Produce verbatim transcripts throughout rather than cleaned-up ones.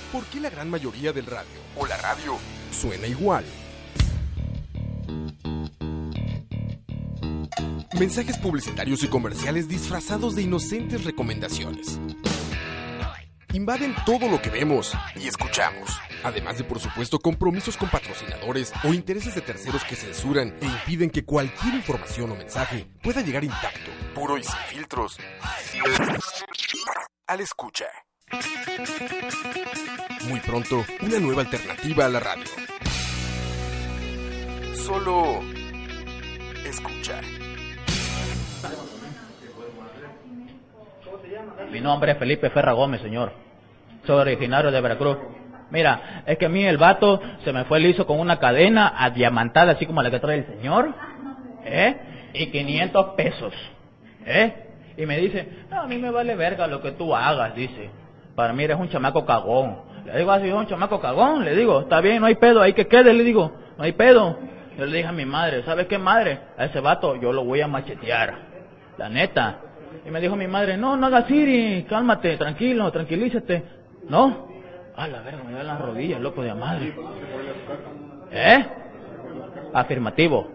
¿Por qué la gran mayoría del radio, o la radio, suena igual? Mensajes publicitarios y comerciales disfrazados de inocentes recomendaciones. Invaden todo lo que vemos y escuchamos. Además de, por supuesto, compromisos con patrocinadores o intereses de terceros que censuran e impiden que cualquier información o mensaje pueda llegar intacto, puro y sin filtros, al escucha. Muy pronto, una nueva alternativa a la radio. Solo escucha. Mi nombre es Felipe Ferra Gómez, señor. Soy originario de Veracruz. Mira, es que a mí el vato se me fue liso con una cadena adiamantada, así como la que trae el señor, ¿eh? Y quinientos pesos, ¿eh? Y me dice, no, a mí me vale verga lo que tú hagas, dice. Para mí eres un chamaco cagón. Le digo, así es un chamaco cagón, le digo, está bien, no hay pedo, ahí que quede, le digo, no hay pedo. Yo le dije a mi madre, ¿sabes qué, madre? A ese vato yo lo voy a machetear, la neta. Y me dijo mi madre, no, no hagas Siri, cálmate, tranquilo, tranquilízate. ¿No? A la verga, me da las rodillas, loco de madre. ¿Eh? Afirmativo.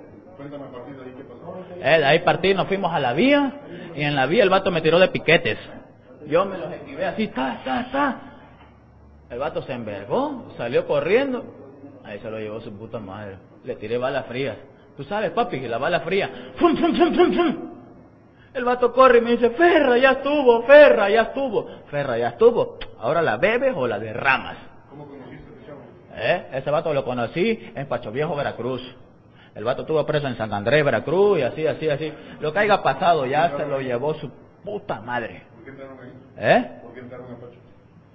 Eh, de ahí partí, nos fuimos a la vía, y en la vía el vato me tiró de piquetes. Yo me los esquivé así, ta, ta, ta. El vato se envergó, salió corriendo. Ahí se lo llevó su puta madre. Le tiré balas frías. Tú sabes, papi, que la bala fría. ¡Fum, fum, fum, fum, fum! El vato corre y me dice, Ferra, ya estuvo, Ferra, ya estuvo. Ferra, ya estuvo. Ahora la bebes o la derramas. ¿Cómo conociste a ese chavo? ¿Eh? Ese vato lo conocí en Pacho Viejo, Veracruz. El vato estuvo preso en San Andrés, Veracruz, y así, así, así. Lo que haya pasado ya se lo llevó su puta madre. ¿Por qué entraron ahí? ¿Eh? ¿Por qué entraron a Pacho?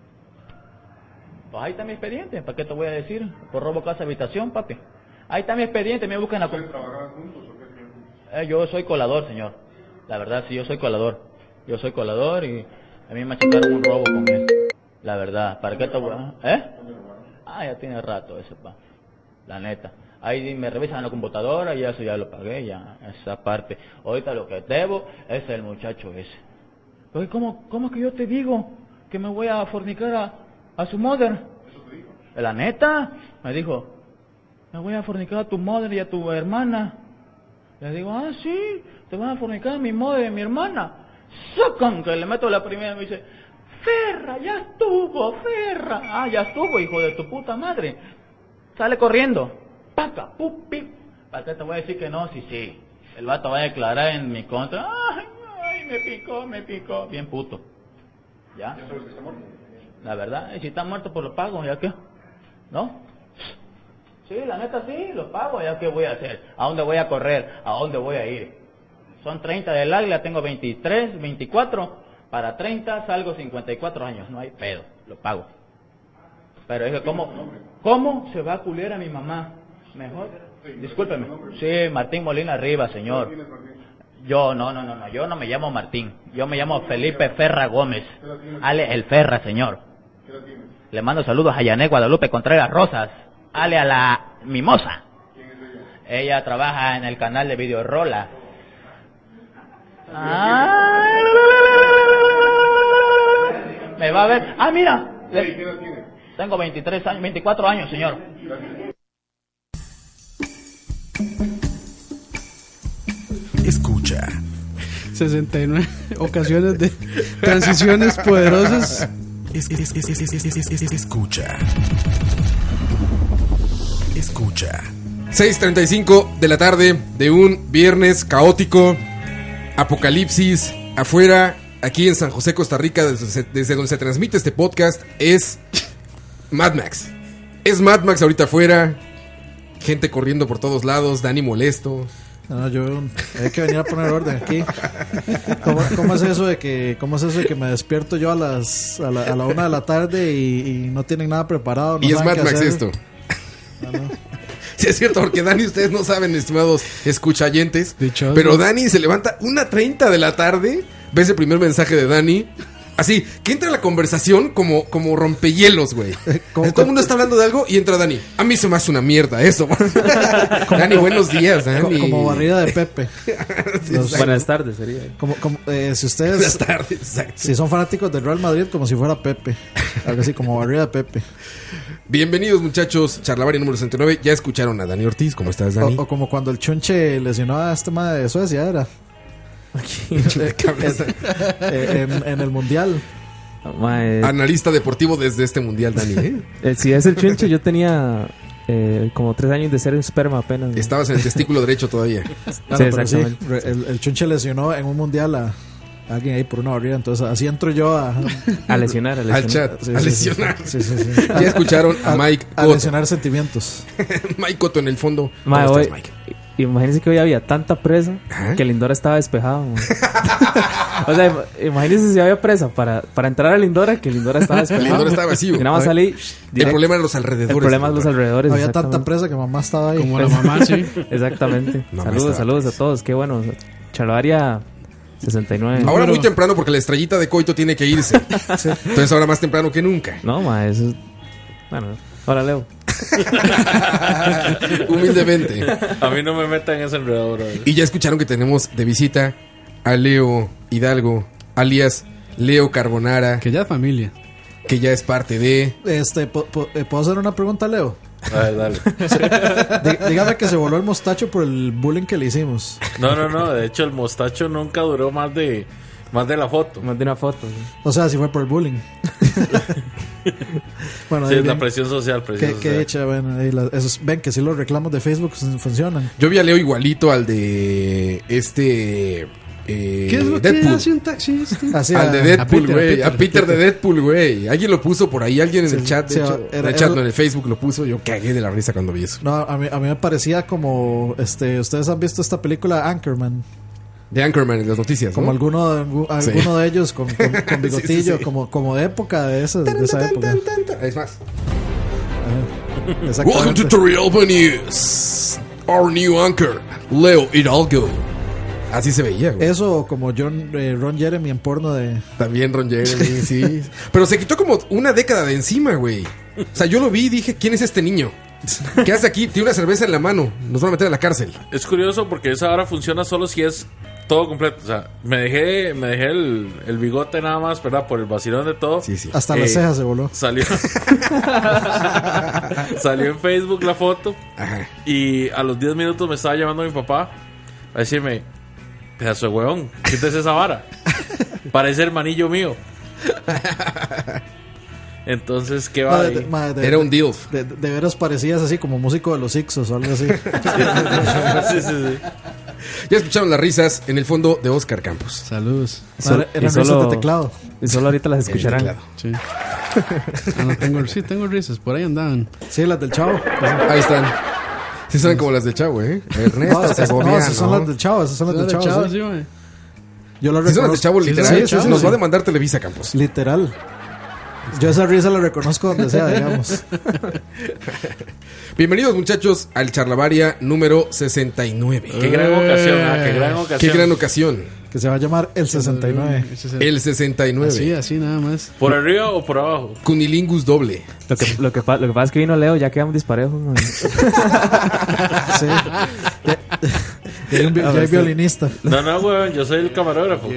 Pues ahí está mi expediente, ¿para qué te voy a decir? Por robo, casa, habitación, papi. Ahí está mi expediente, me buscan a... ¿Ustedes trabajaban juntos o qué hacían juntos? Eh, yo soy colador, señor. La verdad, sí, yo soy colador. Yo soy colador y a mí me achacaron un robo con él. La verdad, ¿para qué te voy a...? ¿Eh? Ah, ya tiene rato ese, pa. La neta. Ahí me revisan la computadora y eso ya lo pagué, ya, esa parte. Ahorita lo que debo es el muchacho ese. Oye, ¿cómo, cómo que yo te digo que me voy a fornicar a, a su mother? ¿Eso te dijo? La neta, me dijo, me voy a fornicar a tu mother y a tu hermana. Le digo, ah, sí, te van a fornicar a mi madre y a mi hermana. Sacan que le meto la primera y me dice, Ferra, ya estuvo, Ferra. Ah, ya estuvo, hijo de tu puta madre. Sale corriendo. Paca, pupi. ¿Para qué te voy a decir que no? Sí, sí. El vato va a declarar en mi contra. Ay, ay, me picó, me picó. Bien puto. ¿Ya? ¿Ya sabes que está muerto? La verdad, y si está muerto, pues lo pago, ¿ya qué? ¿No? Sí, la neta sí, lo pago, ¿ya qué voy a hacer? ¿A dónde voy a correr? ¿A dónde voy a ir? Son treinta del águila, tengo veintitrés, veinticuatro, para treinta salgo cincuenta y cuatro años, no hay pedo, lo pago. Pero dije, ¿cómo, ¿cómo se va a culiar a mi mamá? Mejor, discúlpeme. Sí, Martín Molina Rivas, señor. Yo, no, no, no, no, yo no me llamo Martín, yo me llamo Felipe Ferra Gómez. Ale el Ferra, señor. Le mando saludos a Yané Guadalupe Contreras Rosas. Ale a la mimosa. ¿Quién es ella? Ella trabaja en el canal de Videorola. Ah, me va a ver. Ah, mira. Hey, ¿qué edad tienes? Tengo veintitrés años, veinticuatro años, señor. Gracias. Escucha. sesenta y nueve ocasiones de transiciones poderosas. Es, es, es, es, es, es, es, es, es, escucha. Escucha. seis treinta y cinco de la tarde de un viernes caótico. Apocalipsis afuera, aquí en San José, Costa Rica, desde, desde donde se transmite este podcast, es Mad Max. Es Mad Max ahorita afuera. Gente corriendo por todos lados, Dani molesto. No, yo hay que venir a poner orden aquí. ¿Cómo, cómo es eso de que cómo es eso de que me despierto yo a las a la, a la una de la tarde y, y no tienen nada preparado? No y es Mad qué Max hacer. esto. No, no. Sí, es cierto, porque Dani, ustedes no saben, estimados escuchayentes. Dichoso. Pero Dani se levanta una treinta de la tarde. Ves el primer mensaje de Dani. Así, que entra la conversación como, como rompehielos, güey. Como- Todo el mundo está hablando de algo y entra Dani. A mí se me hace una mierda eso. Dani, buenos días, Co- Dani. como barrida de Pepe. Los- Buenas tardes, sería. como, como, eh, si Buenas ustedes tardes, exacto. si son fanáticos del Real Madrid, como si fuera Pepe. Algo así, como barrida de Pepe. Bienvenidos, muchachos. Charlavaria número sesenta y nueve. Ya escucharon a Dani Ortiz. ¿Cómo estás, Dani? O, o como cuando el Chunche lesionó a este madre de Suecia, era. De cabeza. Eh, en, en el Mundial. Mae, Analista deportivo desde este mundial, Dani. ¿eh? eh, si es el chunche, yo tenía eh, como tres años de ser un esperma apenas. ¿no? Estabas en el testículo derecho todavía. Ah, Sí, no, pero exactamente. re- el, el Chunche lesionó en un Mundial a, a alguien ahí por una barrida. Entonces así entro yo a, A lesionar, a lesionar. Al chat. sí, a sí, lesionar. sí, sí, sí, sí. Ya escucharon a Mike a Cotto. lesionar sentimientos. Mike Cotto en el fondo. ¿Cómo Mae, estás, hoy- Mike? Imagínense que hoy había tanta presa Ajá. que el Lindora estaba despejado. mae. O sea, im- imagínense si había presa para, para entrar al Lindora que el Lindora estaba El despejado. Lindora estaba vacío. Y nada más A ver, salí. El directo. problema eran los alrededores. El problema es los alrededores. Había tanta exactamente. presa que mamá estaba ahí. Como la mamá, sí. Exactamente. Mamá saludos, estaba saludos presa. a todos. Qué bueno. Charlavaria sesenta y nueve. Ahora Pero- muy temprano porque la estrellita de Coito tiene que irse. Entonces ahora más temprano que nunca. No, ma, eso es... Bueno, ahora Leo. Humildemente. A mí no me metan en ese enredador, bro. Y ya escucharon que tenemos de visita a Leo Hidalgo, alias Leo Carbonara, Que ya es familia. que ya es parte de... Este, po- po- eh, ¿puedo hacer una pregunta a Leo? A ver, dale. Dí- dígame que se voló el mostacho por el bullying que le hicimos. No, no, no. De hecho, el mostacho nunca duró más de más de la foto. Más de una foto. ¿sí? O sea, si fue por el bullying. Bueno, Sí, ahí es la bien. presión social. Presión Qué, qué social. dicha, bueno, ahí la- esos- ven que si los reclamos de Facebook fun- funcionan. Yo vi a Leo igualito al de este... eh, ¿Qué es lo que Deadpool. hace un taxista? Así Al a- de Deadpool, Peter, güey. a A Peter, Peter de Deadpool, güey. Alguien lo puso por ahí, alguien en Sí, el chat. De sí, hecho, era- en el chat, era- no, en el Facebook lo puso. Yo cagué de la risa cuando vi eso. No, a mí, a mí me parecía como, este, ustedes han visto esta película Anchorman, De Anchorman en las noticias, como ¿no? alguno, algu- Sí. alguno de ellos con, con, con bigotillo, Sí, sí, sí. como, como de época de esa, de esa época. Tan, tan, tan. Es más. Welcome to Exactamente. Turrialba News. Our new anchor, Leo Hidalgo. Así se veía, güey. Eso como John, eh, Ron Jeremy en porno de... También Ron Jeremy, sí. Pero se quitó como una década de encima, güey. O sea, yo lo vi y dije, ¿quién es este niño? ¿Qué hace aquí? Tiene una cerveza en la mano. Nos van a meter a la cárcel. Es curioso porque esa hora funciona solo si es todo completo. O sea, me dejé, me dejé el, el bigote nada más, ¿verdad? Por el vacilón de todo. Sí, sí. Hasta Eh, las cejas se voló. Salió. Salió en Facebook la foto. Ajá. Y a los diez minutos me estaba llamando mi papá a decirme: pedazo de huevón, quítese esa vara. Parece hermanillo mío. Entonces, ¿qué va Madre, ahí? de, madre, de- Era un DILF. de, de veras parecías así como músico de los Ixos o algo así. Sí, sí, sí. Ya escucharon las risas en el fondo de Oscar Campos. Saludos. Y sol- Madre, eran y solo- risas de teclado. Y solo ahorita las escucharán. El teclado. Sí. Ah, no, tengo, sí, tengo risas. Por ahí andaban. Sí, las del Chavo. Ahí están. Sí suenan como las de Chavo, ¿eh? Ernesto No, esas, no, Segoviano. esas son las del Chavo, esas son las del Las de Chavo. Chavo, sí. sí, mae. Yo lo Sí son las de reconozco. Chavo Sí, literal. sí, sí, sí, Nos sí. va a demandar Televisa, Campos. Literal. Yo esa risa la reconozco donde sea, digamos. Bienvenidos, muchachos, al Charlavaria número sesenta y nueve. Qué gran ocasión, ah, qué gran ocasión. Qué gran ocasión. Que se va a llamar el sesenta y nueve. Ese es el- El sesenta y nueve. Así, así nada más. ¿Por arriba o por abajo? Cunilingus doble. Lo que, lo, que, pa- lo que pasa es que vino Leo, ya quedamos disparejos. man. Sí. Ya, ya hay, un vi- ya hay violinista. No, no, weón, yo soy el camarógrafo.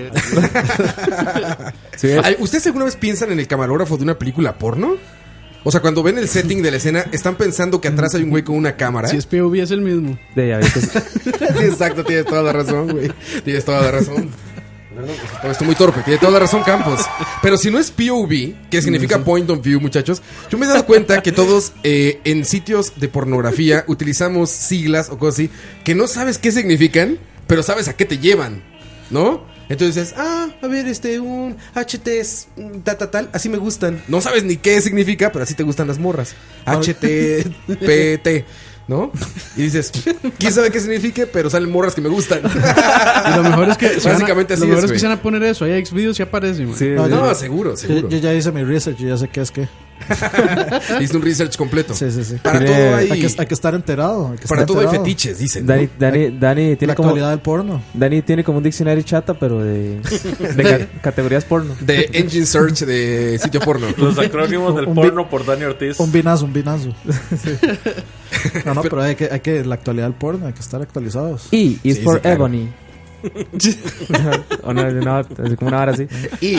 Sí, es- Ay, ¿ustedes alguna vez piensan en el camarógrafo de una película porno? O sea, cuando ven el setting de la escena, están pensando que atrás hay un güey con una cámara. Si es P O V es el mismo. de ya vi que- Sí, exacto, tienes toda la razón, güey. Tienes toda la razón. No, estoy muy torpe, tiene toda la razón Campos. Pero si no es P O V, que significa Point of View, muchachos, yo me he dado cuenta que todos eh, en sitios de pornografía utilizamos siglas o cosas así que no sabes qué significan, pero sabes a qué te llevan, ¿no? Entonces dices, ah, a ver, este, un H T S, tal, tal, tal, así me gustan. No sabes ni qué significa, pero así te gustan las morras. H T P T, ¿no? Y dices, quién sabe qué signifique, pero salen morras que me gustan. Y lo mejor es que se van a- Básicamente así lo mejor es, es que güey. se van a poner eso. Ahí Xvideos y aparece, man. sí, No, No, yo- seguro, Yo, seguro. yo ya hice mi research, yo ya sé qué es qué. Hice un research completo. Sí, sí, sí. Para Tiene- todo hay, Hay que, hay que estar enterado. hay que para estar todo hay enterado. fetiches, dicen. ¿no? Dani, Dani, Dani tiene La como actualidad del porno. Dani tiene como un diccionario chata, pero de, de ca- categorías porno. De engine search de sitio porno. Los acrónimos del Un porno por Dani Ortiz. Un vinazo, un vinazo. No, no, pero hay que, hay que, la actualidad del porno, hay que estar actualizados. E is Sí, for sí, claro. Ebony. o no, no, es como una vara así. Y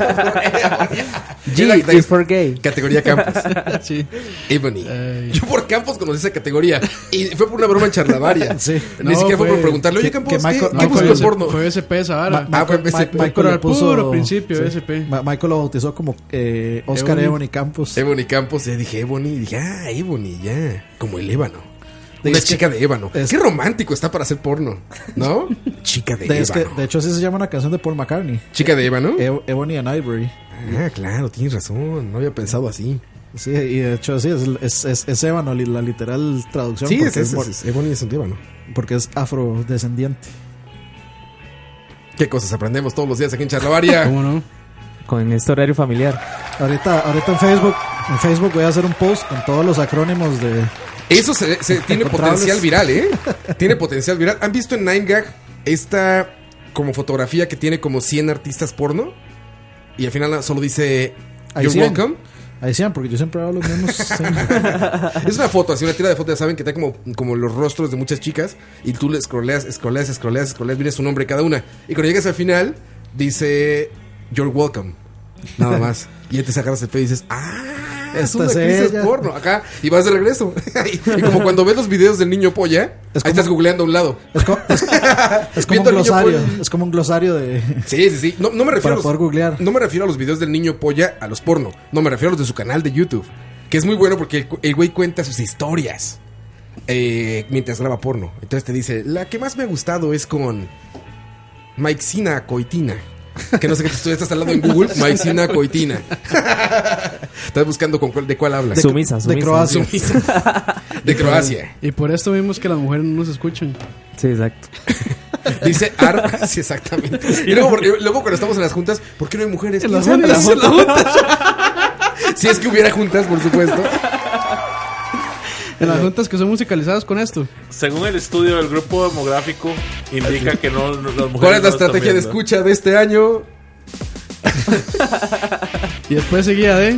G La- la- is for gay. categoría campos. Sí. Ebony. Ay. Yo por Campos conocí esa categoría. Y fue por una broma en charlavaria. Sí. Ni No, siquiera fue fue- por preguntarle, oye que- Campos, que ¿qué, Michael- ¿qué no, buscas fue, en S- porno? fue S P esa vara. Ah, fue M S P. Michael Pero le al puso- puro principio, sí. S P. Ma- Michael lo bautizó como eh, Oscar Ebony. Ebony Campos. Ebony Campos. Y dije Ebony. Y dije, ah, Ebony, ya. Como el ébano. De- Una es que- chica de ébano. es- Qué romántico está para hacer porno. ¿No? Chica de De, es que, ébano. de hecho, así se llama una canción de Paul McCartney. Chica de ébano. E- Ebony and Ivory. Ah, claro, tienes razón. No había pensado así. Sí, y de hecho, sí, es, es, es, es ébano, li- la literal traducción. Sí, porque, es, es, es, mor- es- Ebony es un ébano. porque es afrodescendiente. Qué cosas aprendemos todos los días aquí en Charlavaria. ¿Cómo no? Con este horario familiar. Ahorita, ahorita en Facebook, en Facebook voy a hacer un post con todos los acrónimos de. Eso se, se- tiene Encontrables. potencial viral, ¿eh? Tiene potencial viral. ¿Han visto en nine gag esta como fotografía que tiene como cien artistas porno? Y al final solo dice Ahí You're cien. welcome. Ahí sean, porque yo siempre hago los mismos. sí. Es una foto, así una tira de fotos, ya saben que está como, como los rostros de muchas chicas. Y tú le scrolleas, scrolleas, scrolleas, scrolleas, viene su nombre cada una. Y cuando llegas al final, dice You're welcome. Nada más. Y entonces agarras el pedo y dices, ah, es Esta una es actriz ella. porno. Acá, y vas de regreso. y, y como cuando ves los videos del niño polla, Es ahí como- estás googleando a un lado. Es, co- es- es como Viendo un al niño glosario. polla. Es como un glosario de. Sí, sí, sí. No, no me refiero Para a los, poder googlear. No me refiero a los videos del niño polla a los porno. No, me refiero a los de su canal de YouTube. Que es muy bueno porque el, cu- el güey cuenta sus historias eh, mientras graba porno. Entonces te dice, la que más me ha gustado es con Maixina Coitina. Que no sé qué tú estás al lado en Google. Maixina Coitina. Estás buscando con cuál- de cuál hablas. Sumisa, de sumisa. Croacia. Sumisa. De Croacia. Y por esto vimos que las mujeres no nos escuchan. Sí, exacto. Dice Ar. Sí, exactamente. Y luego, porque- luego cuando estamos en las juntas, ¿por qué no hay mujeres? En las ¿Quién sabe? juntas. En las juntas. Si es que hubiera juntas, por supuesto. En las juntas que son musicalizadas con esto. Según el estudio del grupo demográfico, indica que no, no- las mujeres. ¿Cuál es la no están estrategia de viendo. escucha de este año? Y después seguía de.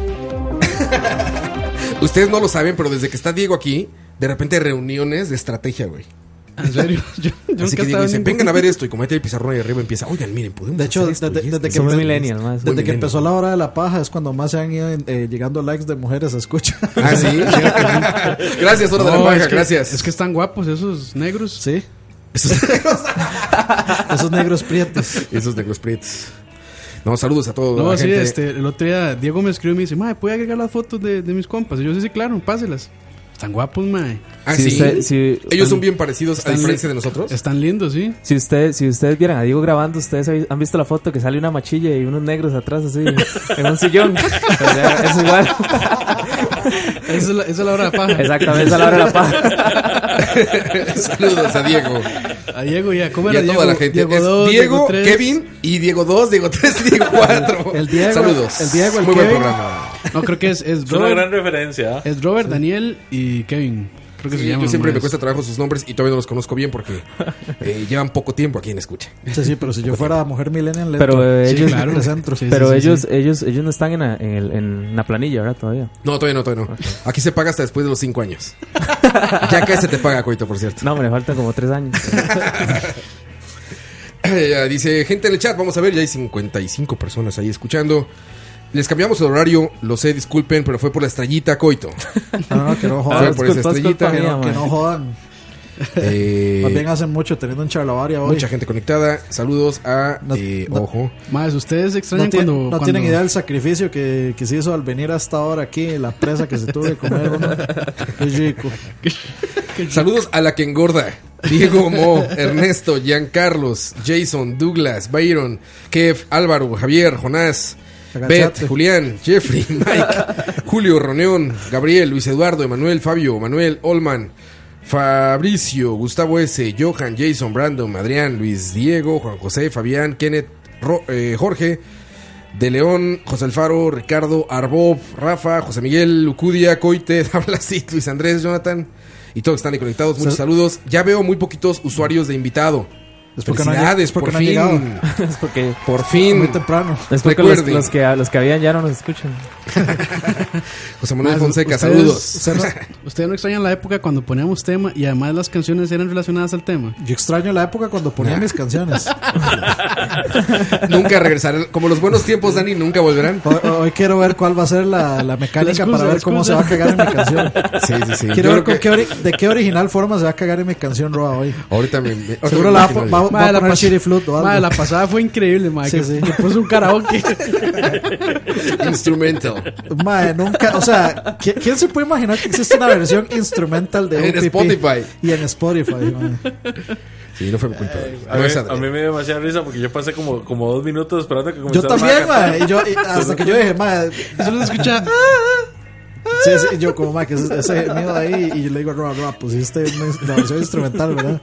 Ustedes no lo saben, pero desde que está Diego aquí, de repente hay reuniones de estrategia, güey. En serio. Yo, yo Así nunca que Diego estaba dice, en vengan a ver esto. Y como ahí tiene el pizarrón ahí arriba, empieza, oigan, miren, podemos De hecho, hacer esto desde, y esto". desde que, Somos empe- millennials, más. Muy desde que millennial. empezó la hora de la paja es cuando más se han ido eh, llegando likes de mujeres a escuchar. Ah, sí. Gracias, hora de la No, paja, es que- gracias. Es que están guapos esos negros. Sí. Esos negros prietos. Esos negros prietos. No, saludos a todos. No, la sí, gente. este, el otro día Diego me escribió y me dice, mae, ¿puede agregar las fotos de, de mis compas? Y yo, sí, sí, claro, páselas. Están guapos, mae. Ah, Si sí. usted- si- Ellos son bien parecidos a Están- diferencia de nosotros. Están lindos, sí. Si, usted, si ustedes vieran a Diego grabando, ustedes han visto la foto que sale una machilla y unos negros atrás así en un sillón. Pues ya, es igual. Esa es la, esa es la hora de paja. Exactamente, esa es la hora de la paja. Saludos a Diego. A Diego ya, ¿cómo Y era a Diego? toda la gente. Diego Es dos, Diego, tres. Kevin y Diego dos, Diego tres y Diego cuatro. El Diego, Saludos. el Diego, el Muy buen Kevin. programa. No, creo que es, es Es una Robert, gran referencia. ¿ah? es Robert, Daniel y Kevin. Creo que Sí, se llaman. yo siempre me maes. cuesta trabajo sus nombres y todavía no los conozco bien porque eh, llevan poco tiempo aquí en Escucha. Sí, sí, pero si yo fuera mujer millennial, le Pero entro. eh, Sí, ellos, claro. de centro. Sí, pero sí, sí, ellos, sí. ellos, ellos no están en la, en, el- en la planilla, ¿verdad? Todavía. No, todavía no, todavía no. Aquí se paga hasta después de los cinco años. Ya que se te paga, Coito, por cierto. No, me le faltan como tres años. Eh, dice, gente en el chat, vamos a ver, ya hay cincuenta y cinco personas ahí escuchando. Les cambiamos el horario, lo sé, disculpen, pero fue por la estrellita, Coito. No, no, que no Fue jodan. por esa culpa, es estrellita. culpa Que mía, no, que man. no jodan. Eh, Más bien hacen mucho teniendo un charlavaria hoy. mucha gente conectada. Saludos a No- eh, no- Ojo. Maes, ustedes No, extrañan tienen- cuando. no cuando- tienen idea del sacrificio que, que se hizo al venir hasta ahora aquí, la presa que se tuvo que comer. Uno. Qué rico. Saludos a la que engorda. Diego, Mo, Ernesto, Giancarlos, Jason, Douglas, Byron, Kev, Álvaro, Javier, Jonás, Agachate. Beth, Julián, Jeffrey, Mike, Julio, Roneón, Gabriel, Luis Eduardo, Emanuel, Fabio, Manuel, Olman, Fabricio, Gustavo S., Johan, Jason, Brandon, Adrián, Luis Diego, Juan José, Fabián, Kenneth, Ro- eh, Jorge, De León, José Alfaro, Ricardo, Arbov, Rafa, José Miguel, Lucudia, Coite, Dablasit, Luis Andrés, Jonathan y todos que están ahí conectados. Muchos Sí. saludos. Ya veo muy poquitos usuarios de invitado. Es porque no han- Felicidades, es porque por no han fin. llegado. Es porque, Por fin. Muy temprano. es porque los, Recuerden. los que, los que habían ya no nos escuchan. José Manuel Más, Fonseca, ustedes- saludos. Usted no- Ustedes no extrañan la época cuando poníamos tema y además las canciones eran relacionadas al tema. Yo extraño la época cuando ponía mis canciones. Nunca regresarán. Como los buenos tiempos, Dani, nunca volverán. Hoy, hoy quiero ver cuál va a ser la, la mecánica La excusa, para ver la cómo se excusa. va a cagar en mi canción. Sí, sí, sí. Quiero Yo ver creo con que qué ori- de qué original forma se va a cagar en mi canción Roa hoy. ahorita me, me- ahorita Seguro me la va, a imagino po- va- el- va a Madre, la poner pas- Shitty Flute o algo. Madre, la pasada fue increíble, madre. Sí, que, sí. que puso un karaoke. instrumental. Mae, nunca, o sea, ¿qui- ¿quién se puede imaginar que existe una versión instrumental de En O P P? Spotify. Y en Spotify, mae. Sí, no fue mi culpa. Dani. A No mí, es a Adrián. mí me dio demasiada risa porque yo pasé como, como dos minutos esperando que Yo comenzara también, a cantar. mae. Y yo, y hasta que yo dije, mae. Solo se escucha. Sí, sí, yo como, mae, que ese, ese gemido ahí. Y yo le digo, Roa, Roa, pusiste una- la versión instrumental, ¿verdad?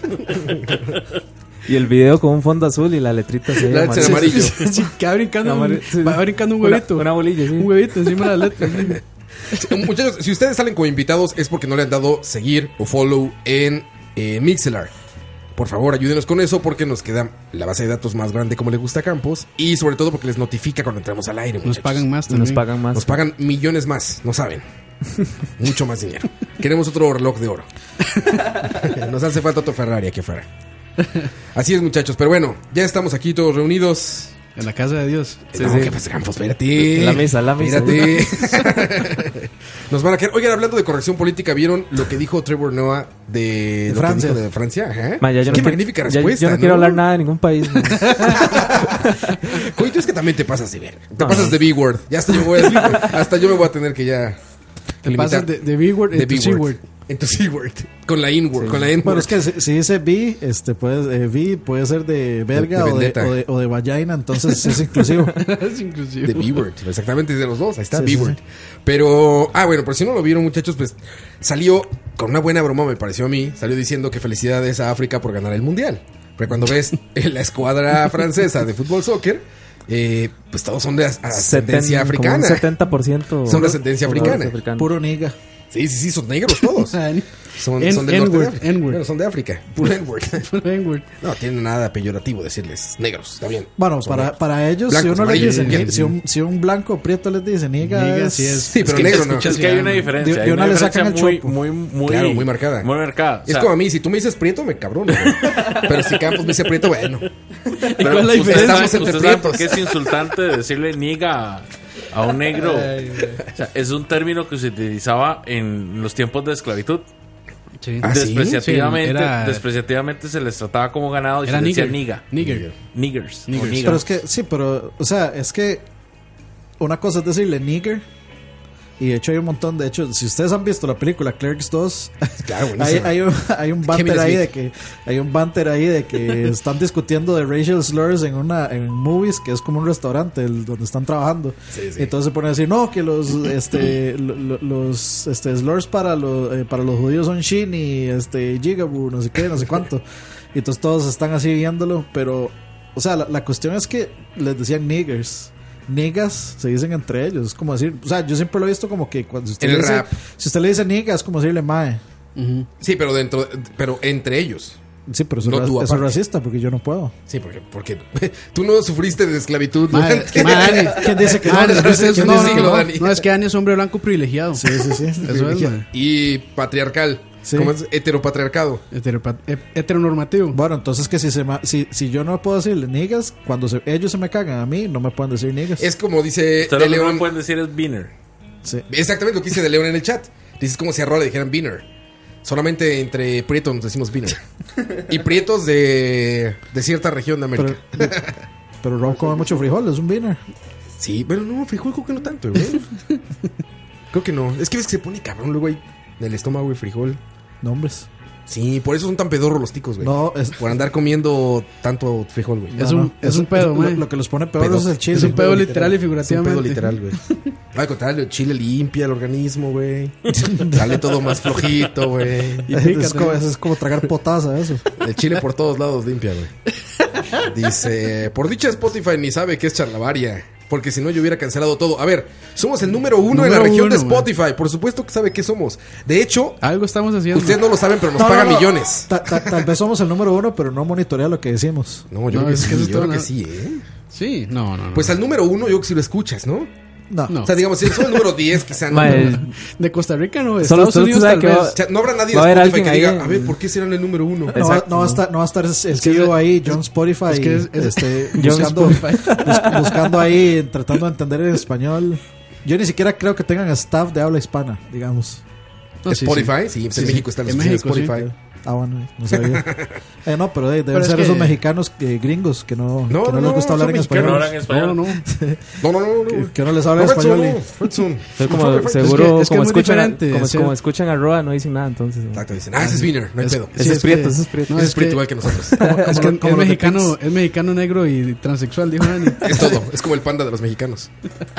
Y el video con un fondo azul y la letrita así. La letra en amarilla. amarillo. Sí, que va brincando, un, Amar- sí. va brincando un Una- huevito. Una, bolilla, sí. Un huevito encima de la letra. sí. Muchachos, si ustedes salen como invitados es porque no le han dado seguir o follow en eh, Mixelar. Por favor, ayúdenos con eso porque nos queda la base de datos más grande como le gusta a Campos y sobre todo porque les notifica cuando entramos al aire. Nos muchachos. pagan más Y también. nos pagan más. Nos pagan millones más, no saben. Mucho más dinero. Queremos otro reloj de oro. Nos hace falta otro Ferrari aquí afuera. Así es, muchachos. Pero bueno, ya estamos aquí todos reunidos. En la casa de Dios. Sí, no, sí. ¿qué pasa, Campos? Espérate. La mesa, la mesa. Espérate. Nos van a quedar. Oigan, hablando de corrección política, ¿vieron lo que dijo Trevor Noah de, De lo que Francia. dijo de Francia? Ajá. Ma, ya yo Qué no quiero- magnífica ya- respuesta. Yo no, quiero hablar nada de ningún país. ma. Coito, es que también te pasas de ver. Te No, pasas no. de B-word. Ya hasta yo, voy a, hasta yo me voy a tener que ya. Te pasas de, de B-word de en tu B-word. C-word. En tu C-word. Con la in-word. Con la in-word. Bueno, es que si, si dice B, este, puede, eh, B puede ser de verga De- de o, de, vendetta. o, de, o de vagina, entonces es inclusivo. Es inclusive. De B-word, exactamente, de los dos, ahí está Sí, sí, B-word. sí. Pero, ah, bueno, por si no lo vieron, muchachos, pues salió con una buena broma, me pareció a mí. Salió diciendo que felicidades a África por ganar el mundial. Pero cuando ves la escuadra francesa de fútbol soccer, eh, pues todos son de as- ascendencia Seten- como africana. un setenta por ciento Son de ascendencia africana. Puro niga. Sí, sí, sí, son negros todos. Son, En- son del norte de N-word, África. N-word. Bueno, son de África. Puro N-word. N-word. No tiene nada peyorativo decirles negros, está bien. Bueno, Son para, negros. para ellos, Blancos, si uno les amarillos, dice, ¿entiendes? si un, si un blanco prieto les dice niga, Niga, es, sí es. Sí, pero Es que negro te no. escuchas Es que hay ya, una ¿no? diferencia. De- hay de una una le diferencia sacan el muy, chopo. muy, muy, Claro, muy marcada. Muy marcada. O Es sea, como a mí, si tú me dices prieto, me cabrono. güey. Pero si Campos me dice prieto, bueno. pero cuál es la usted diferencia? sabe- Estamos entre usted sabe por prietos. qué es insultante decirle niga a, a un negro. O sea, es un término que se utilizaba en los tiempos de esclavitud. Sí. Ah, ¿sí? Despreciativamente, Sí, era- despreciativamente se les trataba como ganado y Era se les decía nigger. niga. Nigger. Niggers. o Niggers. niggas. Pero es que, sí, pero, o sea, es que una cosa es decirle nigger. Y de hecho hay un montón, de hecho, si ustedes han visto la película Clerks dos, Claro, hay, buenísimo. hay un, hay un banter Kevin ahí Smith. de que hay un banter ahí de que están discutiendo de racial slurs en una en movies que es como un restaurante el- donde están trabajando. Sí, sí. Entonces se ponen a decir, "No, que los este lo- lo- los este slurs para los eh, para los judíos son shin y este jigaboo, no sé qué, no sé cuánto." Y entonces todos están así viéndolo, pero o sea, la, la cuestión es que les decían niggers. Niggas se dicen entre ellos, es como decir, o sea, yo siempre lo he visto como que cuando usted En le el dice, rap. si usted le dice nigga es como decirle mae. Ujú. Sí, pero dentro, pero entre ellos. Sí, pero eso, No es, tú, ra- eso es aparte. racista porque yo no puedo. Sí, porque, porque tú no sufriste de esclavitud. Madre, ¿no? madre. ¿Quién dice que no? Ah, no, es que no, ustedes- no, no, no, no, no, no, Dani. no, es que Dani es hombre blanco privilegiado. Sí, sí, sí. Eso es, man. Y patriarcal. Sí. ¿Cómo es? Heteropatriarcado. Heteropa- he- Heteronormativo. Bueno, entonces que si se ma- si, si yo no puedo decirle niggas, cuando se- ellos se me cagan a mí, no me pueden decir niggas. Es como dice Usted De lo que no León. me pueden decir es Biner. Sí. Exactamente lo que dice De León en el chat. Dices como si a Roa le dijeran Biner. Solamente entre prietos nos decimos Biner. Y prietos de, de cierta región de América. Pero, pero Rob come mucho frijol, es un beaner. Sí, pero no, frijol creo que no tanto, güey. Creo que no. Es que ves que se pone cabrón luego ahí en el estómago el frijol. Nombres. Sí, por eso son tan pedorros los ticos, güey. No, es, Por andar comiendo tanto frijol, güey. Es no, un- no, es un pedo, lo, mae. lo que los pone peor Pedo. es el chile. Es un pedo literal. literal y Es un figurativamente. pedo literal, güey. Al contrario, el chile limpia el organismo, güey. Sale todo más flojito, güey. Y pica es, como, también. es como tragar potasa eso. El chile por todos lados limpia, güey. Dice, por dicha Spotify ni sabe qué es charlavaria. Porque si no yo hubiera cancelado todo. A ver, somos el número uno en la Número región uno, de Spotify. Por supuesto que sabe qué somos. De hecho, Algo estamos haciendo. ustedes no lo saben, pero nos No, pagan no, no. millones. Ta- ta- Tal vez somos el número uno, pero no monitorea lo que decimos. No, yo No, creo que es sí, que eso yo es todo creo que una- sí, ¿eh? Sí, no, no, no. Pues al número uno yo creo que sí lo escuchas, ¿no? No. No. O sea, digamos, si somos el número diez, quizá no. Mae, De Costa Rica no, de Solo- Estados solo Unidos tú sabes tal que vez. va- O sea, no habrá nadie Va a de haber Spotify que alguien diga, ahí a ver, en- ¿por qué serán el número uno? No, va, Exacto. no va a estar, no va a estar el que C E O es- ahí, John Spotify, es que es- es- este, John buscando, Spotify. bus- buscando ahí, tratando de entender el español. Yo ni siquiera creo que tengan staff de habla hispana, digamos. No, sí, Spotify, sí, pues Sí, en sí. México están los En oficinas de México, Spotify. Ah, bueno, no sabía. Eh, no, pero de- deben Pero es ser que- esos mexicanos eh, gringos que no, No, que no, no, les no, gusta hablar son en Que no español. hablan español. No, no. No, no, no, no. Que, que no les habla en Robertson, español. no, Robertson. es como, Por favor, seguro, es que- es que como, es muy escuchan a, diferente, como, o sea- como escuchan a Roa, no dicen nada, entonces. Exacto, dicen, ah, ese es Wiener, no hay Es- pedo. Ese Sí, es es prieto, que- ese es prieto. No, Ese es es prieto que- igual que nosotros. Es que como es los de mexicano, es mexicano negro y transexual, dijo Dani. Es todo, es como el panda de los mexicanos.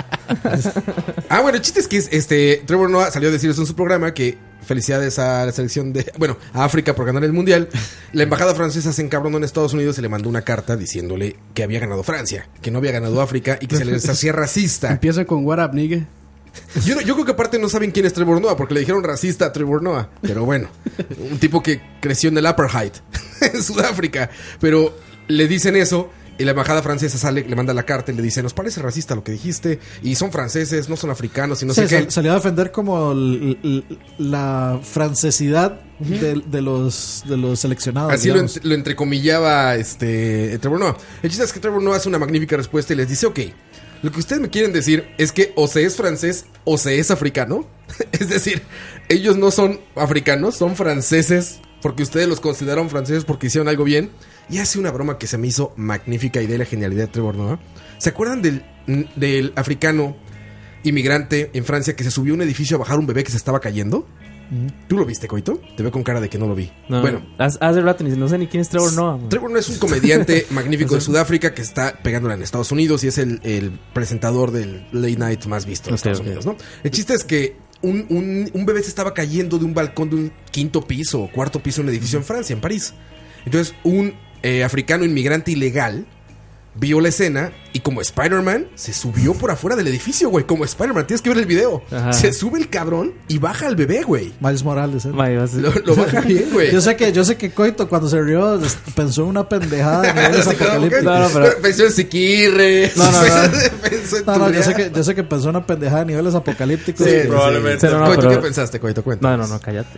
Ah, bueno, el chiste es que es, este Trevor Noah salió a decir eso en su programa que felicidades a la selección de, bueno, a África por ganar el mundial. La embajada francesa se encabronó en Estados Unidos y le mandó una carta diciéndole que había ganado Francia, que no había ganado África y que se les hacía racista. Empieza con What up, nigga. Yo, no- yo creo que aparte no saben quién es Trevor Noah porque le dijeron racista a Trevor Noah. Pero bueno, un tipo que creció en el apartheid en Sudáfrica. Pero le dicen eso y la embajada francesa sale, le manda la carta y le dice, nos parece racista lo que dijiste y son franceses, no son africanos y no Sí, sé qué. sal- salió a defender como l- l- la francesidad de, de los de los seleccionados. Así lo, digamos. ent- lo entrecomillaba este, Trevor Noah. El chiste es que Trevor Noah hace una magnífica respuesta y les dice, ok, lo que ustedes me quieren decir es que o se es francés o se es africano. Es decir, ellos no son africanos, son franceses porque ustedes los consideraron franceses porque hicieron algo bien. Y hace una broma que se me hizo magnífica y de la genialidad de Trevor Noah. ¿Se acuerdan del, del africano inmigrante en Francia que se subió a un edificio a bajar un bebé que se estaba cayendo? ¿Tú lo viste, Coito? Te veo con cara de que no lo vi. No, Bueno, hace, hace rato ni no sé ni quién es Trevor Noah. man. Trevor Noah es un comediante magnífico de Sudáfrica que está pegándola en Estados Unidos y es el, el presentador del late night más visto en Ok, Estados ok. Unidos, ¿no? El chiste es que un, un- un bebé se estaba cayendo de un balcón de un quinto piso o cuarto piso en un edificio en Francia, en París. Entonces, un eh, africano inmigrante ilegal vio la escena y como Spider-Man se subió por afuera del edificio, güey. Como Spider-Man, tienes que ver el video. Ajá. Se sube el cabrón y baja al bebé, güey. Miles Morales. ¿eh? Mae, va a ser- Lo, lo baja bien, güey. Yo sé que yo sé que Coito cuando se rió es- pensó en una pendejada de niveles Así como que- apocalípticos. No, no, pero- Pensó en Siquirre. No, no, no. Pensó en No, no, yo Turrialba. sé que yo sé que pensó en una pendejada de niveles apocalípticos. Sí, que- probablemente. Sí, no, no, Coito, pero- ¿qué pensaste, Coito? Cuenta. No, no, no, cállate.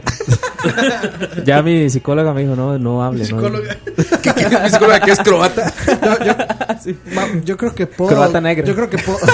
Ya mi psicóloga me dijo, no, no hable. No, ¿Qué quiere mi psicóloga que es croata? Ma- yo creo que puedo. Croata negra. Yo creo que puedo.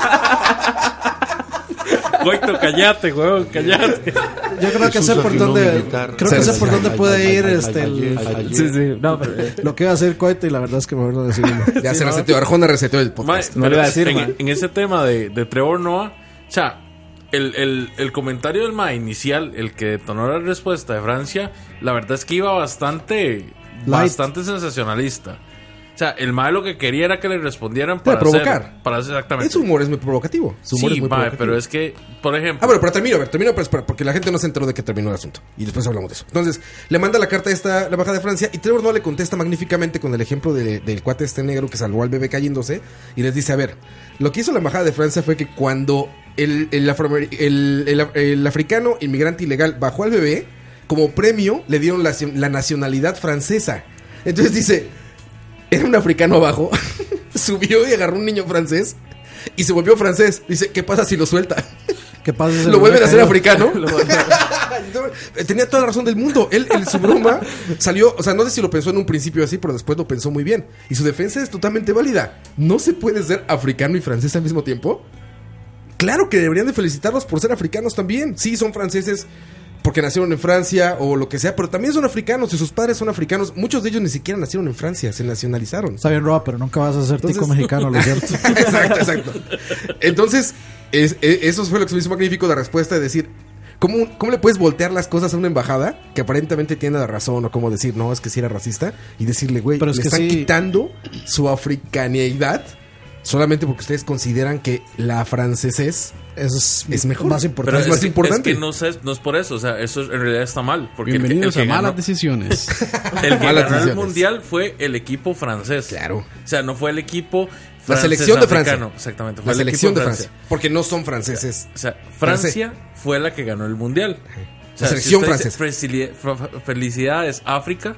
Coito, callate, weón, callate. Yo creo que sé por dónde. Creo que sé por dónde puede ir este el- Sí, sí, no, pero eh, lo que va a hacer Coito y la verdad es que mejor no decirlo. Ya se reseteó. Arjona reseteó el Mae, podcast. No le iba a decir, en, mae. en ese tema de, de Trevor Noah, o sea, el, el, el comentario del Mae inicial, el que detonó la respuesta de Francia, la verdad es que iba bastante, bastante sensacionalista. O sea, el Mae lo que quería era que le respondieran para, Para provocar. hacer- para hacer exactamente. Su humor es muy provocativo. Su humor Sí, es muy mae, provocativo. pero es que, por ejemplo, Ah, bueno, pero termino, a ver, termino, pero espera, porque la gente no se enteró de que terminó el asunto. Y después hablamos de eso. Entonces, le manda la carta esta, la embajada de Francia, y Trevor Noah le contesta magníficamente con el ejemplo de- del cuate este negro que salvó al bebé cayéndose, y les dice, a ver, lo que hizo la embajada de Francia fue que cuando el, el, afroamer- el- el- el africano inmigrante ilegal bajó al bebé, como premio le dieron la, la nacionalidad francesa. Entonces dice, era un africano abajo, subió y agarró un niño francés, y se volvió francés. Dice, ¿qué pasa si lo suelta? ¿Qué pasa si se Lo le vuelven a hacer cae? africano. Tenía toda la razón del mundo. Él, en su broma, salió. O sea, no sé si lo pensó en un principio así, pero después lo pensó muy bien. Y su defensa es totalmente válida. ¿No se puede ser africano y francés al mismo tiempo? Claro que deberían de felicitarlos por ser africanos también. Sí, son franceses porque nacieron en Francia o lo que sea, pero también son africanos y sus padres son africanos. Muchos de ellos ni siquiera nacieron en Francia, se nacionalizaron. Está bien, Roa, pero nunca vas a ser tico Entonces- mexicano, lo cierto. Exacto, exacto. Entonces, es- e- eso fue lo que se me hizo magnífico, la respuesta de decir, ¿cómo, ¿cómo le puedes voltear las cosas a una embajada que aparentemente tiene la razón o cómo decir, no, es que si era racista? Y decirle, güey, Pero le es que están sí. quitando su africanidad solamente porque ustedes consideran que la francesez Eso es, es mejor, más Pero importante. es es, más que, importante. es que no, sé, no es por eso, o sea, eso en realidad está mal. Porque el que, el Bienvenidos que a ganó, malas decisiones. el que Malas ganó el decisiones. mundial fue el equipo francés. Claro. O sea, no fue el equipo La francés selección de Francia. africano. Exactamente. Fue La el selección equipo de Francia. Porque no son franceses. O sea, Francia fue la que ganó el mundial. O sea, La selección si usted dice, francesa. "Felicili- fra- Felicidades, África.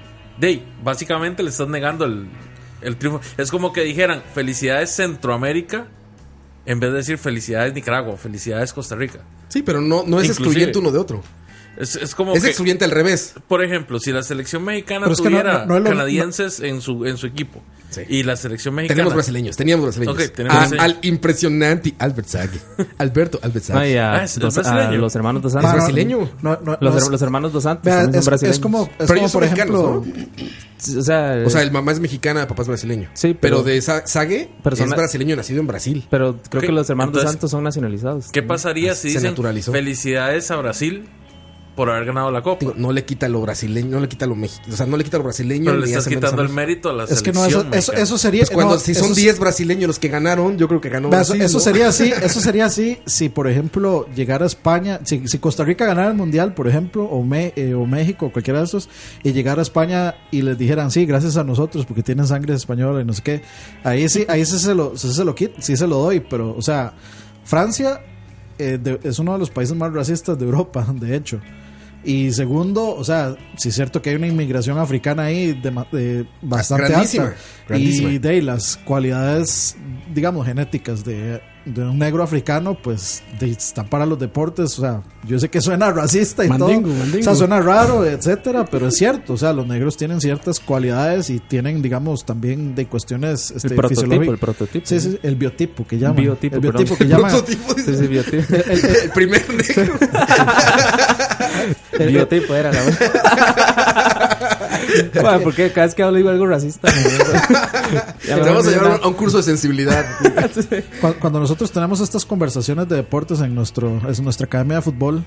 De básicamente le estás negando el, el triunfo. Es como que dijeran felicidades Centroamérica en vez de decir felicidades Nicaragua, felicidades Costa Rica. Sí, pero no, no es Inclusive. excluyente uno de otro. Es, es como Es que, excluyente al revés. por ejemplo, si la selección mexicana Pero es que no- tuviera no- no es lo- canadienses en su en su equipo Sí. y la selección mexicana Tenemos brasileños, teníamos brasileños. Ok, tenemos A- brasileños. al impresionante Albert Sague. Alberto Albert No, Sague. y a, Ah, es- es los, a brasileño. los hermanos dos ¿Es Santos. brasileño? No, no, Los, no her- es- los hermanos dos Santos vea, también son es, brasileños. es como, es Pero como ellos son por mexicanos, ejemplo, O sea, O sea, el mamá es mexicana, papá es brasileño. Sí, pero, pero- de Sa- Sague Persona- es brasileño, nacido en Brasil. pero creo Ok, que los hermanos dos entonces, Santos son nacionalizados. ¿Qué pasaría si Se dicen naturalizó. felicidades a Brasil por haber ganado la copa? Digo, no le quita lo brasileño, no le quita lo mexicano. O sea, no le quita lo brasileño. Pero le ni estás hace menos quitando a el México. mérito a la es que selección no, eso, eso, mexicana. eso sería. Pues cuando no, si eso son es- diez brasileños los que ganaron, yo creo que ganó Vea, Brasil. eso, eso ¿no? sería así, eso sería así si por ejemplo llegara a España, si, si Costa Rica ganara el mundial, por ejemplo, o, Me- eh, o México, o cualquiera de estos, y llegara a España y les dijeran sí, gracias a nosotros porque tienen sangre española y no sé qué, ahí sí, ahí sí se lo, sí se lo quit- sí se lo doy, pero o sea, Francia eh, de- es uno de los países más racistas de Europa, de hecho. Y segundo, o sea, sí es cierto que hay una inmigración africana ahí de, ma- de bastante Grandísima, alta. grandísima. Y de ahí las cualidades, digamos, genéticas de, de un negro africano, pues de- están para los deportes. O sea, yo sé que suena racista y Mandingo, todo. mandingo. O sea, suena raro, etcétera, pero es cierto. O sea, los negros tienen ciertas cualidades y tienen, digamos, también de cuestiones este, el prototipo, fisiológicas. el prototipo. Sí, sí, el biotipo que llaman. Biotipo, el biotipo perdón. que llaman. Prototipo, Sí, sí, biotipo. el, el primer negro. Biotipo era la Bueno, porque cada vez que hablo digo algo racista. Ya Te me vamos a olvidé llevar nada. a un curso de sensibilidad. Cu- Cuando nosotros tenemos estas conversaciones de deportes en nuestro en nuestra academia de fútbol,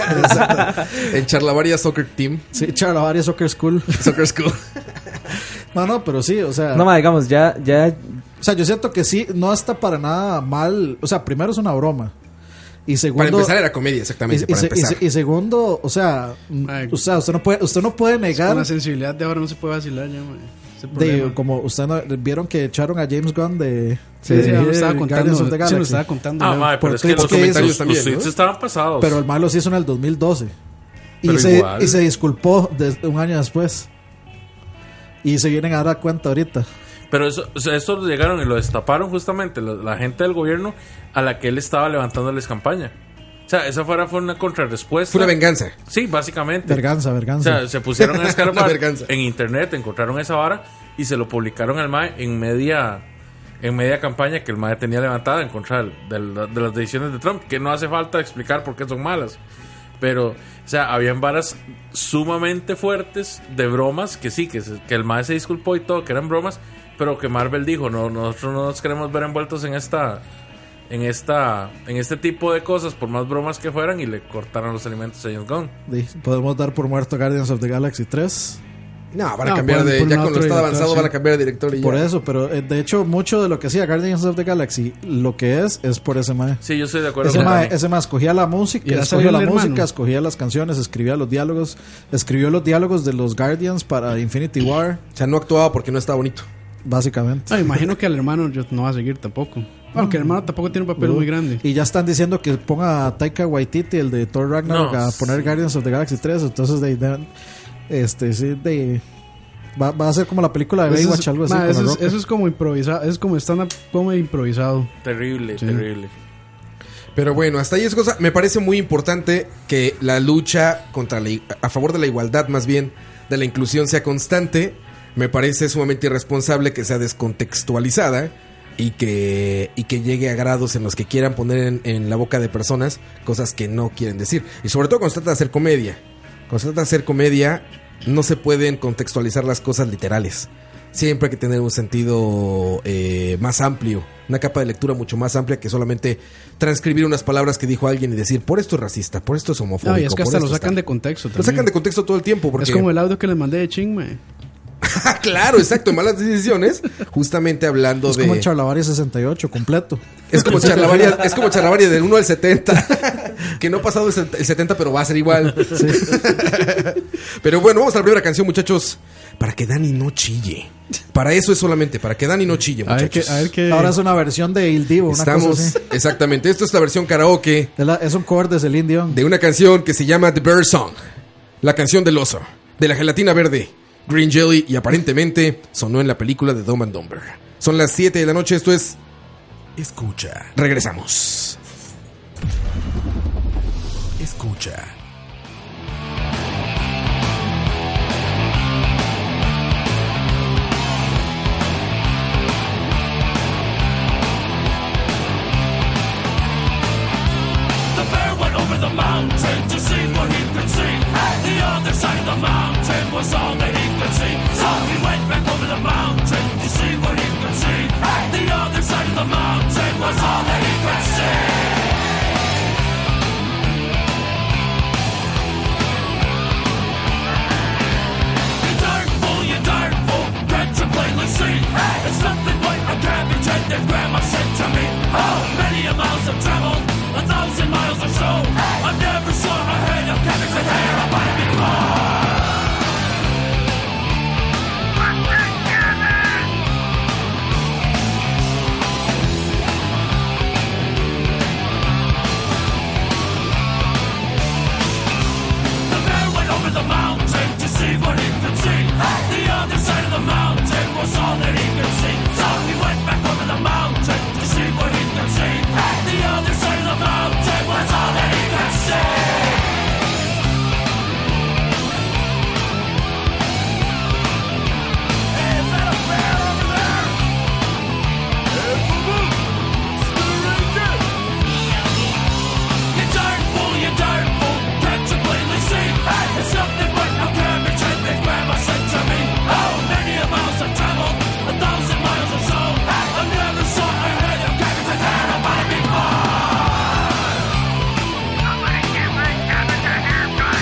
El Charlavaria Soccer Team. sí, Charlavaria Soccer School. Soccer School. No, no, pero sí, o sea, No, ma, digamos, ya, ya o sea, yo siento que sí, no está para nada mal. O sea, primero es una broma. Y segundo, Para empezar era comedia, y, exactamente. y para se- y empezar. se- y segundo, o sea, mm, Ay. o sea, usted no puede, usted no puede Con negar la sensibilidad de ahora no se puede vacilar ya, man. Ese de, problema. como usted no, vieron que echaron a James Gunn de, Sí, de sí, ya lo dirigir estaba Guardians contando. of the Sí, lo Galaxy. estaba contando. Ah, ya. madre, pero Por es que tweets los que hizo- comentarios también, los tweets ¿no? estaban pasados. Pero el malo sí hizo en el dos mil doce. Y Pero se, igual. y se disculpó de- un año después. Y se vienen a dar cuenta ahorita. Pero eso, o sea, esto lo llegaron y lo destaparon justamente la, la gente del gobierno a la que él estaba levantándoles campaña. O sea, esa fuera fue una contrarrespuesta. Fue una venganza. Sí, básicamente. Verganza, O verganza. sea, se pusieron a La escarbar verganza. en internet, encontraron esa vara y se lo publicaron al M A E en media en media campaña que el M A E tenía levantada en contra del- del- de las decisiones de Trump, que no hace falta explicar por qué son malas. Pero, o sea, habían varas sumamente fuertes de bromas, que sí, que, se- que el M A E se disculpó y todo, que eran bromas, pero que Marvel dijo, no, nosotros no nos queremos ver envueltos en esta en esta en este tipo de cosas, por más bromas que fueran, y le cortaron los alimentos a James Gunn. Di- Podemos dar por muerto Guardians of the Galaxy tres. No, van a No, cambiar pueden de. poner Ya cuando otro está director, avanzado, sí. van a cambiar de director y Por ya. eso, pero eh, de hecho, mucho de lo que hacía Guardians of the Galaxy, lo que es, es por ese mae. Sí, yo estoy de acuerdo Ese con mae, Dani. ese mae escogía la Y música, era escogía salir la el música, hermano. escogía las canciones, escribía los diálogos, escribió los diálogos de los Guardians para Infinity War, O sea, no actuaba porque no estaba bonito. básicamente. Ah, imagino que al hermano yo no va a seguir tampoco. Bueno, que el hermano tampoco tiene un papel muy grande. Y ya están diciendo que ponga a Taika Waititi, el de Thor Ragnarok, No. a poner Guardians of the Galaxy tres. Entonces, de, de- este, sí, de, va, va a ser como la película de Eso Baywatch, es, algo así. ma, con eso, La es, Roca. eso es como improvisado. Es como stand-up como improvisado. Terrible, Sí. terrible. Pero bueno, hasta ahí es cosa. Me parece muy importante que la lucha contra la, i- a favor de la igualdad, más bien, de la inclusión sea constante. Me parece sumamente irresponsable que sea descontextualizada y que, y que llegue a grados en los que quieran poner en, en la boca de personas cosas que no quieren decir. Y sobre todo cuando se trata de hacer comedia. Cuando se trata de hacer comedia, no se pueden contextualizar las cosas literales. Siempre hay que tener un sentido eh, más amplio, una capa de lectura mucho más amplia que solamente transcribir unas palabras que dijo alguien y decir, por esto es racista, por esto es homofóbico. No, y es que por hasta esto lo sacan está". de contexto. Lo también. sacan de contexto todo el tiempo porque Es como el audio que les mandé de Ching, mae. Claro, exacto, malas decisiones. Justamente hablando Es de. como el Charlavaria sesenta y ocho, completo. Es como Charlavaria, es como Charlavaria del uno al setenta. Que no ha pasado el setenta, pero va a ser igual. Sí. Pero bueno, vamos a la primera canción, muchachos. Para que Dani no chille. Para eso es solamente, para que Dani no chille, A ver qué. muchachos. A ver qué. Ahora es una versión de Il Divo, una Estamos, cosa así. exactamente. Esto es la versión karaoke Es, la- es un cover de Celine Dion. de una canción que se llama The Bear Song. La canción del oso. De la gelatina verde. Green Jelly. Y aparentemente sonó en la película de Dumb and Dumber. Son las siete de la noche. Esto es. Escucha. Regresamos. Escucha. The mountain to see what he could see. The other side of the mountain was all that he could see. So he went back over the mountain to see what he could see. The other side of the mountain was all that he could see. You dark fool, you dark fool, can't you plainly see? It's nothing but a cabbage head that Grandma sent to me. Oh, many a miles I've traveled, a thousand miles or so. I never saw a head of cabbage and hair upon it before. The bear went over the mountain to see what he could see. The other side of the mountain was all that he could see. So he went back over the mountain to see what he could see. The other side of the mountain was all that he could see. Is that a bear over there? Hey, boo-boo! Scooter Ranger! You darn fool, you darn fool, can't you plainly see? It's nothing but a cabbage head that Grandma sent to me. Oh, many a miles I've traveled, a thousand miles or so. I never saw a head of cabbage and hair upon it before. Somebody give my cabbage a haircut.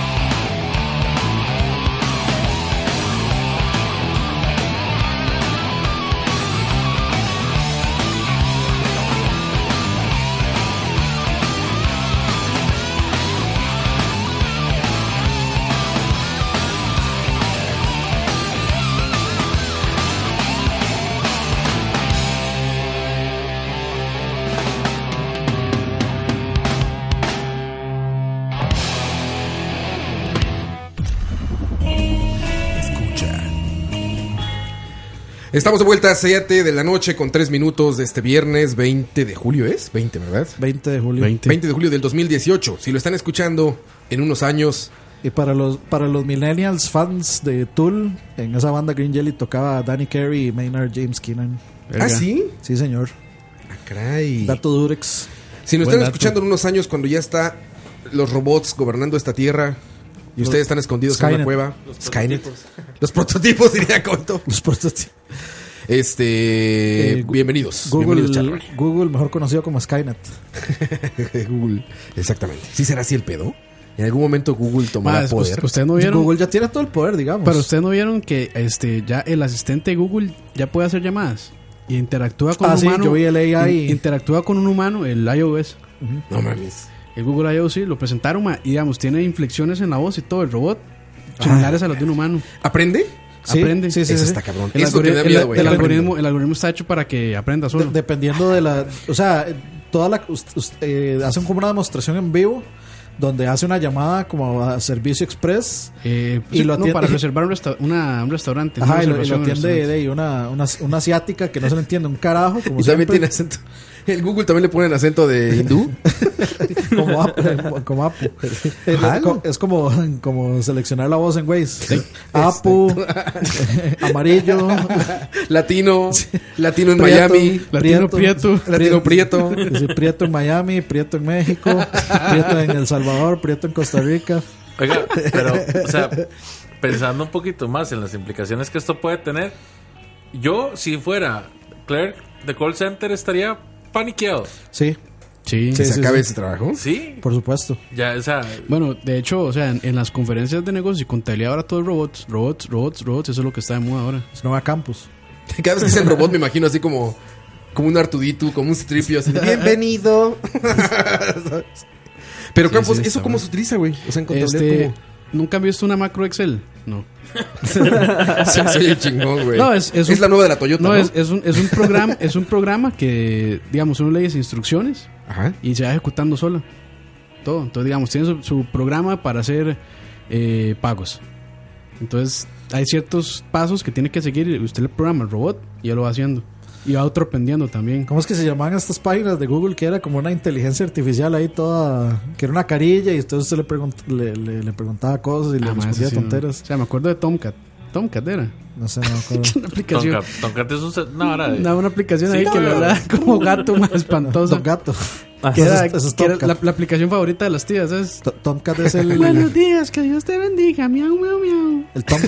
Escucha. Estamos de vuelta a siete de la noche con tres minutos de este viernes veinte de julio. ¿Es? veinte, ¿verdad? veinte de julio. veinte. veinte de julio del dos mil dieciocho. Si lo están escuchando en unos años. Y para los para los millennials fans de Tool, en esa banda Green Jelly tocaba Danny Carey y Maynard James Keenan. Verga. ¿Ah, sí? Sí, señor. Ah, caray. Dato Durex. Si nos Buen están dato. escuchando en unos años cuando ya está los robots gobernando esta tierra y Los- ustedes están escondidos en una Skynet. cueva. Skynet. Los prototipos, diría Conto. Los prototipos. Este, Eh, gu- bienvenidos. Google, bienvenidos, Charlie. Google, mejor conocido como Skynet. Google, exactamente. ¿Sí será así el pedo? En algún momento Google tomará Ma, poder. us- Ustedes no vieron. Google ya tiene todo el poder, digamos. Pero ustedes no vieron que este ya el asistente de Google ya puede hacer llamadas y interactúa con Ah, un sí, humano. yo vi el A I. in- interactúa con un humano, el iOS. No mames. El Google I O sí lo presentaron, ma, y digamos, tiene inflexiones en la voz y todo el robot similares a los de un humano. ¿Aprende? Sí, Aprende. sí, sí, Eso sí. está cabrón. El, Es lo que me da algori- miedo, el- güey. el que algoritmo, aprenda. el algoritmo está hecho para que aprenda solo. De- dependiendo de la. O sea, toda la. ust- ust- eh, hacen como una demostración en vivo donde hace una llamada como a servicio express. Eh, y sí, lo no, atiende- para reservar un, resta- una- un restaurante. una Ajá, y lo, y lo reservación en un atiende restaurante. de ahí una, una, una asiática que no se le entiende un carajo. Como Y también siempre. tiene acento. El Google también le ponen acento de hindú. Como Apple. Como Apple. Es, Ajá. es como, como seleccionar la voz en Waze. Apu, amarillo, Latino. Latino en Prieto. Miami. Latino Prieto. Latino Prieto. Es decir, Prieto en Miami, Prieto en México, Prieto en El Salvador, Prieto en Costa Rica. Oiga, pero, o sea, pensando un poquito más en las implicaciones que esto puede tener, yo, si fuera clerk de call center, estaría paniqueado. Sí. Sí. ¿Que Sí, se sí, acabe sí. ese trabajo? Sí, Por supuesto. ya, o sea, Bueno, de hecho, o sea, en, en las conferencias de negocios y contabilidad ahora todo es robots, robots, robots, robots, eso es lo que está de moda ahora. Es Nueva Campus. Cada vez que dicen robot me imagino así como como un Artudito, como un Citripio, así de bienvenido. Pero Sí, Campos, sí, ¿eso está cómo bueno. se utiliza, güey? O sea, en contabilidad, Este, ¿cómo? ¿Nunca han visto una macro Excel? No. Sí, soy el chingón, güey. No, es- es un- la nueva de la Toyota, No, ¿no? es, es un, es un programa, es un programa que, digamos, uno lee instrucciones Ajá. y se va ejecutando sola. Todo. Entonces, digamos, tiene su, su programa para hacer eh, pagos. Entonces, hay ciertos pasos que tiene que seguir y usted le programa el robot y ya lo va haciendo. Y va otro aprendiendo también. ¿Cómo es que se llamaban estas páginas de Google que era como una inteligencia artificial ahí toda, que era una carilla y entonces usted le, pregunt- le, le- le preguntaba cosas y le Ah, ma, respondía ese sí, no. tonteras? O sea, me acuerdo de Tomcat. Tomcat era. No sé, no me acuerdo. Una aplicación. Tomcat, Tomcat es un set- una hora de... Una, una aplicación Sí, ahí que le claro. hablaba como gato más espantoso. Tom Gato. Ah, Que era, Eso es- eso es que era Tomcat. la, la aplicación favorita de las tías. Es, To- Tomcat es el. buenos días, que Dios te bendiga. Miau, miau, miau. El, Tom,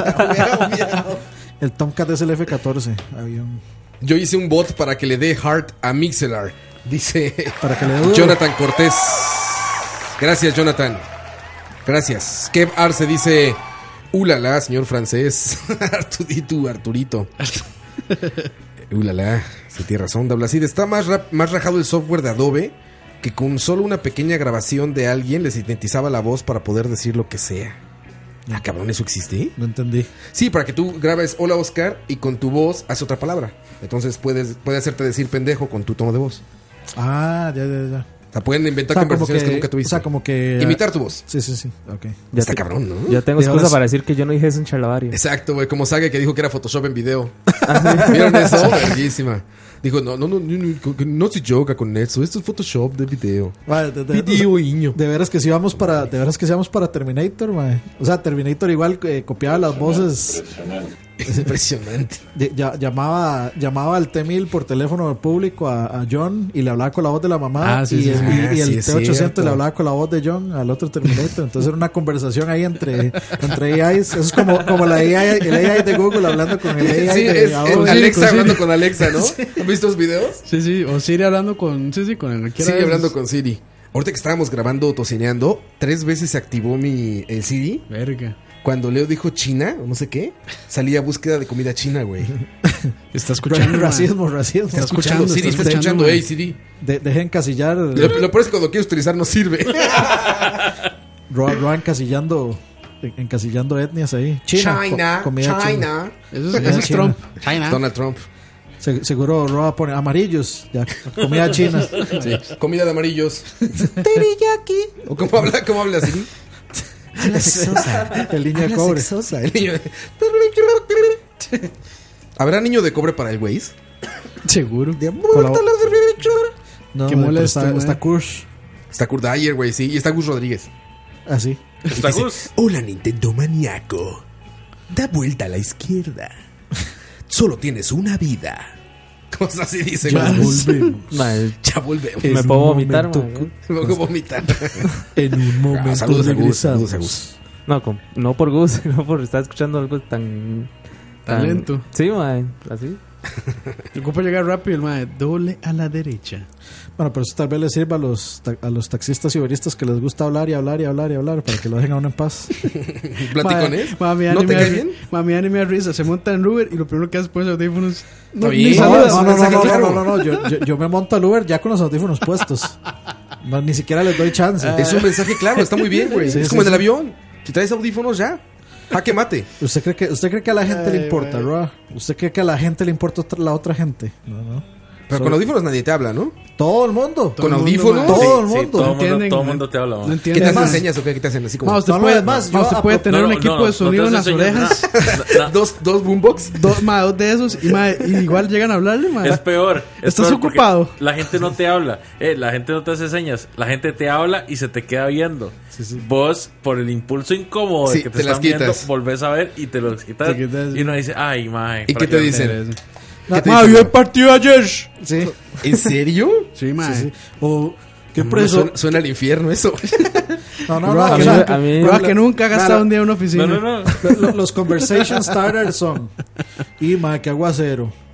el Tomcat es el F catorce. Avión. Yo hice un bot para que le dé heart a Mixelar. Dice Para que le dé duro. Jonathan Cortés. Gracias, Jonathan. Gracias. Kev Arce dice: Ulala, señor francés. Artudito, Arturito. Ulala, se tiene razón, Dablacid. Está más, rap- más rajado el software de Adobe que con solo una pequeña grabación de alguien le sintetizaba la voz para poder decir lo que sea. Ah, cabrón, ¿eso existe? No entendí. Sí, para que tú grabes hola Oscar y con tu voz hace otra palabra. Entonces puedes puede hacerte decir pendejo con tu tono de voz. Ah, ya, ya, ya. O sea, pueden O inventar sea, como conversaciones que, que, nunca o tuviste. sea, como que. Imitar tu voz. Sí, sí, sí. Ok. Ya Está te- cabrón, ¿no? Ya tengo Y excusa ahora- para decir que yo no dije eso en Charlavaria. Exacto, güey. Como Saga que dijo que era Photoshop en video. ¿Vieron eso? Verguísima. Dijo, no, no, no, no, no, que no se joga con eso. Esto es Photoshop de video. Vale, de, de- Video, o sea, niño. de veras que si vamos para, de veras que si vamos para Terminator, mae. O sea, Terminator igual eh, copiaba las voces, Es impresionante. de- ya- llamaba, llamaba al T mil por teléfono público a, a John y le hablaba con la voz de la mamá Ah, sí, y, sí, el, sí. y- Ah, y el sí, es T ochocientos cierto. le hablaba con la voz de John al otro Terminator. Entonces era una conversación ahí entre, entre A Is. Eso es como, como la A I, el A I de Google hablando con el A I Sí, de es, es Adobe. Alexa sí, sí. hablando con Alexa, ¿no? ¿Han visto los videos? Sí, sí. O Siri hablando con. Sí, sí, con el cualquiera Sí, de hablando esos. con Siri. Ahorita que estábamos grabando Tocineando, tres veces se activó mi el Siri. Verga. Cuando Leo dijo China, o no sé qué, salía a búsqueda de comida china, güey. Está escuchando. ma. racismo, racismo. Está escuchando, Siri, está está escuchando, escuchando, hey man. Siri. De, deje encasillar. Lo, lo peor es que cuando quieres utilizar no sirve. Roa, Roa encasillando, encasillando etnias ahí. China. China, co- comida china. China. Eso es, Comida eso es china. Trump. China. Donald Trump. Se- seguro Roa pone amarillos. Ya, comida china. Sí. Comida de amarillos. ¿O cómo habla, cómo habla Siri? El niño de cobre. Sexosa, el niño de- ¿Habrá niño de cobre para el Waze? Seguro. Con la- No, Qué pero molesto, está, mae. está Kush. Está Kurt Dyer, güey, sí. Y está Gus Rodríguez. Así. Está Gus. Hola, Nintendo maníaco. Da vuelta a la izquierda. Solo tienes una vida. Cosas así dice, Ya güey. volvemos. Mae, Ya volvemos. En me un puedo vomitar, momento- mae. Me voy a vomitar. En un momento Ah, saludos a Gus, regresamos. saludos a Gus. No, con- no por gusto, sino por estar escuchando algo tan... Tan lento. Sí, mae, así. Ocupa llegar rápido, el mae. Doble a la derecha. Bueno, pero eso tal vez les sirva a los, ta- a los taxistas y uberistas que les gusta hablar y hablar y hablar y hablar para que lo dejen a uno en paz. ¿Platicones? Mami, ¿No te cae bien? Mami, anime a risa. Se monta en Uber y lo primero que hace es ponerse audífonos. No, bien. ni No, saluda. es no, un no, no, mensaje no, claro. no, no, no, Yo, yo, yo me monto al Uber ya con los audífonos puestos. No, ni siquiera les doy chance. Es un mensaje claro, está muy bien, güey. Sí, es sí, como en el sí. avión. Si traes audífonos, ya. Jaque mate. ¿Usted cree que, usted cree que a la gente le Ay, importa, güey. Roa? ¿Usted cree que a la gente le importa otra- la otra gente? No, no. Pero So- con audífonos nadie te habla, ¿no? Todo el mundo. Todo ¿Con el mundo, audífonos? mae. Todo el Sí, mundo. todo el mundo, ¿Entienden? todo el mundo te habla, No man. ¿Qué entiende. te hacen Más, señas o qué? ¿Qué te hacen así como? más, usted No, no, puede, es más, más, yo usted a- puede tener No, un no, equipo no, de sonido no en te las hace señas, orejas. nada. No, ¿Dos, dos boombox? Dos, ma, dos de esos. Y, ma, y igual llegan a hablarle, ma. Es peor. Es ¿Estás peor porque ocupado? La gente no te habla. Eh, la gente no te hace señas. La gente te habla y se te queda viendo. Vos, por el impulso incómodo Sí, de que te, te las están viendo, quitas. volvés a ver y te los quitas. Te quitas. Y uno dice, ay, mae. ¿Y ¿para qué te qué? dicen? ¿Qué te Ma, dicen? vio el partido ayer. Sí. ¿En serio? Sí, ma. Sí, sí. O, ¿qué No, preso? suena, suena al infierno eso. No, no, no. Roa, o que, sea, nunca, a mí- Roa, que nunca ha gastado Nada. un día en una oficina. No, no, no. lo- lo- los conversation starters son: y ma, que aguacero.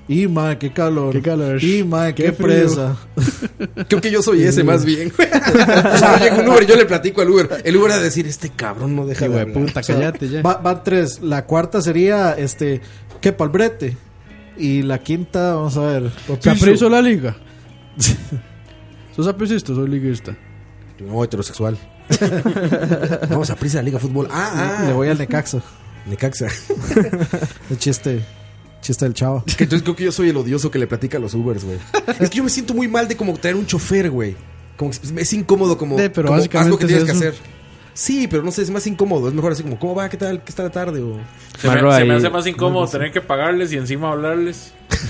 Y mae, qué calor. Qué calor. Y mae, qué, Qué frío. presa. Creo que yo soy ese más bien. O sea, llega un Uber y yo le platico al Uber. El Uber va a decir, este cabrón no deja Hijo de de hablar. puta, O sea, cállate ya. va- van tres. La cuarta sería, este, ¿qué palbrete? Y la quinta, vamos a ver. ¿Saprissa o la liga? ¿Sos sapricista o sos liguista? No, heterosexual. Vamos a prisa la Liga Fútbol. Ah, ah. Le voy al Necaxa. Necaxa. El chiste, chiste del chavo. Que entonces creo que yo soy el odioso que le platica a los Ubers, güey. Es que yo me siento muy mal de como traer un chofer, güey. Como que es incómodo, como, Sí, pero como básicamente haz lo que es tienes que eso. hacer. Sí, pero no sé, es más incómodo. Es mejor así como, ¿cómo va? ¿Qué tal? ¿Qué está la tarde? O... Se, me, Marro, se me ahí- hace más incómodo tener que pagarles y encima hablarles.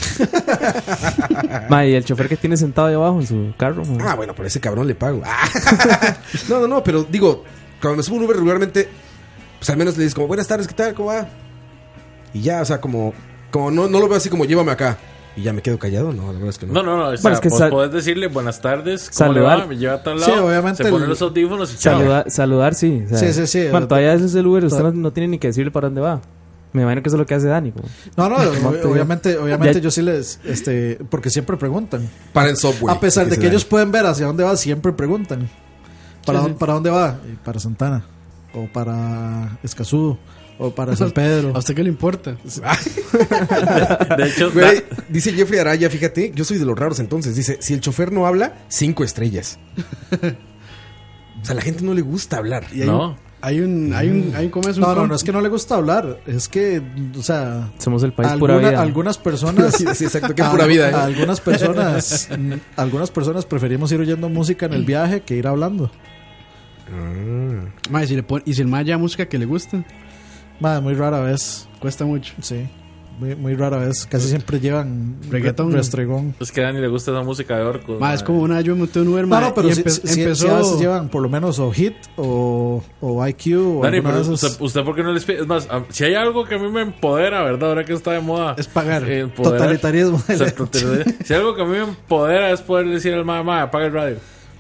Ma, y el chofer que tiene sentado ahí abajo en su carro. ma. Ah, bueno, por ese cabrón le pago. Ah. No, no, no, pero digo, cuando me subo un Uber regularmente, pues al menos le dices como, buenas tardes, ¿qué tal? ¿Cómo va? Y ya, o sea, como, como no, no lo veo así como, llévame acá. Y ya me quedo callado, no, la verdad es que no. No, no, no. O sea, Bueno, es que vos sal- podés decirle buenas tardes. ¿Cómo le Saludar. va? Me lleva a tal Sí, lado. obviamente Se pone el- los audífonos y chao. Saluda- saludar, sí. o sea, Sí, sí, sí. Bueno, todavía ese es el Uber. Usted no, no tiene ni que decirle para dónde va. Me imagino que eso es lo que hace Dani. como. No, no, ob- te- obviamente, obviamente Ya- yo sí les, este, porque siempre preguntan. Para el software. A pesar de que ellos pueden ver hacia dónde va, siempre preguntan. ¿Para, dónde, ¿para dónde va? Y para Santana. O para Escazú. O para San Pedro. ¿A usted qué le importa? De hecho, Güey, da- dice Jeffrey Araya, fíjate, yo soy de los raros entonces. Dice, si el chofer no habla, cinco estrellas. O sea, a la gente no le gusta hablar. Y hay No. un, hay un, hay un, hay un, ¿cómo es? Un No, no, comp- no es que no le gusta hablar. Es que, o sea, Somos el país pura alguna- vida. algunas personas. Sí, sí, exacto, qué pura vida, ¿eh? a algunas personas, mm, algunas personas preferimos ir oyendo música en el viaje que ir hablando. Ma, y si le pon- y si el ma ya música que le gusta, Madre, muy rara vez. cuesta mucho. Sí. Muy, muy rara vez. Casi siempre llevan Reggaetón. re- restregón. es que a Dani le gusta esa música de orcos. Ma, es como una vez yo me monté un Uber, No, ma, no, pero y sí, empe- sí, sí, empezó... sí a veces llevan por lo menos o Hit o, o I Q o Dani, alguna pero de usted, esas. usted ¿por qué no les pide? Es más, a- si hay algo que a mí me empodera, ¿verdad? Ahora que está de moda. Es pagar. eh, empoderar. Totalitarismo. O sea, totalitarismo. Si hay algo que a mí me empodera es poder decir al mamá, apaga el radio.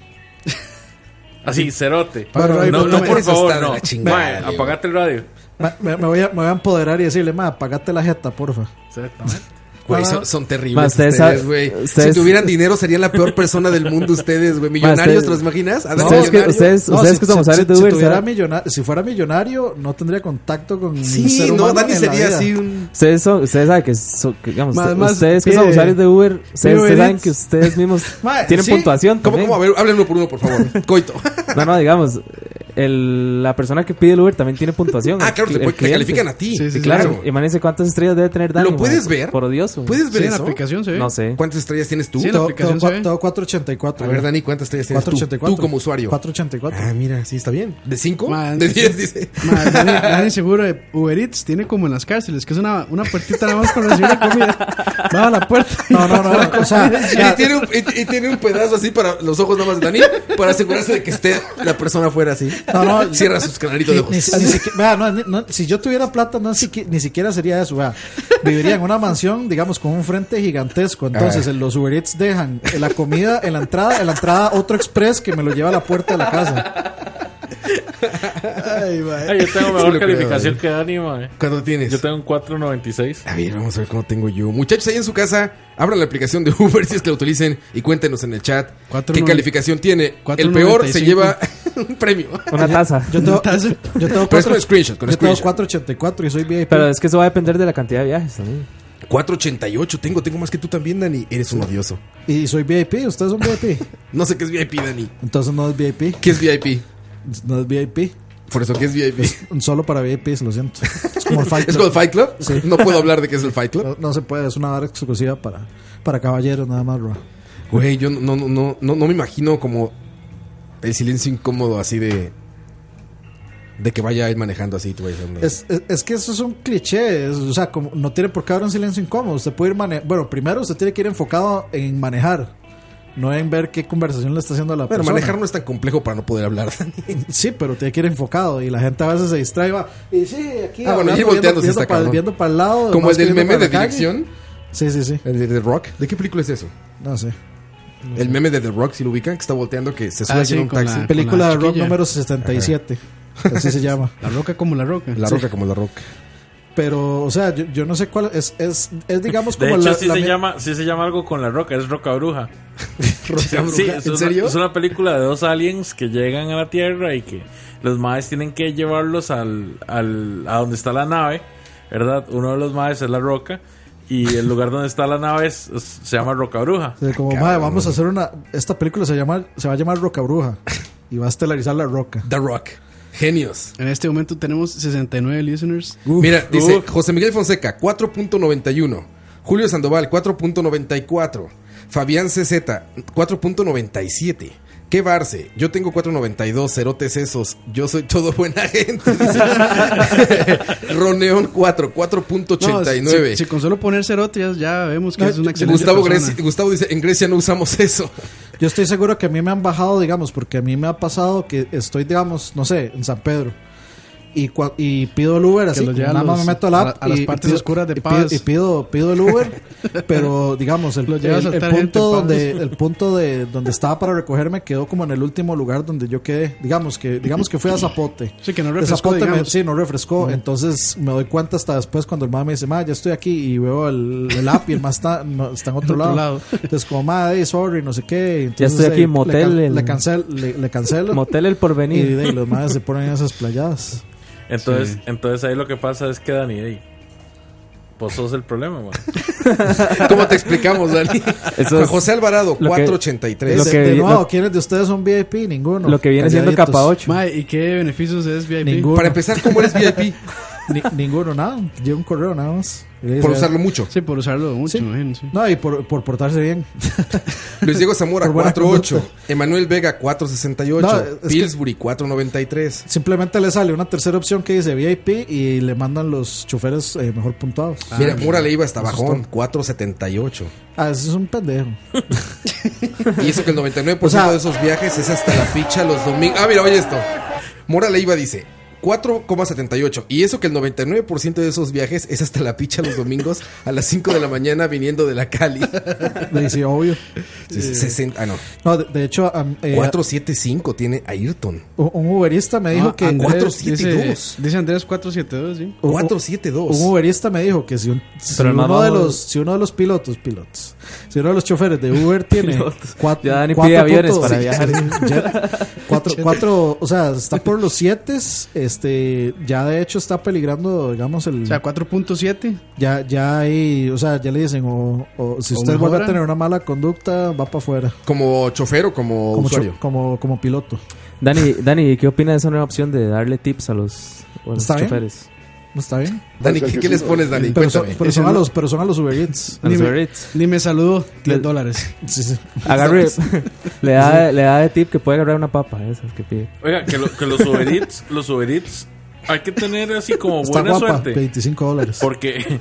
Así, cerote. Bueno, no, no no, me por eso favor, está de no. la chingada, Mae, Diego. apagate el radio. Me, me- me voy a, me voy a empoderar y decirle, ma, apagate la jeta, porfa. Exactamente. Güey, Ah. son, son terribles Ma, ustedes ustedes, saben- güey. ustedes- Si tuvieran dinero, serían la peor persona del mundo ustedes, güey. Millonarios, ustedes- ¿te los imaginas? Adán ustedes, que, millonario. ustedes, No, ustedes si- que son si- usuarios si- de si Uber. tuviera ¿saben? millona- si fuera millonario, no tendría contacto con un Sí, ser no, humano Dani en la sería vida. así un... Ustedes, son, ustedes saben que, son- que, digamos, Más- más ustedes que pide- son usuarios de Uber, ustedes, pide ustedes saben Eats. que ustedes mismos Ma, tienen sí. puntuación. ¿Cómo, también. cómo? A ver, hablen uno por uno, por favor. Coito. No, no, digamos, el, la persona que pide el Uber también tiene puntuación. Ah, claro, te, El te cliente. califican a ti. Sí, sí, Sí, claro. claro. Imagínense cuántas estrellas debe tener Dani. ¿Lo puedes ma, ver? Por odioso. ¿Puedes ver Sí, en la eso? aplicación se ve. No sé. ¿Cuántas estrellas tienes tú? Sí, en la Tengo, aplicación tengo, se ve. tengo cuatrocientos ochenta y cuatro. A ver, Dani, ¿cuántas estrellas tienes tú? cuatrocientos ochenta y cuatro. Tú como usuario. cuatrocientos ochenta y cuatro. Ah, mira, sí, está bien. ¿De cinco? Ma, De sí. diez, dice. Ma, Dani, Dani seguro de Uber Eats tiene como en las cárceles, que es una, una puertita nada más para recibir la comida. Va a la puerta. No, no, no. O sea, Y tiene, un, y, y tiene un pedazo así para los ojos nada más de Dani, para asegurarse de que esté la persona afuera así. No, no. Cierra sus canalitos de Ni, ojos. ni- ni siquiera- vea, no, ni- no, si yo tuviera plata, no, siqui- ni siquiera sería eso. Vea. Viviría en una mansión, digamos, con un frente gigantesco. Entonces, Ah. en los Uber Eats dejan la comida en la entrada, en la entrada otro express que me lo lleva a la puerta de la casa. Ay, ma. Ay, yo tengo Sí mejor lo creo, calificación eh. que Dani, mae. ¿Cuánto tienes? Yo tengo un cuatro noventa y seis. A ver, vamos a ver cómo tengo yo. Muchachos, ahí en su casa, abran la aplicación de Uber si es que la utilicen y cuéntenos en el chat Cuatro qué noven- calificación tiene. cuatro El peor noventa y se cinco. lleva un premio. Una taza. Yo tengo, Taza. yo tengo Pero es cuatro, con screenshot, con yo tengo screenshot. cuatrocientos ochenta y cuatro y soy V I P. Pero es que eso va a depender de la cantidad de viajes también. cuatro ochenta y ocho tengo, tengo más que tú también, Dani. Eres un odioso. Y soy V I P, ustedes son V I P. No sé qué es V I P, Dani. Entonces no es V I P. ¿Qué es V I P? No es V I P. Por eso, ¿qué es V I P? Solo para V I Ps, lo siento. Es como el Fight ¿Es Club. como el Fight Club? Sí. No puedo hablar de qué es el Fight Club. No, no se puede, es una hora exclusiva para, para caballeros nada más, bro. Güey, yo no, no, no, no, no me imagino como el silencio incómodo así de... De que vaya él manejando así, tú vayas a una- Es, es, es que eso es un cliché, es- o sea, como no tiene por qué haber un silencio incómodo. Usted puede ir mane bueno, primero usted tiene que ir enfocado en manejar, no en ver qué conversación le está haciendo a la Bueno, persona. manejar no es tan complejo para no poder hablar, Dani. Sí, pero tiene que ir enfocado y la gente a veces se distrae y va, y sí, aquí Ah, bueno, hablando, ir volteando sí viendo, está para, cabrón. viendo para el lado. Como más el que del viendo meme para de la calle. dirección. Sí, sí, sí. El de The Rock. ¿De qué película es eso? No sé. El meme de The Rock, si lo ubican, que está volteando, que se sube Ah, aquí sí, en un con taxi. la- Película de rock chiquilla. número setenta y siete. Así se llama. La roca como la roca. La Sí. roca como la roca. Pero, o sea, yo, yo no sé cuál es, es, es digamos De como hecho, la, sí, la se mi- llama, sí se llama algo con la roca, es Roca Bruja. Roca Bruja. Sí, es ¿En una, serio? es una película de dos aliens que llegan a la Tierra y que los maes tienen que llevarlos al, al, a donde está la nave, ¿verdad? Uno de los maes es la roca y el lugar donde está la nave es- es- se llama Roca Bruja. de como, "Mae, vamos a hacer una, esta película se llama, se va a llamar Roca Bruja y va a estelarizar La Roca. The Rock. Genios. En este momento tenemos sesenta y nueve listeners. Mira, dice uf. José Miguel Fonseca, cuatro punto noventa y uno. Julio Sandoval, cuatro punto noventa y cuatro. Fabián C Z, cuatro punto noventa y siete. ¿Qué Barce? Yo tengo cuatro punto noventa y dos, cerotes esos. Yo soy todo buena gente. dice. Roneón cuatro, cuatro punto ochenta y No, nueve. si, si con solo poner cerote ya, ya vemos que No, es una excelente Gustavo, persona. Grecia- Gustavo dice, en Grecia no usamos eso. Yo estoy seguro que a mí me han bajado, digamos, porque a mí me ha pasado que estoy, digamos, no sé, en San Pedro. Y, cua- y pido el Uber así, lo lleva nada a más los- me meto al a app la- a las y- partes y pido- oscuras de y pido, Paz. y pido, pido el Uber, pero digamos el, Lo lleva a el- el saltar gente punto en Paz. donde el punto de donde estaba para recogerme quedó como en el último lugar donde yo quedé, digamos que digamos que fui a Zapote. Sí, que no De refrescó, Zapote me- digamos. sí, no refrescó, entonces me doy cuenta hasta después cuando el ma me dice, "Ma, ya estoy aquí" y veo el, el app y el ma está, no, está en otro, En otro lado. lado. Entonces como, "Ma, hey, sorry, no sé qué." Entonces, estoy aquí eh, en motel, Le, can- el- le cancel, le, le cancelo. Motel El Y Porvenir. de ahí los madres se ponen esas playadas. Entonces, Sí. entonces ahí lo que pasa es que Dani, ey, vos sos el problema, man. ¿Cómo te explicamos, Dani? Eso Juan es José Alvarado, lo que- cuatro ochenta y tres. Lo de, que de vi- nuevo, lo- ¿quiénes de ustedes son V I P? Ninguno. Lo que viene siendo Calladitos. capa ocho. Mae, ¿y qué beneficios es V I P? Ninguno. Para empezar, ¿cómo eres V I P? Ni- ninguno, nada. Lleva un correo nada más. Y le Por dice- usarlo mucho. Sí, por usarlo mucho, Sí. me imagino, sí. No, y por, por portarse bien. Luis Diego Zamora, Por buena cuatro ocho. conducta. Emanuel Vega, cuatro sesenta y ocho. No, es que- Pillsbury, cuatro noventa y tres. Simplemente le sale una tercera opción que dice V I P y le mandan los choferes eh, mejor puntuados. Mira, Mora le iba hasta Eso es bajón, todo. cuatro setenta y ocho. Ah, ese es un pendejo. Y eso que el noventa y nueve por ciento O sea- de esos viajes es hasta la ficha los domingos. Ah, mira, oye esto. Mora Leiva dice cuatro coma setenta y ocho. Y eso que el noventa y nueve por ciento de esos viajes es hasta la picha los domingos a las cinco de la mañana viniendo de la Cali. Le dice, obvio. Sí, sesenta, ah, no. No, de, de hecho, am- eh, cuatro setenta y cinco tiene Ayrton. un un uberista me dijo Ah, que... Andrés cuatro setenta y dos. Dice, dice Andrés cuatro setenta y dos, sí. un- cuatro setenta y dos. Un uberista me dijo que si, un- si Pero el más uno de bajo- los si uno de los pilotos pilotos si uno de los choferes de Uber tiene Pilotos. cuatro, Ya Dani cuatro pide aviones puntos- para viajar. jet. cuatro, cuatro, o sea, está por los siete, este, ya de hecho está peligrando, digamos el, O sea, cuatro punto siete. ya ya hay, o sea, ya le dicen o, o si O usted vuelve a mejora. tener una mala conducta va para afuera ¿Como chofer o como, como, cho- usuario? como como piloto. Dani, Dani, ¿qué opina de esa nueva opción de darle tips a los, a los ¿Está bien? choferes? ¿No está bien? Dani, ¿qué, qué les pones, Dani? Pero son, Cuéntame. pero son Ese a no- los pero son a los Uber Eats. A los Dime. Uber Eats. Ni me saludó, diez Le- dólares. Sí, sí. Agarre, le da, le da de tip que puede agarrar una papa, esas que pide. Oiga, que, lo- que los Uber Eats, los Uber Eats, hay que tener así como Está buena guapa, suerte. veinticinco dólares. Porque,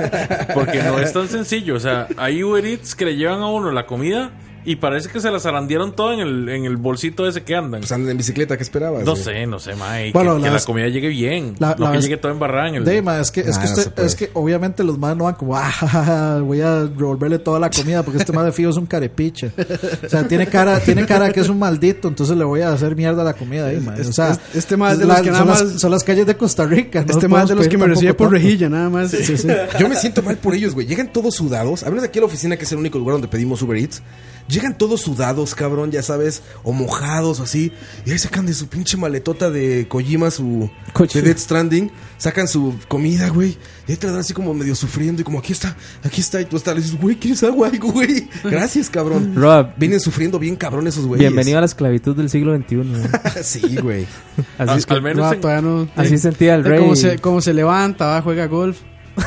porque no es tan sencillo. O sea, hay Uber Eats que le llevan a uno la comida y parece que se la zarandearon todo en el, en el bolsito ese que andan. Pues andan en bicicleta, ¿qué esperabas? No güey? sé, no sé, mae. Bueno, que, la que la vez- comida llegue bien. la- no la que vez- llegue todo embarrada en el... Deima, es que, es, Ah, que no usted- se puede. es que obviamente los más no van como, ah, ja, ja, ja, voy a revolverle toda la comida porque este más de fijo es un carepicha. O sea, tiene cara, tiene cara que es un maldito, entonces le voy a hacer mierda a la comida ahí, man. O sea, Es- este más de los la- que nada son, más- las, son las calles de Costa Rica. ¿no? Este más de podemos los que pedir me recibe tampoco por tanto. rejilla, nada más. Sí, sí. Yo me siento mal por ellos, güey. Llegan todos sudados. A menos aquí a la oficina, que es el único lugar donde pedimos Uber Eats. Llegan todos sudados, cabrón, ya sabes, o mojados o así. Y ahí sacan de su pinche maletota de Kojima, su Kojima. de Death Stranding. Sacan su comida, güey. Y ahí te la dan así como medio sufriendo. Y como, aquí está, aquí está. Y tú estás, le dices, güey, ¿quieres agua? Algo, güey. Gracias, cabrón. Rob, Vienen sufriendo bien, cabrón, esos güeyes. bienvenido a la esclavitud del siglo veintiuno. ¿eh? Sí, güey. Así, Al, es que- al menos No, en- todavía no. así sentía el Eh, rey. Como se, como se levanta, va, juega golf.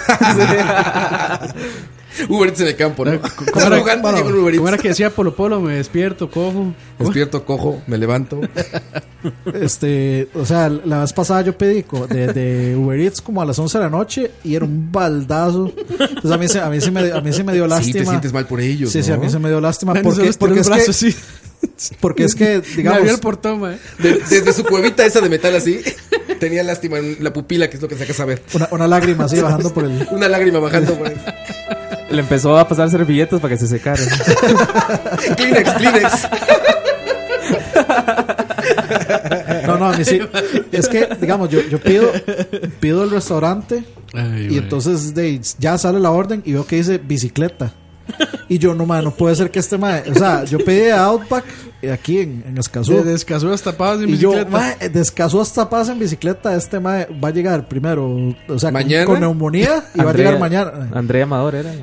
Uber Eats en el campo, ¿no? ¿Cómo Estás era, jugando, bueno, llega un Uber cómo era Eats. que decía Polo Polo? Me despierto, cojo. Despierto, cojo, me levanto. Este, o sea, la vez pasada yo pedí co- de, de Uber Eats como a las once de la noche y era un baldazo. Entonces a mí se, a mí se, me, a mí se me dio lástima. Sí, te sientes mal por ellos, Sí, sí, ¿no? a mí se me dio lástima. Dani Porque, solo porque, estiró es los que, brazos, sí. porque es que, Me digamos, abrió el portón, mae. De- desde su cuevita esa de metal así, tenía lástima en la pupila, que es lo que saca saber. una, una lágrima así bajando por el... Una lágrima bajando por ahí. Le empezó a pasar servilletas para que se secara. Kleenex, Kleenex. No, no, a mí sí. Es que, digamos, yo, yo pido, pido el restaurante Ay, y mae. entonces de, ya sale la orden y veo que dice bicicleta. Y yo, no, mae, no puede ser que este mae. O sea, yo pedí a Outback eh, aquí en, en Escazú. De descasó hasta tapadas en Y yo, bicicleta. mae, de Escazú hasta Paz en bicicleta. Este mae va a llegar primero, o sea, con- ¿Mañana? con neumonía y va a llegar mañana. Andrea Amador era.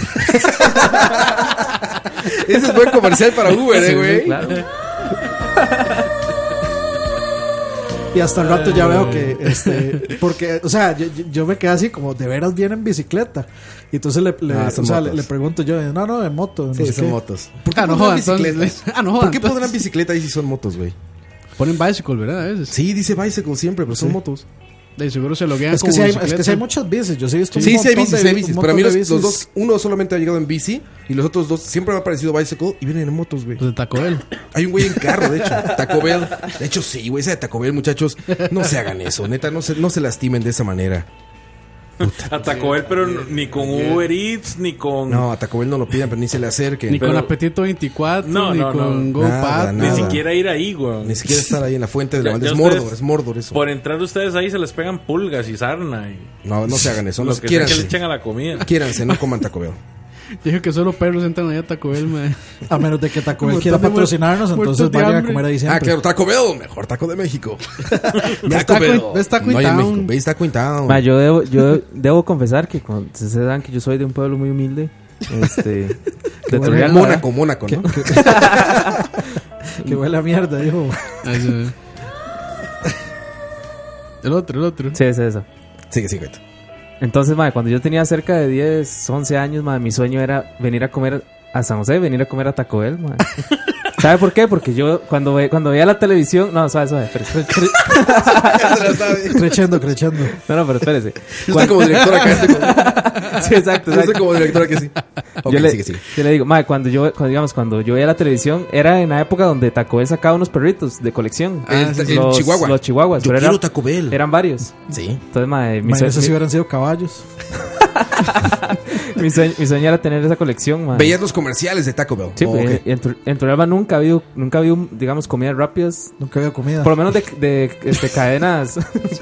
Ese es buen comercial para Uber, eh, Sí, güey. sí, claro. Y hasta el rato ya veo que, este, porque, o sea, yo, yo- yo me quedé así como, de veras viene en bicicleta. Y entonces le, le, Ah, son o sea, le, motos. le pregunto yo, no, no, en moto. No Sí, sé son qué. motos. ¿Por qué Ah, no pondrán jodan, bicicletas? entonces. Ah, no jodan, ¿Por qué entonces. pondrán bicicleta ahí si son motos, güey? Ponen bicycle, ¿verdad? A veces. Sí, dice bicycle siempre, pero son motos. De seguro se loguean Es que, como sí hay, bicicleta. es que sí hay muchas bicis. Yo sí he visto un Sí, sí hay montón bicis, de- sí hay un bicis. montón Pero a mí de los, los bicis. dos, uno solamente ha llegado en bici y los otros dos siempre me ha parecido bicycle y vienen en motos, güey. Pues de Taco Bell. Hay un güey en carro, de hecho. Taco Bell. De hecho, sí, güey. Ese de Taco Bell, muchachos. No se hagan eso. Neta, no se, no se lastimen de esa manera. A Taco Bell, pero ni con Uber Eats, ni con... No, a Taco Bell no lo pidan, pero ni se le acerquen. Ni con Pero- Apetito veinticuatro, No, ni no, con no. Nada, GoPad. Ni nada. siquiera ir ahí, güey. Ni siquiera estar ahí en la fuente de la Ya- banda. ya Es ustedes- Mordor, es Mordor eso. Por entrar ustedes ahí se les pegan pulgas y sarna. Y No, no se hagan eso. No lo se que sea que le quiéranse. echan a la comida. Quiéranse, no coman Taco Bell. Dijo que solo perros entran allá a Taco Bell, mae. A menos de que Taco Bell Como quiera están de patrocinarnos, muer- entonces muertos de vayan a hambre. comer ahí siempre. Ah, claro, Taco Bell, mejor taco de México. ¿Ves Taco Taco- Bell. ves Taco No hay en Town? México. ¿Ves Taco in Town? Ma, yo debo, yo debo confesar que cuando ustedes saben que yo soy de un pueblo muy humilde, este, de bueno, Torreal, Mónaco, Mónaco, ¿no? Que huele a mierda, dijo. Ahí se ve. El otro, el otro. Sí, es eso. Sigue, sigue. Beto. Entonces, ma, cuando yo tenía cerca de diez, once años, ma, mi sueño era venir a comer a San José, venir a comer a Taco Bell, ma. ¿Sabe por qué? Porque yo cuando, ve, cuando veía la televisión... No, suave, suave, espérese, espérese. Ya se la sabe. Crechendo, crechendo. No, no, pero espérese. Yo estoy como director acá. Estoy como, Sí, exacto, yo estoy exacto. como director aquí, sí. Ok, yo, le, sigue, sigue. yo le digo, ma, cuando yo, cuando, digamos, cuando yo veía la televisión, era en la época donde Taco Bell sacaba unos perritos de colección. Ah, el- el los, Chihuahua. Los chihuahuas. Yo pero quiero eran, Taco Bell. eran varios. Sí. Entonces, ma, mi, Man, sueño, esos sí hubieran sido caballos. mi, sueño, mi sueño era tener esa colección, ma. Veías los comerciales de Taco Bell. Sí, Oh, pues, ok. en, Tur- en Turrialba nunca ha habido, nunca ha habido, digamos, comidas rápidas. Nunca había comida. Por lo menos de, de, este, cadenas.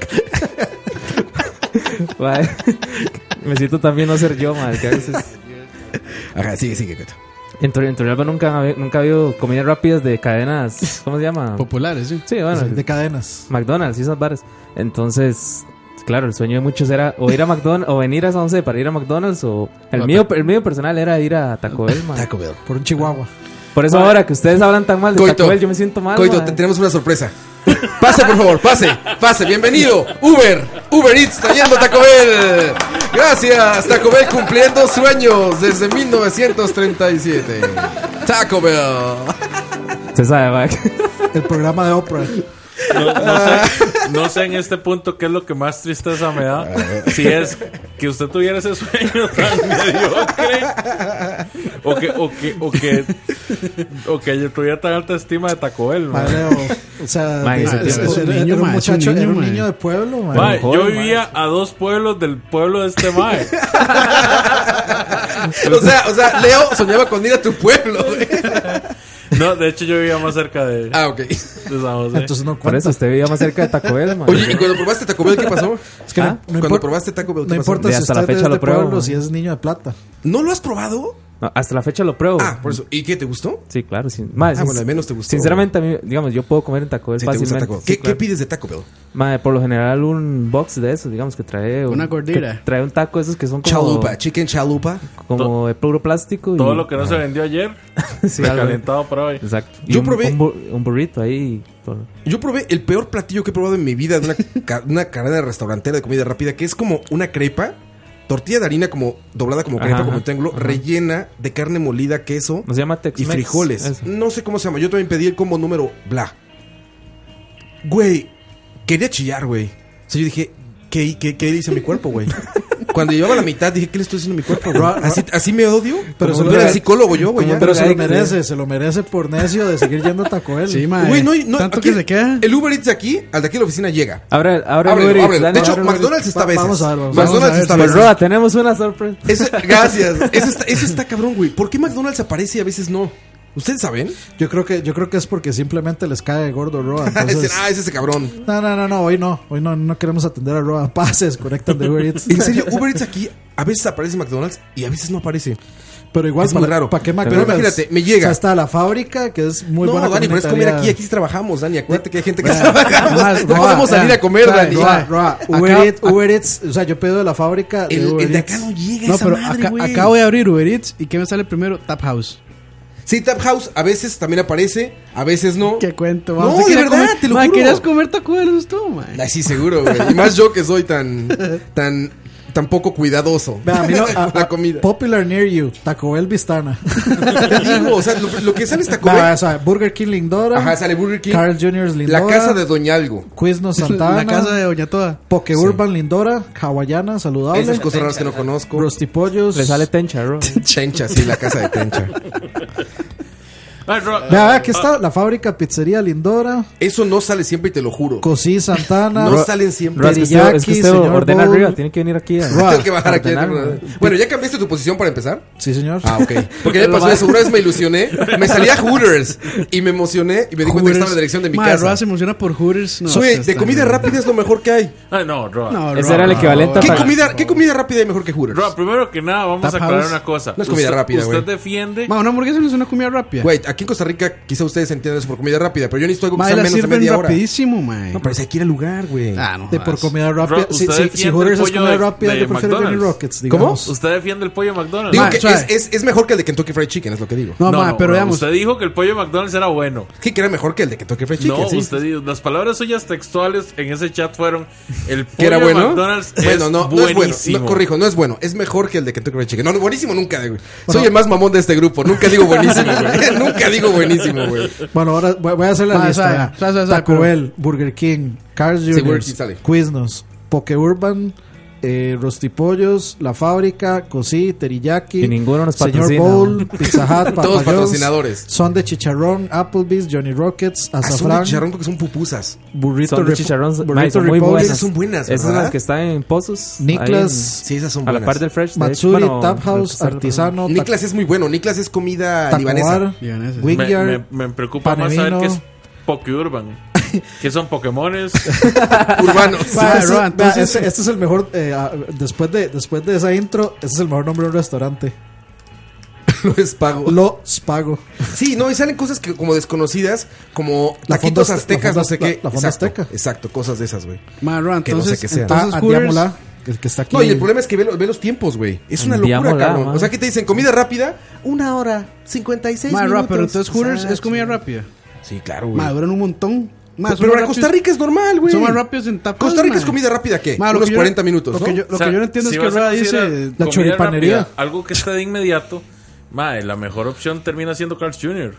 Mae, me siento también no ser yo, madre, que a veces... Ajá, sigue, sigue. Beto. En, Tur- en Turrialba nunca, ha habi- nunca ha habido comidas rápidas de cadenas. ¿Cómo se llama? Populares, sí. Sí, bueno, De cadenas. McDonald's y esas bares. Entonces, claro, el sueño de muchos era o ir a McDonald's o venir a San José para ir a McDonald's o el No, mío, el mío personal era ir a Taco Bell, mae. Taco Bell. Por un chihuahua. Por eso ahora que ustedes hablan tan mal de Coito. Taco Bell, yo me siento mal. Coito, mae. te tenemos una sorpresa. Pase, por favor, pase, pase. Bienvenido. Uber, Uber Eats trayendo Taco Bell. Gracias, Taco Bell cumpliendo sueños desde mil novecientos treinta y siete. Taco Bell. Se sabe, mae. El programa de Oprah. No, no sé, no sé en este punto qué es lo que más tristeza me da. Si es que usted tuviera ese sueño tan mediocre, o que, o que, o que, o que yo tuviera tan alta estima de Taco Bell, man. Madre, o, o sea, Man, de- ese de- tipo era- es un era niño, un man, es un muchacho, niño, era un man. niño de pueblo, man. Mae, yo joven, vivía a dos pueblos del pueblo de este mae. O sea, o sea, Leo soñaba con ir a tu pueblo, güey. No, de hecho yo vivía más cerca de, de Ah, ok. San José. Entonces no Por cuenta. eso usted vivía más cerca de Taco Bell, mae. Oye, ¿y cuando probaste Taco Bell qué pasó? Es que ¿Ah? no, no Cuando importa, probaste Taco Bell, no ¿qué pasó? importa De si hasta usted la fecha es de lo pruebo, pueblo, man. si es niño de plata. ¿No lo has probado? No, hasta la fecha lo pruebo. Ah, por eso. ¿Y qué te gustó? Sí, claro. Sí. Mae, Ah, sin- bueno, al menos te gustó. Sinceramente, a mí, digamos, yo puedo comer en Taco Bell Sí, te gusta fácilmente. Taco Bell. Sí, ¿Qué, claro. ¿Qué pides de Taco Bell? Mae, por lo general un box de esos, digamos, que trae... un- Una gordita. que trae un taco de esos que son como... Chalupa, chicken chalupa. Como de puro plástico. y- Todo lo que no se vendió ayer, Sí, algo. recalentado para hoy. Exacto. Y Yo un, probé- Un, bu- un burrito ahí. por- Yo probé el peor platillo que he probado en mi vida de una, ca- una cadena restaurantera de comida rápida, que es como una crepa, tortilla de harina como doblada como crepa, Ajá, como ajá, triángulo, ajá. rellena de carne molida, queso Se llama y Tex-Mex. frijoles. Eso. No sé cómo se llama. Yo también pedí el combo número bla. Güey, quería chillar, güey. O sea, yo dije, ¿qué, qué, qué dice mi cuerpo, güey? Cuando llevaba la mitad dije, ¿qué le estoy haciendo a mi cuerpo, güey? ¿Así, así me odio? Pero Pero solo soy era- el psicólogo yo, güey. como ya. Pero se lo drogadicto. merece, se lo merece por necio de seguir yendo a Taco Bell. Sí, mae. Güey, no, hay- no, Tanto aquí que se queda. El Uber Eats de aquí, al de aquí a la oficina llega. Abre, abre el Ábrelo, Uber Eats, ábrelo. Dani, De hecho, abre el Uber McDonald's está a Va- veces. vamos a ver, vamos McDonald's a ver. está a Eats. Pues veces. Roa, tenemos una sorpresa. Eso- gracias. Eso está, eso está cabrón, güey. ¿Por qué McDonald's aparece y a veces no? ¿Ustedes saben? Yo creo que yo creo que es porque simplemente les cae gordo Roa. Dicen, Entonces, ah, es ese cabrón. no, no, no, no, hoy no. Hoy no, no queremos atender a Roa. Pases, conectan de Uber Eats. En serio, Uber Eats aquí a veces aparece McDonald's y a veces no aparece. Pero igual, Es muy ¿para, raro. ¿para qué Pero McDonald's? imagínate, me llega. O sea, está la fábrica, que es muy no, buena. Dani, pero es comer comunitaria. aquí. Aquí sí trabajamos, Dani. Acuérdate que hay gente que Bueno, trabajamos. además, No Roa, podemos salir ya, a comer, ¿sabe? Dani. Roa, Roa, Uber, Acá- Eats, Uber Eats, o sea, yo pido de la fábrica de El, Uber el de Eats. acá no llega No, esa pero madre, acá, güey. acabo de abrir Uber Eats y ¿qué me sale primero? Tap House. Sí, Tap House a veces también aparece, a veces no. ¿Qué cuento? No, ¿Usted de quería verdad, comer- te lo Ma, juro. ¿Querías comer Taco Bell? Eso es todo, man. Ay, sí, seguro, güey. Y más yo que soy tan, tan, tan poco cuidadoso. Vea, a mí no- a- la a- comida. Popular near you, Taco Bell Vistana. Te digo, o sea, lo, lo que sale es Taco No, Bell. o sea, Burger King Lindora. Ajá, sale Burger King. Carl junior's Lindora. La casa de Doña Algo. Quiznos Santana. La casa de Doña Toda. Poke Urban Lindora. Hawaiana, saludable. Esas cosas raras que no conozco. Rostipollos. Le sale tencha, bro. Chencha, sí, la casa de Tencha. Ay, Ro- Vea, vea, aquí está la fábrica Pizzería Lindora. Eso no sale siempre y te lo juro. Cosí Santana. No salen siempre. Bro, es que usted, es que Teriyaki, usted señor ordena Bowl. arriba, tiene que venir aquí. A, Roa, Tengo que bajar aquí. ordenar, ¿no? man. Bueno, ¿ya cambiaste tu posición para empezar? Sí, señor. Ah, ok. Porque ya me pasó eso. Una vez me ilusioné. Me salí a Hooters y me emocioné y me di cuenta que estaba en la dirección de mi Ma, casa. Roa se emociona por Hooters. No, Sube, usted de está comida bien. rápida es lo mejor que hay. Ay, no, Roa. No, Ese Roa, era el no, equivalente a ¿Qué para- comida, ¿Qué comida rápida hay mejor que Hooters? Roa, primero que nada, vamos Tap a aclarar House. una cosa. No es comida Usted- rápida, güey. Usted defiende. Ma, una hamburguesa no es una comida rápida. Güey, aquí en Costa Rica quizá ustedes entiendan eso por comida rápida, pero yo necesito algo que Ma, sea la menos de sirven media hora. rapidísimo, ma. No, pero si hay que ir al lugar, güey. Ah, no. De por jodas. comida rápida. Ro- Si, usted si, si defiende Hooters el es pollo comida de- rápida, de yo prefiero Johnny McDonald's. Rockets. ¿Cómo? Digamos. Usted defiende el pollo de McDonald's. Digo Ma, que suave. es, es, es mejor que el de Kentucky Fried Chicken, es lo que digo. No, ma, pero Ro, veamos. Usted dijo que el pollo de McDonald's era bueno. ¿Qué que era mejor que el de Kentucky Fried Chicken? No, sí. usted dijo, las palabras suyas textuales en ese chat fueron el pollo ¿Que era de bueno? McDonald's Bueno, es no, no es bueno. buenísimo. No, corrijo, no es bueno. Es mejor que el de Kentucky Fried Chicken. No, no, buenísimo nunca, güey. Soy el más mamón de este grupo. Nunca digo buenísimo, güey. Nunca digo buenísimo, güey. Bueno, ahora voy voy a hacer la Ma, lista. suave, vea. suave, suave, suave, Taco pero- Bell, Burger King, Carl's Burger junior, King sale. Quiznos, Poke Urban, eh, Rostipollos, La Fábrica, Cosí, Teriyaki, Y ninguno nos Señor patrocina. Bowl, Pizza Hut, Papa Todos John's, patrocinadores. Son de Chicharrón, Applebee's, Johnny Rockets, Ah, son de Azafrán, chicharrón porque son pupusas. Burrito, Son de Repu- chicharrón. Burrito ma, y son muy Republic, buenas. Esas son buenas, Esas son ¿verdad? las que están en Pozos. Niklas, Sí, esas son A la buenas. par del Fresh. de hecho, Matsuri, bueno, Tap el House, restaurante- Artisano, Niklas es muy bueno. Niklas es comida Taco libanesa. Bar, Libanesa. Me, Wingyard, me, me preocupa más Panevino. saber qué es Pokeurban. ¿Qué son Pokémones? Urbanos. Va, Ah, ese- Roa, vea, entonces- este, este es el mejor. eh, ah, después, de, después de esa intro, este es el mejor nombre de un restaurante. No es pago. Los Pago. Sí, no, y salen cosas que como desconocidas, como La taquitos fonda- aztecas, la no sé fonda- qué. la fonda exacto, azteca. Exacto, cosas de esas, güey. Ma, Roa, Que no sé entonces, qué sea. entonces Ah, Hooters- Andiámola, el que está aquí. No, y el problema es que ve, lo- ve los tiempos, güey. Es una locura, Enviámosla, cabrón. man. O sea, que te dicen comida rápida, una hora, cincuenta y seis Ma, minutos. Roa, pero entonces Hooters Ah, es comida chingada. rápida. Sí, claro, güey. Ma, duran un montón. Ma, son Pero más para Costa rápidos- Rica es normal, güey. Son más rápidos en Tap House, Costa Rica ma. es comida rápida, ¿qué? Ma, lo Unos que yo- cuarenta minutos, Lo ¿no? que yo, lo O sea, que yo no entiendo si es que vas a Roa considerar dice... La comida choripanería. rápida, algo que esté de inmediato, madre, la mejor opción termina siendo Carl's junior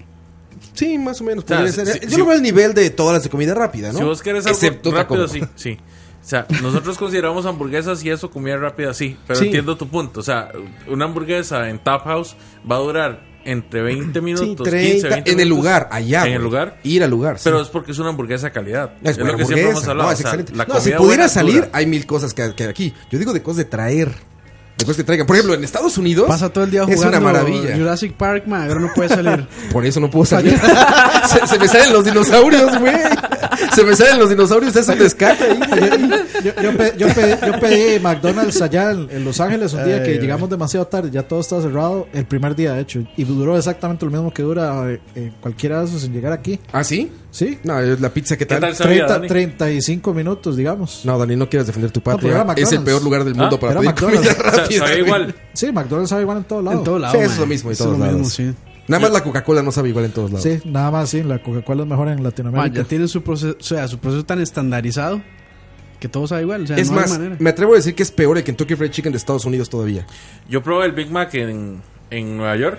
Sí, más o menos. sea, podría si- ser. si- Yo si- lo veo al nivel de todas las de comida rápida, ¿no? Si vos querés algo Excepto rápido, Taco sí, Bell. sí. O sea, nosotros consideramos hamburguesas y eso comida rápida, sí. Pero Sí. entiendo tu punto. O sea, una hamburguesa en Tap House va a durar entre veinte Sí, minutos, quince, treinta, veinte en el minutos. lugar, allá. En güey. el lugar. Ir al lugar. sí. Pero es porque es una hamburguesa de calidad. Es, buena lo que siempre hemos hamburguesa. hablado. No, es o sea, excelente. la No, si comida pudiera buena salir, dura. hay mil cosas que, que aquí. Yo digo de cosas de traer. De cosas que traigan. Por ejemplo, en Estados Unidos. Pasa todo el día Es jugando una maravilla. Jurassic Park, ma, ahora no puede salir. Por eso no puedo salir. se, se me salen los dinosaurios, güey. Se me salen los dinosaurios. Es un descarte ahí. Yo, yo, pe- yo pe- yo pedí McDonald's allá en, en Los Ángeles un día Ay, que ay. llegamos demasiado tarde, ya todo estaba cerrado. El primer día, de hecho, y duró exactamente lo mismo que dura eh, eh, cualquiera de esos en llegar aquí. ¿Ah, sí? Sí, No, es la pizza, ¿qué ¿Qué tal? tal sabía, treinta, Dani? treinta y cinco minutos, digamos. No, Dani, no quieras defender tu pero patria. era es McDonald's. el peor lugar del mundo Ah, para era pedir comida McDonald's. O sea, rápida. sabía güey. igual. Sí, McDonald's sabe igual en todos lados. En todo lado, Sí, eso ma. es lo mismo en Eso es todos lo mismo, lados. sí. Nada más la Coca-Cola no sabe igual en todos lados. Sí, nada más, sí, la Coca-Cola es mejor en Ma, Latinoamérica. ya tienen su proceso, o sea, su proceso tan estandarizado que todo sabe igual. O sea, Es no hay más, manera. me atrevo a decir que es peor el Kentucky Fried Chicken de Estados Unidos todavía. Yo probé el Big Mac en, en Nueva York.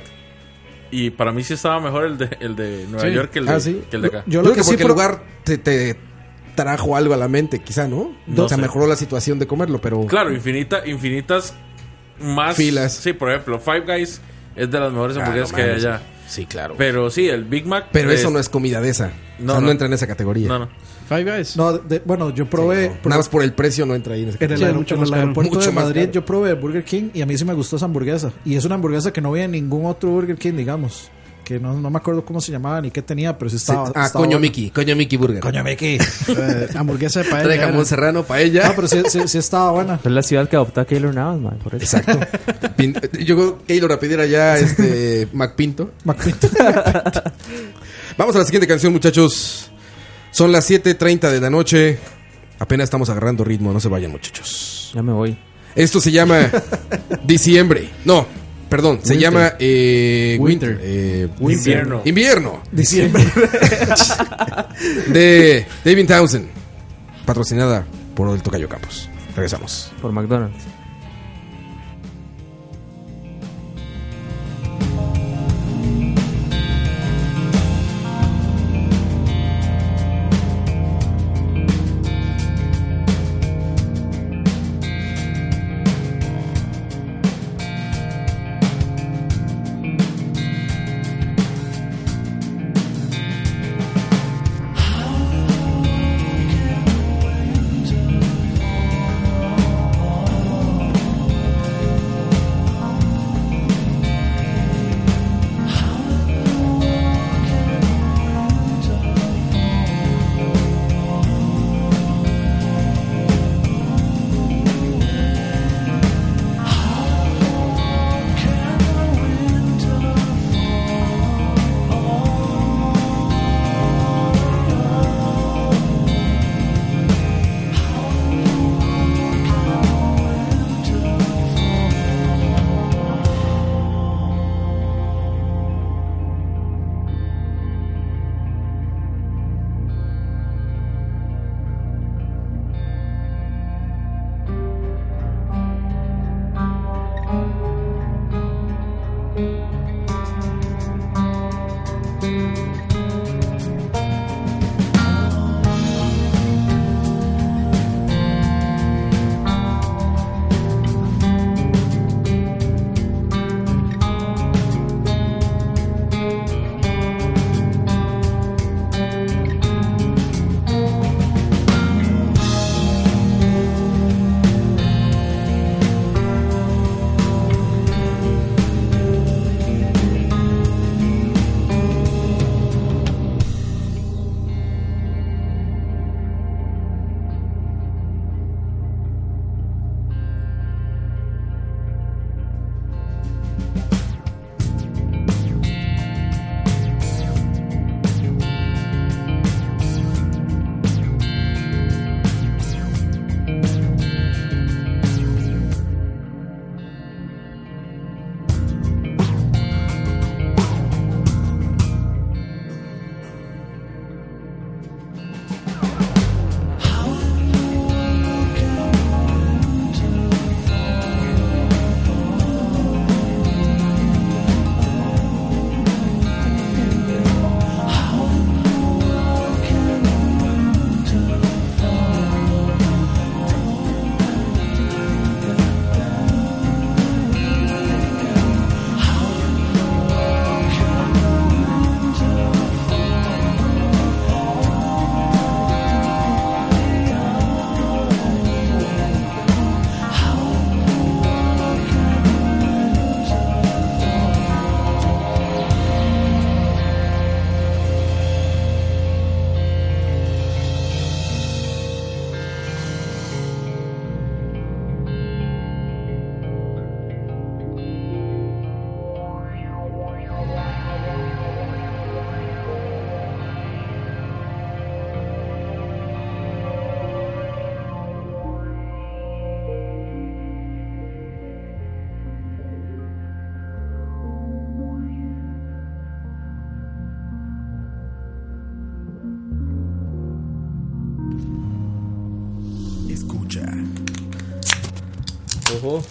Y para mí sí estaba mejor el de, el de Nueva Sí. York que el de, Ah, sí. que el de acá. Yo, Yo lo creo que que sí porque el pro- lugar te, te trajo algo a la mente, quizá, ¿no? No o sea, sé. mejoró la situación de comerlo, pero... Claro, infinita, infinitas más Filas. Sí, por ejemplo, Five Guys es de las mejores Ah, hamburguesas no que hay mames. allá. Sí, claro. Pero sí, el Big Mac. Pero eso no es comida de esa. No, o sea, no, no. entra en esa categoría. No, no. Five Guys. No, de- bueno, yo probé. No, Nada más por el precio no entra ahí en esa En el, categoría. Sí, aer- mucho en más el caro. aeropuerto Mucho de más Madrid caro. yo probé Burger King y a mí sí me gustó esa hamburguesa. Y es una hamburguesa que no había en ningún otro Burger King, digamos. que no, no me acuerdo cómo se llamaba ni qué tenía, pero sí estaba. ah, estaba Coño bueno. Mickey, Coño Mickey Burger. Coño Mickey. Eh, hamburguesa de paella. Trae jamón era. serrano, paella. No, pero sí, sí, sí estaba buena. Es la ciudad que adoptó a Keylor Navas, man, por eso. Exacto. Pin- Yo creo que Keylor a pedir allá este McPinto. McPinto. Vamos a la siguiente canción, muchachos. Son las siete treinta de la noche. Apenas estamos agarrando ritmo, no se vayan, muchachos. Ya me voy. Esto se llama Diciembre. No, perdón, se Winter. llama eh, Winter. Winter. eh, Invierno. Invierno. Diciembre. De David Townsend. Patrocinada por el Tocayo Campos. Regresamos. Por McDonald's. Ojo.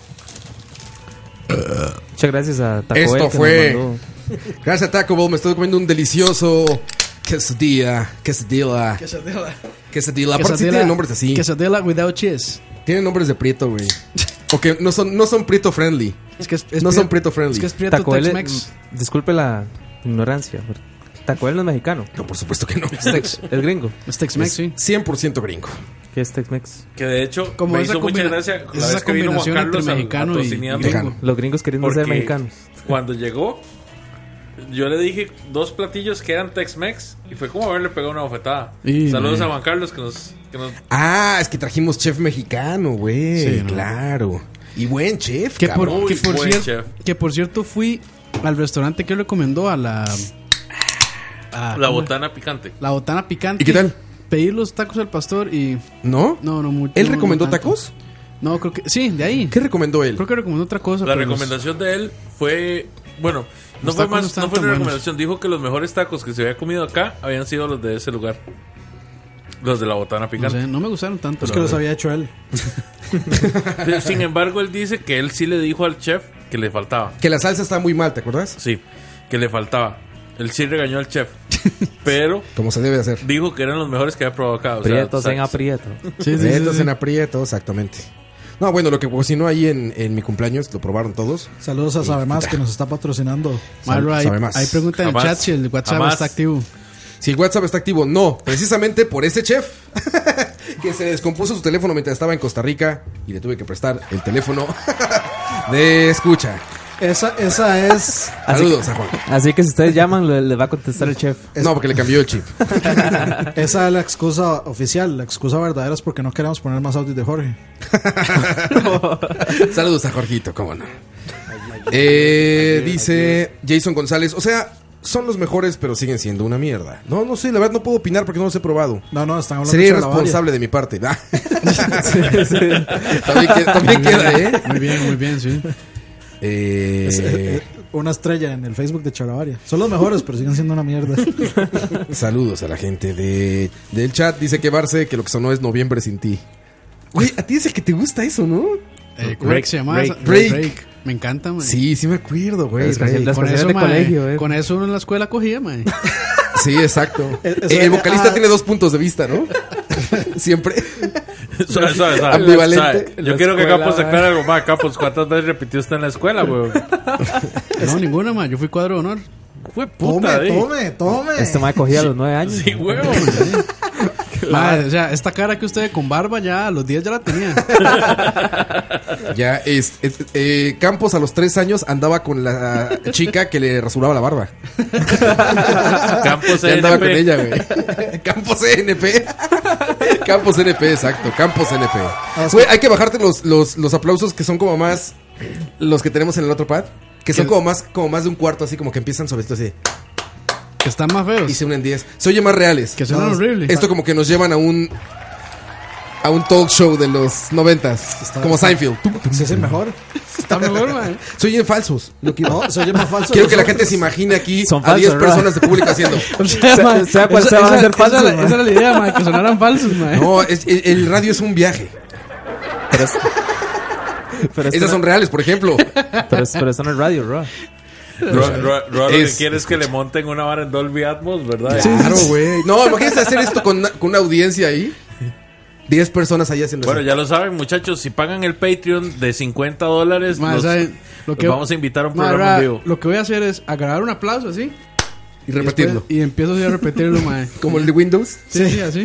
Muchas gracias a Taco Esto Bell que fue. nos mandó- Gracias a Taco Bell, me estoy comiendo un delicioso quesadilla. Quesadilla. Quesadilla. Quesadilla. Aparte sí tienen nombres así. Quesadilla without cheese. Tienen nombres de prieto, güey. O que no son, no son prieto friendly. Es que es, es No pri- son prieto friendly. Es que es prieto Taco Bell, Tex-Mex. mm, disculpe la ignorancia. pero Taco Bell no es mexicano. No, por supuesto que no. Es, tex- es gringo. Es Tex-Mex, Es sí. cien por ciento gringo. ¿Qué es Tex-Mex? Que de hecho Como me esa hizo mucha combina- gracia es la esa vez que vino Juan combinación entre Carlos a- mexicano a y- y tocineando. gringo. Tejano. Los gringos queriendo ser Porque mexicanos. Cuando llegó, yo le dije dos platillos que eran Tex-Mex y fue como haberle pegado una bofetada. Y, Saludos man. a Juan Carlos que nos, que nos... Ah, es que trajimos chef mexicano, güey. Sí, ¿no? Claro. Y buen chef, Que por, cabrón. Muy que, por buen cier- chef. que por cierto fui al restaurante que él recomendó a la... a- La ¿cómo? botana picante. La botana picante. ¿Y qué tal? Pedí los tacos al pastor y... ¿No? No, no mucho. ¿Él no, recomendó no tanto. tacos? No, creo que... Sí, de ahí. ¿Qué recomendó él? Creo que recomendó otra cosa. La pero los- recomendación de él fue... Bueno, no Los fue tacos no más, estaban no fue tan una buenos. recomendación. Dijo que los mejores tacos que se había comido acá habían sido los de ese lugar. Los de la botana No picante. sé, no me gustaron tanto. Es la que los verdad. había hecho él. Pero, sin embargo, él dice que él sí le dijo al chef que le faltaba. Que la salsa está muy mal, ¿te acuerdas? Sí, que le faltaba. Él sí regañó al chef. Pero Como se debe hacer. dijo que eran los mejores que había probado acá. O sea, Prietos o sea, en aprieto. Sí, sí, sí, Aprietos sí. en aprieto, exactamente. No, bueno, lo que cocinó ahí en, en mi cumpleaños, lo probaron todos. Saludos a Sabe Más que nos está patrocinando. Marro, ahí, sabe más. ahí pregunta en el Jamás. chat si el WhatsApp Jamás. está activo. Si el WhatsApp está activo, no. Precisamente por ese chef que se le descompuso su teléfono mientras estaba en Costa Rica y le tuve que prestar el teléfono de escucha. Esa, esa es. Saludos a Juan. Así que si ustedes llaman, le, le va a contestar el chef. No, porque le cambió el chip. Esa es la excusa oficial. La excusa verdadera es porque no queremos poner más audios de Jorge. Saludos a Jorgito, cómo no. Eh, dice Jason González, o sea, son los mejores, pero siguen siendo una mierda. No, no sé, la verdad no puedo opinar porque no los he probado. No, no, están hablando Sería de Chalabaria. irresponsable de mi parte. Ah. También, queda, también queda, ¿eh? Muy bien, muy bien, sí. Eh, Es, eh, eh, una estrella en el Facebook de Chalabaria. Son los mejores, pero siguen siendo una mierda. Saludos a la gente de, del chat. Dice que Barce, que lo que sonó es Noviembre sin ti. Güey, a ti es el que te gusta eso, ¿no? Eh, ¿Cómo es que se llama? Break. esa? Break. Me encanta, man. Sí, sí me acuerdo, güey. Es canción Rey. de- Con Las eso, canciones de mae, colegio, eh. con eso uno en la escuela cogía, man. Sí, exacto. Eh, eso el era- vocalista ah. tiene dos puntos de vista, ¿no? Siempre. Suave, suave, suave. Ambivalente. Suave. Yo La quiero que escuela, Campos man. aclare algo más. Campos, ¿cuántas veces repitió usted en la escuela, güey? No, ninguna, man. Yo fui cuadro de honor. Fue puta, Tome, di. tome, tome. Este me cogía a los nueve años. Sí, güey. Mae, o sea, esta cara que usted con barba ya a los diez ya la tenía. Ya, es, es- eh, Campos a los tres años andaba con la chica que le rasuraba la barba. Campos Ya andaba con C N P. ella, güey. Campos N P. Campos N P, exacto. Campos N P. Güey, hay que bajarte los, los, los aplausos que son como más los que tenemos en el otro pad. Que son ¿Qué? como más, como más de un cuarto, así como que empiezan sobre esto así. Que están más feos. Y se unen diez. Se oye más reales. Que suenan No, horribles. Esto como que nos llevan a un a un talk show de los noventas. Como Seinfeld. Sí, es el mejor. Está mejor, man. Se oyen falsos. Lo que- No, se oye más falso. Quiero de que la nosotros. gente se imagine aquí Son a diez falsos, ¿verdad? personas de público haciendo. O sea, Sea- man, sea cual esa- sea, van a esa- ser falsos, esa, man. esa era la idea, man, que sonaran falsos, man. No, es- el, el radio es un viaje. Pero, es- pero, esto Esas no- son reales, por ejemplo. pero, es- pero eso no es radio, bro. Ro- ro- Ro- lo Es- que quiere es que le monten una vara en Dolby Atmos, ¿verdad? Claro, güey. No, imagínense hacer esto con una, con una audiencia ahí. diez personas ahí haciendo Bueno, eso. ya lo saben, muchachos. Si pagan el Patreon de cincuenta dólares, Man, los, ¿saben? Lo que los vamos a invitar a un Man, programa ra- en vivo. Lo que voy a hacer es agarrar un aplauso así. Y repetirlo. después- Y empiezo así a repetirlo, man. Como el de Windows. Sí, sí, así.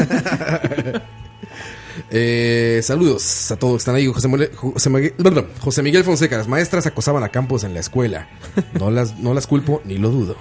Eh, saludos a todos que están ahí. José, Mole- José, Miguel, perdón, José Miguel Fonseca. Las maestras acosaban a Campos en la escuela. No las, no las culpo ni lo dudo.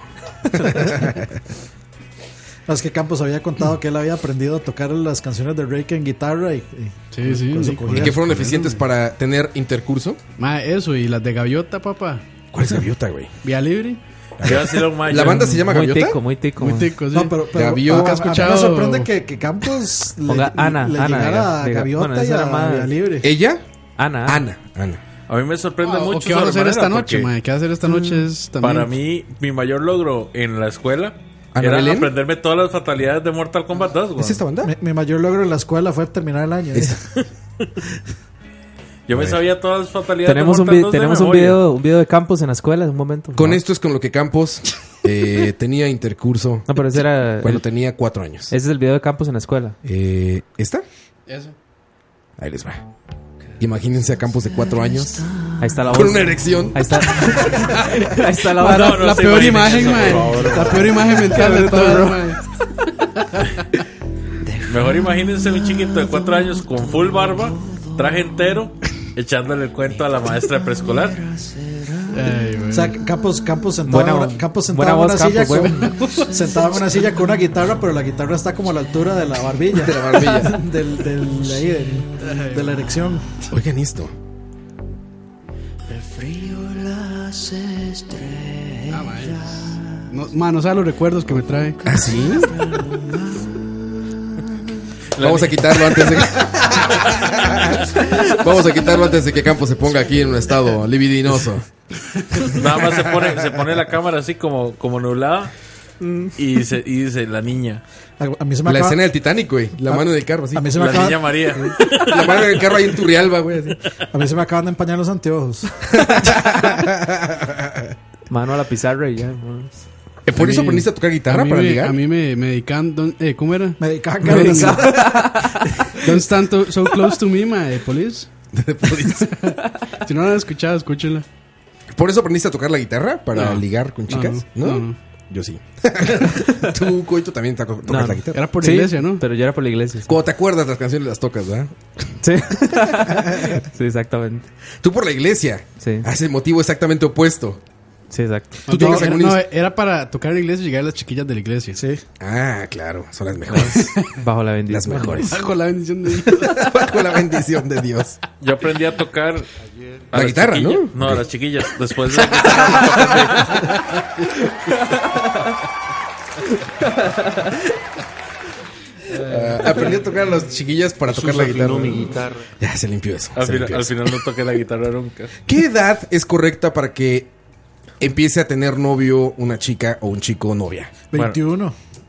No, es que Campos había contado que él había aprendido a tocar las canciones de Reiki en guitarra y, y Sí, sí. con eso sí. cogía. Y que fueron eficientes para tener intercurso. Ma, eso, y las de gaviota, papá. ¿Cuál es Gaviota, güey? Vía libre. Qué vacilón, ma, ¿La yo- banda se llama Muy Gaviota? tico, muy tico. Muy man. tico, sí. No, pero, pero Gaviota. a- a- a, escuchado- mí me sorprende que, que Campos le, Ponga Ana, le Ana, llegara a diga- Gaviota bueno, y esa a era más- Vía Libre. ¿Ella? Ana. Ana. Ana. A mí me sorprende Ah, o mucho. ¿Qué van a su hacer esta manera, noche, porque ma? ¿Qué va a hacer esta noche? Es también... Para mí, mi mayor logro en la escuela ¿Ana era Belén? aprenderme todas las fatalidades de Mortal Kombat dos, güey. ¿Es esta banda? Mi, mi mayor logro en la escuela fue terminar el año. Esta. Yo me Bueno. sabía todas las fatalidades Tenemos de un, Mortal vi- dos de tenemos un memoria. video, un video de Campos en la escuela en un momento. Con No. esto es con lo que Campos eh, tenía intercurso No, pero ese era. cuando el- tenía cuatro años. ese es el video de Campos en la escuela. Eh, ¿Esta? Eso. Ahí les va. Imagínense a Campos de cuatro años Ahí está la con voz. una erección. Ahí está. Ahí está la Ma, voz. la, no, no la se peor imaginen imagen, eso, ma. por favor. La peor imagen mental de todo, ma. Mejor imagínense un chiquito de cuatro años con full barba, traje entero, echándole el cuento a la maestra de preescolar. Ay, güey. O sea, Campos, Campos sentado, Buena en voz. una, Campos Buena sentado en voz, una silla Campos, con, sentado en una silla con una guitarra, pero la guitarra está como a la altura de la barbilla. De la barbilla. del, del, ahí, del- de la erección. Oigan esto. Ah, mae. No, man, no sabe los recuerdos que me trae. ¿Ah, sí? Vamos a quitarlo antes de que... Vamos a quitarlo antes de que Campos se ponga aquí en un estado libidinoso. Nada más se pone, se pone la cámara así como, como nublada y dice, y dice la niña. A, a mí se me La acaba, escena del Titanic, güey. La A- mano en el carro, así. a mí se me La acaba- niña María. La mano en el carro ahí en Turrialba, güey. así. a mí se me acaban de empañar los anteojos. Mano a la pizarra y ya. vámonos. Eh, ¿Por A eso mí- aprendiste a tocar guitarra a mí para me, ligar? A mí me, me dedican. don- eh, ¿Cómo era? Me dedicaban Me ganas. dedican- Don't stand to- so close to me, my police. Si no la han escuchado, escúchenla. ¿Por eso aprendiste a tocar la guitarra? ¿Para No. ligar con chicas? No, ¿No? no, no. Yo sí. Tú, Coito, también toco- tocas No. la guitarra. Era por Sí, iglesia, ¿no? Pero yo era por la iglesia. Sí, Cuando te acuerdas las canciones las tocas, ¿verdad? sí. Sí, exactamente. Tú por la iglesia. Sí. Ah, es el motivo exactamente opuesto. Sí, exacto. ¿Tú No, tienes era, algún no, ins- era para tocar en la iglesia y llegar a las chiquillas de la iglesia. Sí. Ah, claro. Son las mejores. Bajo la Las bendición. mejores. Bajo la bendición de Dios. Bajo la bendición de Dios. Yo aprendí a tocar a La las guitarra, chiquillas. ¿no? No, a Ok. las chiquillas. Después de la guitarra. Ah, aprendí a tocar a las chiquillas para tocar la guitarra. Ya se limpió eso. Al se final, limpió al eso. final no toqué la guitarra nunca. ¿Qué edad es correcta para que empiece a tener novio una chica o un chico novia? veintiuno.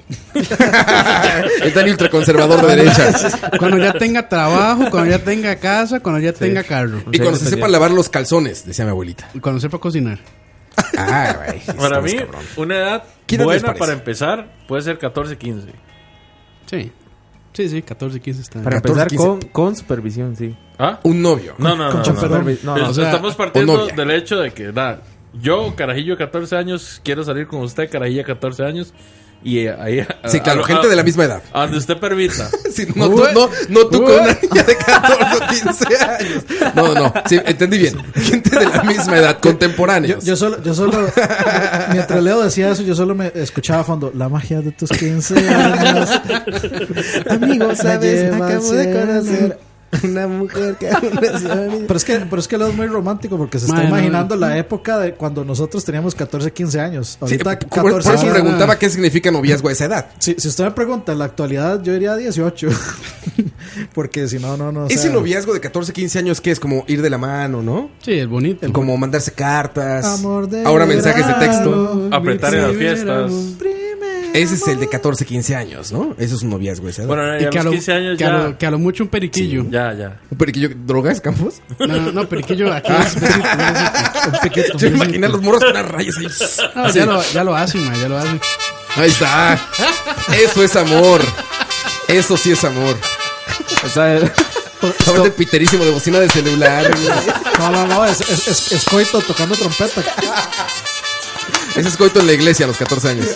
Es tan ultraconservador de derecha. Cuando ya tenga trabajo, cuando ya tenga casa, cuando ya tenga carro. Y cuando se sepan lavar los calzones, decía mi abuelita. Y cuando sepa cocinar. Ah, güey. Para estamos mí, cabrón. una edad ¿Qué edad les buena parece? para empezar puede ser catorce, quince. Sí. Sí, sí, catorce, quince está. Para catorce, empezar quince. con, con supervisión, sí. ¿Ah? Un novio. No, no, con no. no, choferón. no. No, no. O sea, Estamos o partiendo novia. del hecho de que, nada, yo, carajillo de catorce años, quiero salir con usted, carajilla de catorce años. Y eh, ahí. Sí, claro, a- gente a- de la misma edad. A donde usted permita. Sí, no, tú, no, no tú con una niña de catorce o quince años. No, no, sí, entendí bien. Gente de la misma edad, Yo, contemporáneos. yo solo, yo solo, mientras Leo decía eso, yo solo me escuchaba a fondo la magia de tus quince años. Amigo, ¿sabes? Acabo de conocer una mujer que Pero es que, pero es que Leo es muy romántico porque se está Man, no. imaginando la época de cuando nosotros teníamos catorce, quince años. Ahorita por, por catorce eso años. preguntaba qué significa noviazgo a esa edad. Si, si usted me pregunta, en la actualidad yo diría dieciocho. Porque si no, no, no. o Ese sea, noviazgo de catorce, quince años, ¿qué es? Como ir de la mano, ¿no? Sí, es bonito. Como mandarse cartas. Amor de Ahora mensajes de texto. verano, Apretar en las fiestas. primero. Ese es el de catorce, quince años, ¿no? Eso es un noviazgo a esa edad. Bueno, Y ya a que a, los lo, quince años que, a ya. lo, que a lo mucho un periquillo. Ya, ya. ¿Un periquillo drogas, Campos? No, no, no, periquillo aquí. es besito, un besito. Un piquito, Yo un imaginé a besito. los morros con unas rayas ahí. No, Así. ya, lo, ya lo hacen, ma, ya lo hacen. Ahí está. Eso es amor. Eso sí es amor. O sea, Ahora el piterísimo de bocina de celular. No, no, no, es, es, es, es Coito tocando trompeta. Ese es coito en la iglesia a los catorce años.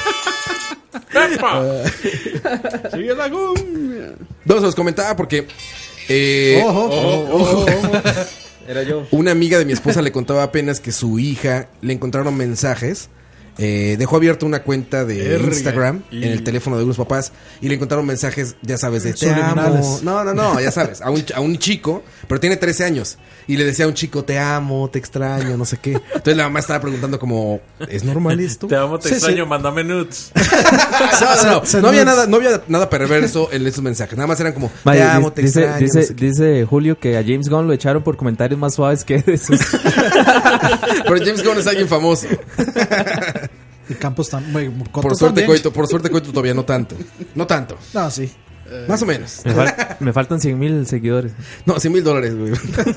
Sigue la cumbia. No, se los comentaba porque eh, Ojo, ojo, ojo. era yo. una amiga de mi esposa le contaba apenas que su hija le encontraron mensajes. Eh, dejó abierta una cuenta de Verga. Instagram Y- en el teléfono de unos papás y le encontraron mensajes, ya sabes, de te amo. Subliminales. No, no, no, ya sabes, a un, a un chico, pero tiene trece años. Y le decía a un chico, te amo, te extraño, no sé qué. Entonces la mamá estaba preguntando como, ¿es normal esto? Te amo, te Sí, extraño, sí. mándame nudes. No, no, no, Se- no había se- nada, no había nada perverso en esos mensajes. Nada más eran como, te Mae, amo, te dice, extraño. dice, no sé qué. dice Julio que a James Gunn lo echaron por comentarios más suaves que esos. Pero James Gunn es alguien famoso. Y Campos también. Por suerte, Coito, por suerte, Coito todavía no tanto. No tanto. No, sí. Más o menos. Me, fal- me faltan cien mil seguidores. No, cien mil dólares, güey.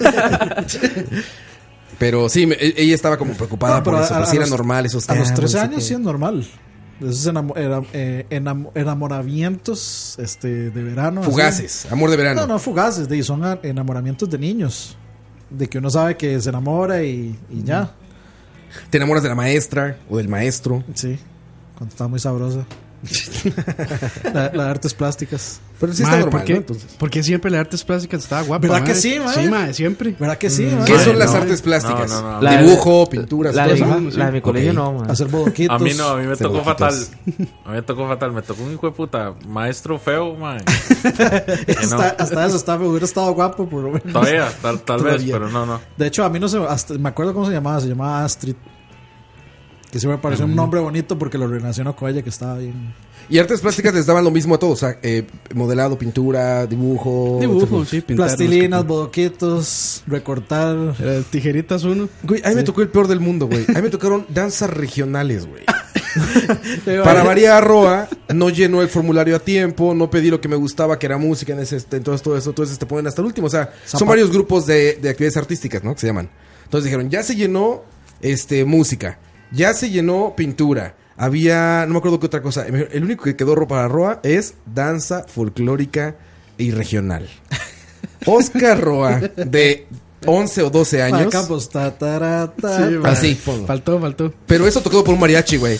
Pero sí, me- e- ella estaba como preocupada No, pero por eso. a- Por a si era los- normal esos A los temas, trece no sé años qué. sí es normal. Esos enamo- era- eh, enam- enamoramientos este, de verano. así. Fugaces, amor de verano. No, no fugaces, de, son a- enamoramientos de niños. De que uno sabe que se enamora y, y ya. Te enamoras de la maestra o del maestro. Sí, cuando está muy sabrosa. La, la de artes plásticas. Pero sí Mae, está normal, ¿por qué? ¿no? Entonces, Porque siempre las artes plásticas estaba guapa. ¿Verdad mae? que sí, mae? Sí, mae, siempre. ¿Verdad que sí, man? ¿qué Mae, son las no. artes plásticas? No, no, no. La de- Dibujo, pinturas, La todo de, eso. mi- la de mi colegio Ok. no, man. Hacer bodoquitos. A mí no, a mí me Se tocó lo fatal. quitas. A mí me tocó fatal. Me tocó un hijo de puta maestro feo, man. Hasta, hasta eso estaba, hubiera estado guapo, por lo menos. Todavía, tal, tal vez, Todavía. pero no, no. De hecho, a mí no se hasta, me acuerdo cómo se llamaba, se llamaba Astrid. Que sí me pareció un nombre bonito porque lo relaciono con ella, que estaba bien. Y artes plásticas les daban lo mismo a todos. O sea, eh, modelado, pintura, dibujo. Dibujo, etcétera. sí, pintar. Plastilinas, bodoquitos, recortar. Eh, tijeritas uno. Güey, a mí me tocó el peor del mundo, güey. A mí me tocaron danzas regionales, güey. Para variar, Roa no llenó el formulario a tiempo, no pedí lo que me gustaba, que era música, en ese, entonces todo eso, entonces te ponen hasta el último. O sea, son Zapato. varios grupos de, de actividades artísticas, ¿no? Que se llaman. Entonces dijeron, ya se llenó este música, ya se llenó pintura. Había, no me acuerdo qué otra cosa. El único que quedó para Roa es danza folclórica y regional. Oscar Roa, de once o doce años. Ah, Campos, ta, ta, ta, Sí, ta. mae. Así, ponlo. Faltó, faltó. Pero eso tocado por un mariachi, güey.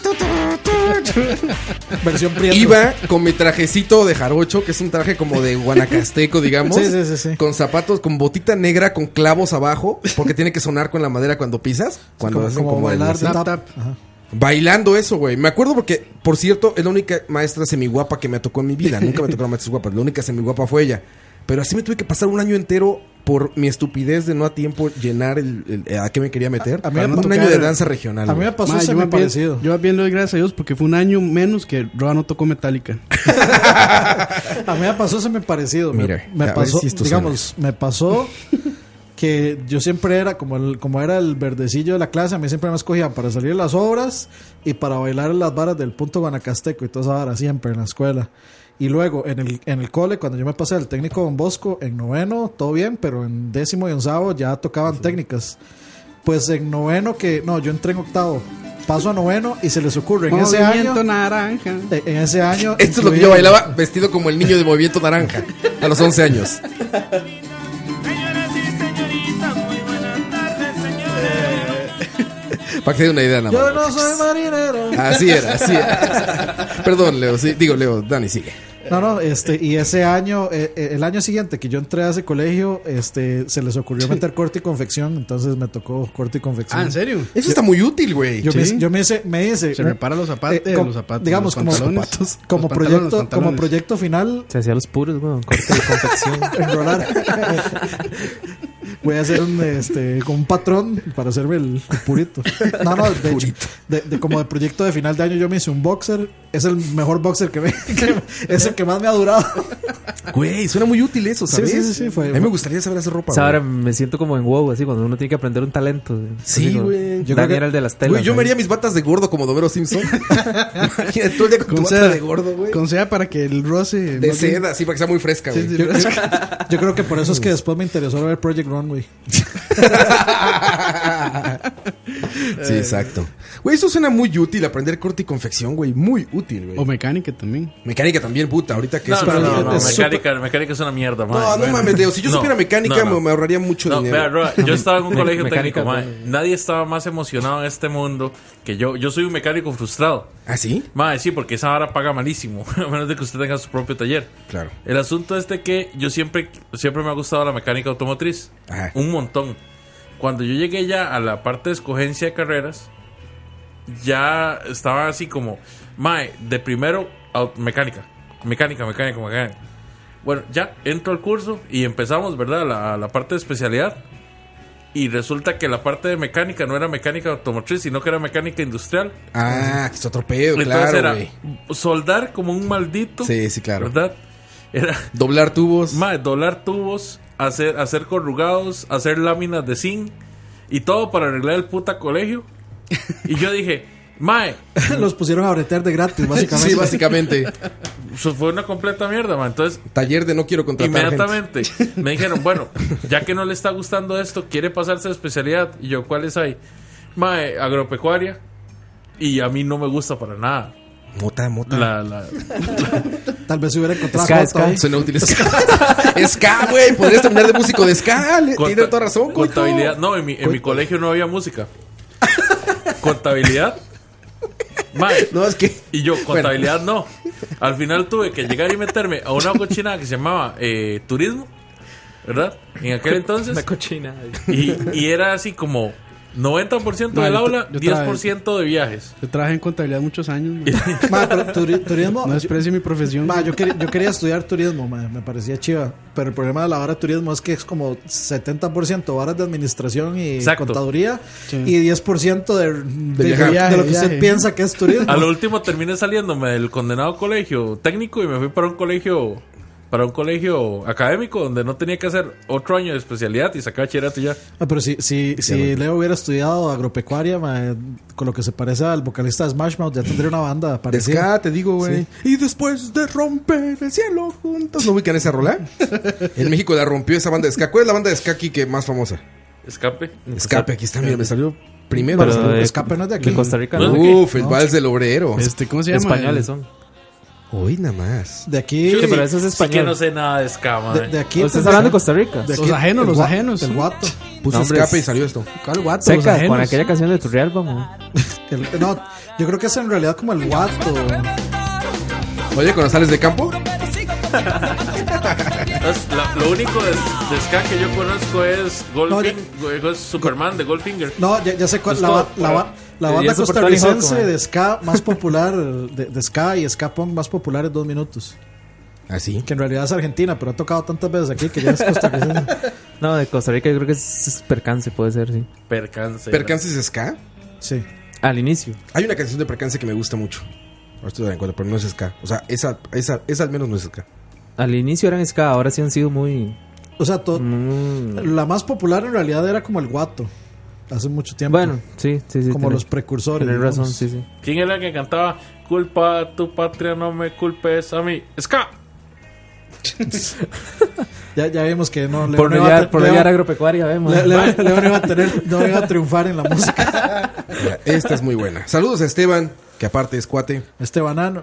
Versión prieto. Iba con mi trajecito de jarocho, que es un traje como de guanacasteco, digamos. Sí, sí, sí, sí. Con zapatos, con botita negra, con clavos abajo, porque tiene que sonar con la madera cuando pisas. Cuando como, hacen como como el- bailar de tap, tap. tap. Ajá. Bailando eso, güey. Me acuerdo porque, por cierto, es la única maestra semiguapa que me tocó en mi vida. Nunca me tocaron maestras guapas. La única semiguapa fue ella. Pero así me tuve que pasar un año entero por mi estupidez de no a tiempo llenar el, el- a qué me quería meter. A- a mí me un tocó- año de danza regional. A mí güey. me pasó Mae, ese yo, me más bien, parecido. yo más bien le doy gracias a Dios porque fue un año menos que Roa no tocó Metallica. A mí me pasó ese me parecido. Me- Mira, me, a ver pasó, si esto digamos, me pasó que yo siempre era como el, como era el verdecillo de la clase, a mí siempre me escogían para salir a las obras y para bailar en las varas del punto guanacasteco y toda esa vara siempre en la escuela. Y luego en el, en el cole, cuando yo me pasé al técnico Don Bosco, en noveno, todo bien, pero en décimo y onceavo ya tocaban técnicas. Pues en noveno que, no, yo entré en octavo, paso a noveno y se les ocurre en ese año, Movimiento naranja. eh, en ese año. Esto es lo que yo bailaba vestido como el niño de Movimiento Naranja a los once años. Señoras y señoritas, muy buenas tardes, señores. Para que se dé una idea nada Yo más. no soy marinero. Así era, así era. Perdón, Leo. Sí, digo, Leo, Dani, sigue. No, no, este, y ese año, eh, eh, el año siguiente que yo entré a ese colegio, este, se les ocurrió meter corte y confección, entonces me tocó corte y confección. Ah, ¿en serio? Eso está muy útil, güey. Yo, Sí. me, yo me hice, me hice Se repara los zapatos, eh, com- los zapatos, digamos, los como, pantalones. como Los pantalones, proyecto, los como pantalones. proyecto final, Se hacía los puros, weón. Corte de confección. enrolar. Voy a hacer un, este, como un patrón para hacerme el, el purito. No, no, de hecho, de, de- como de proyecto de final de año yo me hice un boxer. Es el mejor boxer que me, que- es el que más me ha durado. Güey, suena muy útil eso, Sí, ¿sabes? sí, sí, sí, fue- A mí me gustaría saber hacer ropa. O sea, güey. ahora me siento como en wow, así cuando uno tiene que aprender un talento. Sí, Así como, güey. Yo creo Dani que- era el de las telas. Güey, yo ¿no? me haría mis batas de gordo como Domero Simpson. Imagínate todo el día con tu Con bata seda, de gordo, güey. con seda para que el roce. De más bien- seda, sí, para que sea muy fresca, güey. Sí, sí. Yo, yo- yo creo que por eso es que después me interesó ver Project Runway. Sí, exacto. Güey, eso suena muy útil, aprender corte y confección, güey. Muy útil, güey. O mecánica también. Mecánica también, puta. Ahorita que No, es... no, pero no, no, es mecánica, mecánica es una mierda, man. No, no Bueno. mames, Leo. Si yo No, supiera mecánica, no, no. Me, me ahorraría mucho No, dinero. vea, Roa, yo estaba en un Me- colegio mecánica, técnico, man. bueno. Nadie estaba más emocionado en este mundo que yo. Yo soy un mecánico frustrado. ¿Ah, sí? Madre, sí, porque esa vara paga malísimo. A menos de que usted tenga su propio taller. Claro. El asunto es de que yo siempre, siempre me ha gustado la mecánica automotriz. Ajá. Un montón. Cuando yo llegué ya a la parte de escogencia de carreras, ya estaba así como, mae, de primero, au- mecánica. Mecánica, mecánica, mecánica. Bueno, ya entro al curso y empezamos, ¿verdad? La, la parte de especialidad. Y resulta que la parte de mecánica no era mecánica automotriz, sino que era mecánica industrial. Ah, que es otro pedo, Entonces claro, era güey. soldar como un maldito. Sí, sí, claro. ¿Verdad? Era, Doblar tubos. mae, doblar tubos, hacer, hacer corrugados, hacer láminas de zinc y todo para arreglar el puta colegio. Y yo dije, mae, Los pusieron a bretear de gratis, básicamente. Sí, básicamente. eso fue una completa mierda, man. Entonces, Taller de no quiero contratar gente. inmediatamente me dijeron, bueno, ya que no le está gustando esto, quiere pasarse de especialidad. Y yo, ¿cuáles hay? Mae, agropecuaria. Y a mí no me gusta para nada. Mota, mota. La, la, Tal vez se hubiera encontrado Ska, foto ska. ahí. Suena útil. Ska, Ska, güey. Podrías terminar de músico de Ska. le- Conta- Tiene toda razón, güey. Contabilidad. No, en mi, en mi colegio no había música. Contabilidad. Mae, No, es que. y yo, contabilidad no. Al final tuve que llegar y meterme a una cochinada que se llamaba eh, turismo, ¿verdad? En aquel entonces. Una cochina. Y, y era así como noventa por ciento No, del yo tra- aula, yo diez trabajé- por ciento de viajes. Yo trabajé en contabilidad muchos años. man. Ma, pero turi- turismo. No desprecie mi profesión. Ma, yo, quería, yo quería estudiar turismo, ma, me parecía chiva. Pero el problema de la vara de turismo es que es como setenta por ciento varas de administración y Exacto. contaduría Sí. y diez por ciento de, de, viajar. de- de lo que Viaje, usted viaje. piensa que es turismo. A lo último terminé saliéndome del condenado colegio técnico y me fui para un colegio para un colegio académico donde no tenía que hacer otro año de especialidad y sacar bachillerato y ya. Ah, pero si, si, si Leo hubiera estudiado agropecuaria, ma, con lo que se parece al vocalista de Smash Mouth, ya tendría una banda De parecida. ska, te digo, güey. Y después de romper el cielo juntos. ¿No ubican esa rola? En México la rompió esa banda de ska. ¿Cuál es la banda de ska aquí que más famosa? Escape. Escape, aquí está, mira, me salió primero. Pero Pero de, Escape no es de aquí. de Costa Rica, No ¿no? es de aquí. Uf, el vals del obrero. Este, ¿cómo se llama? Españoles son. Hoy nada más. De aquí. Sí, pero eso es Sí que español. no sé nada de ska, de, mae. de aquí. ¿Usted está hablando de Costa Rica? de aquí- Los ajenos, el los gua- ajenos. El guato. Puse No, hombre, escape es- y salió esto. ¿Cuál guato? Los Seca, ajenos. con aquella canción de Turrialba, man. El- no, yo creo que es en realidad como el guato. Oye, cuando sales de campo, Entonces, la- lo único de, de ska que yo conozco es Goldfinger, es Superman de Goldfinger. No, ya, ya sé cuál. Es La, todo, ba- la, ba- la Y banda eso por Tony Hawk, costarricense man. de ska más popular, de, de ska y ska punk más popular es Dos Minutos. así. Que en realidad es argentina, pero ha tocado tantas veces aquí que ya es costarricense. No, de Costa Rica yo creo que es, es percance, puede ser, sí. Percance. ¿Percances ska? Sí. Al inicio. Hay una canción de percance que me gusta mucho. Ahora estoy de acuerdo, pero no es ska. O sea, esa, esa, esa al menos no es ska. Al inicio eran ska, ahora sí han sido muy... O sea, to- mm, la más popular en realidad era como el guato. Hace mucho tiempo. bueno, sí, sí, sí. como tiene- los precursores. Tienes razón, digamos. sí, sí. ¿Quién era la que cantaba Culpa a tu patria, no me culpes a mí? Ska. Ya, ya vimos que no. León Por no iba a llegar, te- por no León- llegar agropecuaria, vemos. Le- León- León iba a tener, no iba a triunfar en la música. Mira, esta es muy buena. Saludos a Esteban, que aparte es cuate Este banano.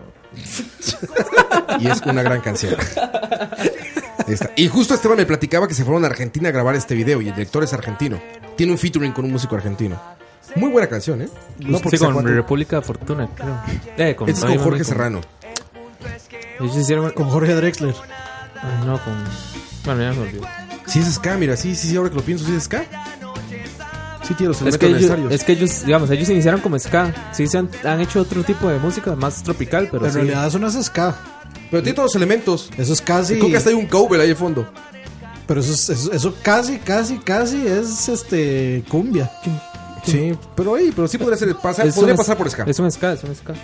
y es una gran canción. Esta. Y justo Esteban me platicaba que se fueron a Argentina a grabar este video y el director es argentino. Tiene un featuring con un músico argentino. Muy buena canción, ¿eh? No porque sí, sea con cuate. República Fortuna, creo. Eh, con, Este es Tony con Jorge Hawk, con- Serrano. Ellos hicieron... Con Jorge Drexler. Ay, no, con... Bueno, ya me olvidé. Sí es ska, mira, sí, sí, sí, ahora que lo pienso, sí es ska. Sí tiene los Es elementos que, ellos, necesarios. es que ellos, digamos, ellos iniciaron como ska. Sí, se han, han hecho otro tipo de música más tropical, pero En sí. realidad eso no es ska. Pero tiene todos los elementos. Eso es casi. Creo que hasta hay un cover ahí de fondo. Pero eso, es- eso, eso casi, casi, casi es este cumbia. Sí, pero ahí, pero sí podría ser, pasar, Es podría un- pasar por ska. Es un ska, es un ska.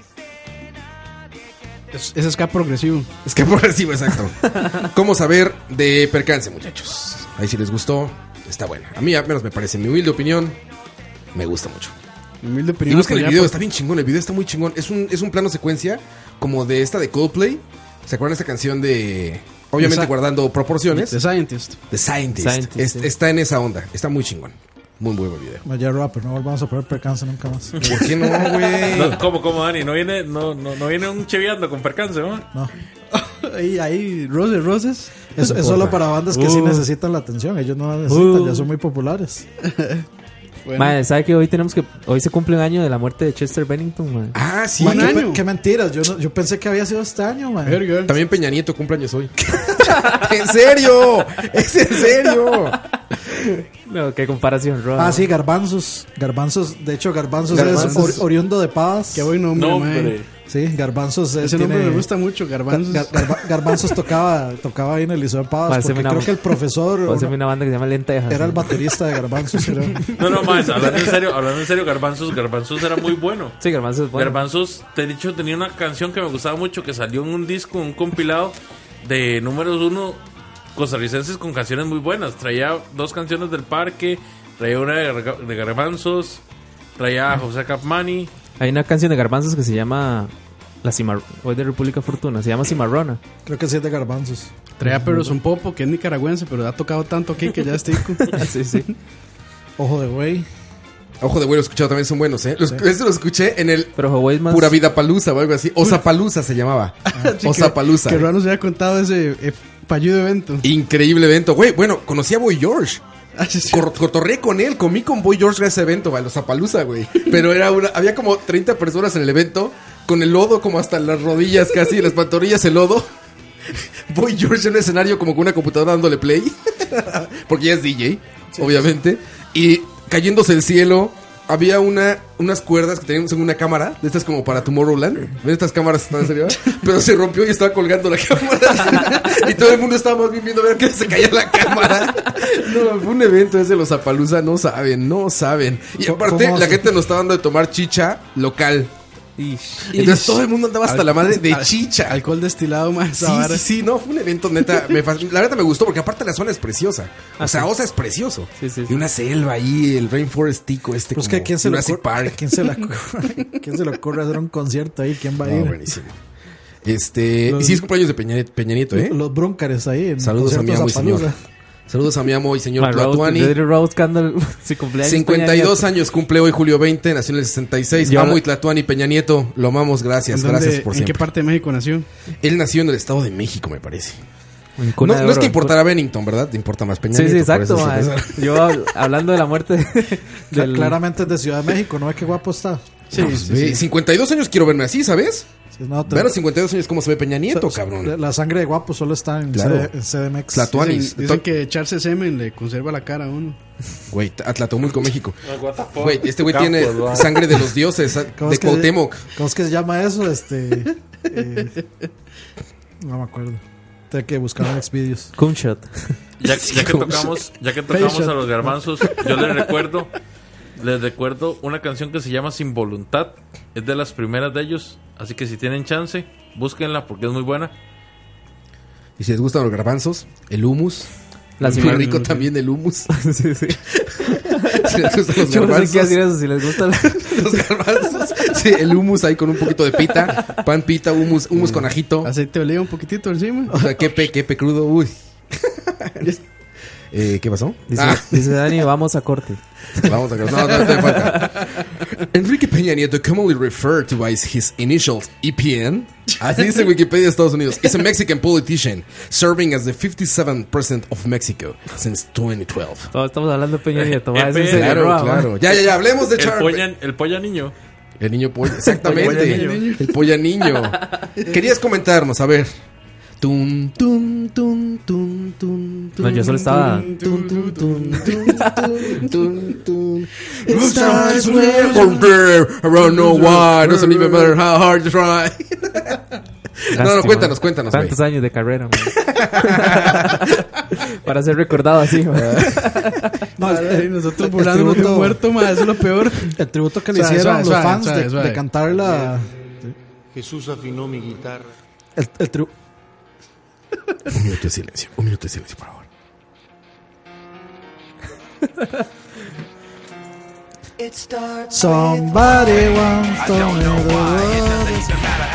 Es, es ska progresivo. Es que progresivo, exacto. ¿Cómo saber de percance, muchachos? Ahí si les gustó, está buena. A mí al menos me parece, en mi humilde opinión, me gusta mucho. Humilde Y opinión. busquen el pero ya video, por- está bien chingón, el video está muy chingón. Es un, es un plano secuencia como de esta de Coldplay. ¿Se acuerdan de esta canción de... Obviamente Esa- guardando proporciones? The Scientist. The Scientist. Scientist, Es- sí. Está en esa onda, está muy chingón. Muy muy buen video. Vaya rapper, no volvamos a poner percance nunca más. ¿Por qué no, güey? No, ¿Cómo, cómo, Dani? ¿No viene, no, no, no viene un cheviando con percance, no? No. Ahí, ahí, Roses, Roses. Eso es solo para bandas que sí necesitan la atención. Ellos no la necesitan, ya son muy populares. Bueno, Madre, ¿sabe que hoy tenemos que... Hoy se cumple un año de la muerte de Chester Bennington, madre? Ah, sí. Man, qué, año. pe- qué mentiras. Yo, no- yo pensé que había sido este año, man. verga. También Peña Nieto cumpleaños hoy. ¿En serio? ¿Es en serio? No, qué comparación, Roa. Ah, sí, garbanzos. Garbanzos, de hecho, garbanzos, Garbanzos. es or- oriundo de Pavas. Qué buen nombre, No, mae. hombre. Sí, garbanzos es, Ese nombre tiene- me gusta mucho, Garbanzos. Gar- Garba- Garbanzos tocaba, tocaba ahí en el Liceo de Pavas. Parece Porque una- creo que el profesor Voy a hacerme o- una banda que se llama Lentejas. era el ¿no? baterista de Garbanzos, creo. No, no, más, hablando en serio, hablando en serio, Garbanzos, Garbanzos era muy bueno. Sí, Garbanzos es bueno. Garbanzos, de hecho, tenía una canción que me gustaba mucho que salió en un disco, un compilado de números uno costarricenses con canciones muy buenas. Traía dos canciones del parque, traía una de, Gar- de Garbanzos, traía a José Capmani. Hay una canción de Garbanzos que se llama... La Cimar... Hoy de República Fortuna. Se llama Cimarrona. Creo que sí es de Garbanzos. Traía Perros un Popo, que es nicaragüense, pero ha tocado tanto aquí que ya es tico. sí, sí. Ojo de güey. Ojo de güey, lo he escuchado, también son buenos, ¿eh? Los, Este lo escuché en el Pero Hawaii es más... Pura Vida Palusa o algo así. Osapalusa se llamaba. Sí, Osapalusa. Que, que Ruan nos había contado ese eh, fallido evento. Increíble evento. Güey, bueno, conocí a Boy George. Ah, sí, sí. Cor- cotorreé con él, comí con Boy George en ese evento, güey, los Zapalooza, güey. Pero era una, había como treinta personas en el evento, con el lodo como hasta las rodillas casi, las pantorrillas el lodo. Boy George en un escenario como con una computadora dándole play, porque ya es D J, obviamente. Y cayéndose el cielo, había una, unas cuerdas que teníamos en una cámara, de estas como para Tomorrowland. ¿Ven estas cámaras que están en serio? Pero se rompió y estaba colgando la cámara. Y todo el mundo estaba más bien viendo a ver que se caía la cámara. No, fue un evento ese de los Zapalooza, no saben, no saben. Y aparte, ¿Cómo la se- gente nos estaba dando de tomar chicha local. Ish. Entonces todo el mundo andaba hasta Al- la madre de al- chicha. Alcohol destilado, más. Sí, sí, sí, no, fue un evento neta, me fasc- la verdad me gustó porque aparte la zona es preciosa. O sea, Osa es precioso. Sí, sí, sí. Y una selva ahí, el Rainforest tico este Pues como que quién se, le Jurassic ocurre, Park. ¿quién, se le ocurre, ¿quién se le ocurre hacer un concierto ahí? ¿Quién va a No, ir? buenísimo. Este, Los- y sí es cumpleaños de Peña, Peña Nieto, ¿eh? Los brúncares ahí. En Saludos a mi concierto amo y señor. Zapalooza. Saludos a mi amo y señor My Rose, Tlatuani. Lady Rose Candle, su cumpleaños. cincuenta y dos Peña Nieto. años cumple hoy Julio veinte, nació en el sesenta y seis. Yo- Amo y Tlatuani Peña Nieto, lo amamos, gracias, ¿En, dónde- gracias por ¿En qué siempre. parte de México nació? Él nació en el Estado de México, me parece. En No, cuna de no es oro. que importara Bennington, ¿verdad? Te importa más Peña Sí, sí, Nieto. por exacto. eso se- man. Yo hab- hablando de la muerte Cla- del... Claramente es de Ciudad de México, ¿no? ¿Ve qué guapo está? Sí, No, pues, sí, ve, sí. cincuenta y dos años quiero verme así, ¿sabes? Sí, no, te- Ver a los cincuenta y dos años cómo se ve Peña Nieto, o sea, cabrón. La sangre de guapo solo está en, Claro. C- en C D M X. Tlatuanis. Dicen, dicen que echarse semen le conserva la cara a uno. Güey, Atlatomulco, México. What the fuck? Güey, este güey Campos, tiene ¿verdad? sangre de los dioses, ¿Cómo de es que- Cuauhtémoc. ¿Cómo es que se llama eso? Este. eh, no me acuerdo. Tengo que buscar en Xvideos. Kumshot. Ya, ya que tocamos, ya que tocamos Patient. a los garbanzos, yo les recuerdo, les recuerdo una canción que se llama Sin Voluntad. Es de las primeras de ellos, así que si tienen chance, búsquenla porque es muy buena. Y si les gustan los garbanzos, el hummus. La Muy semana- rico también el hummus. sí, sí. Si les gustan los Yo no sé qué garbanzos. decir eso, si les gusta. la- Los garbanzos. Sí, el hummus ahí con un poquito de pita. Pan pita, hummus, hummus con ajito. Aceite de oliva un poquitito encima. O sea, quepe, quepe crudo. Uy. Eh, ¿Qué pasó? Dice, Ah, dice Dani, vamos a corte. vamos a ver. No, no, no te falta. Enrique Peña Nieto, commonly referred to by his initials E P N, así dice Wikipedia de Estados Unidos, is a Mexican politician serving as the fifty-seventh president of Mexico since twenty twelve. Todos estamos hablando de Peña Nieto. va, Eh, es en eh, serio, Claro, Roa, claro. va. Ya, ya, ya, hablemos de El Char. polla, el polla niño. El niño polla, exactamente. El polla niño. El polla niño. Querías comentarnos, a ver. Tum, tum, tum, tum, tum, No, yo solo estaba... tum, tum, tum, tum, tum, tum. It starts with from there. I don't know why. Doesn't even matter how hard you try. No, no, Lástima. cuéntanos, cuéntanos, güey. Tantos años de carrera, man. Para ser recordado así, man. No, el- nosotros el burlándonos de un tributo- muerto, más eso es lo peor. El tributo que le Suave, hicieron suave, los suave, fans suave, de, suave. de cantar la. Jesús afinó mi guitarra. El, el tribu- Un minuto de silencio, un minuto de silencio, por favor. Somebody once told me the world is-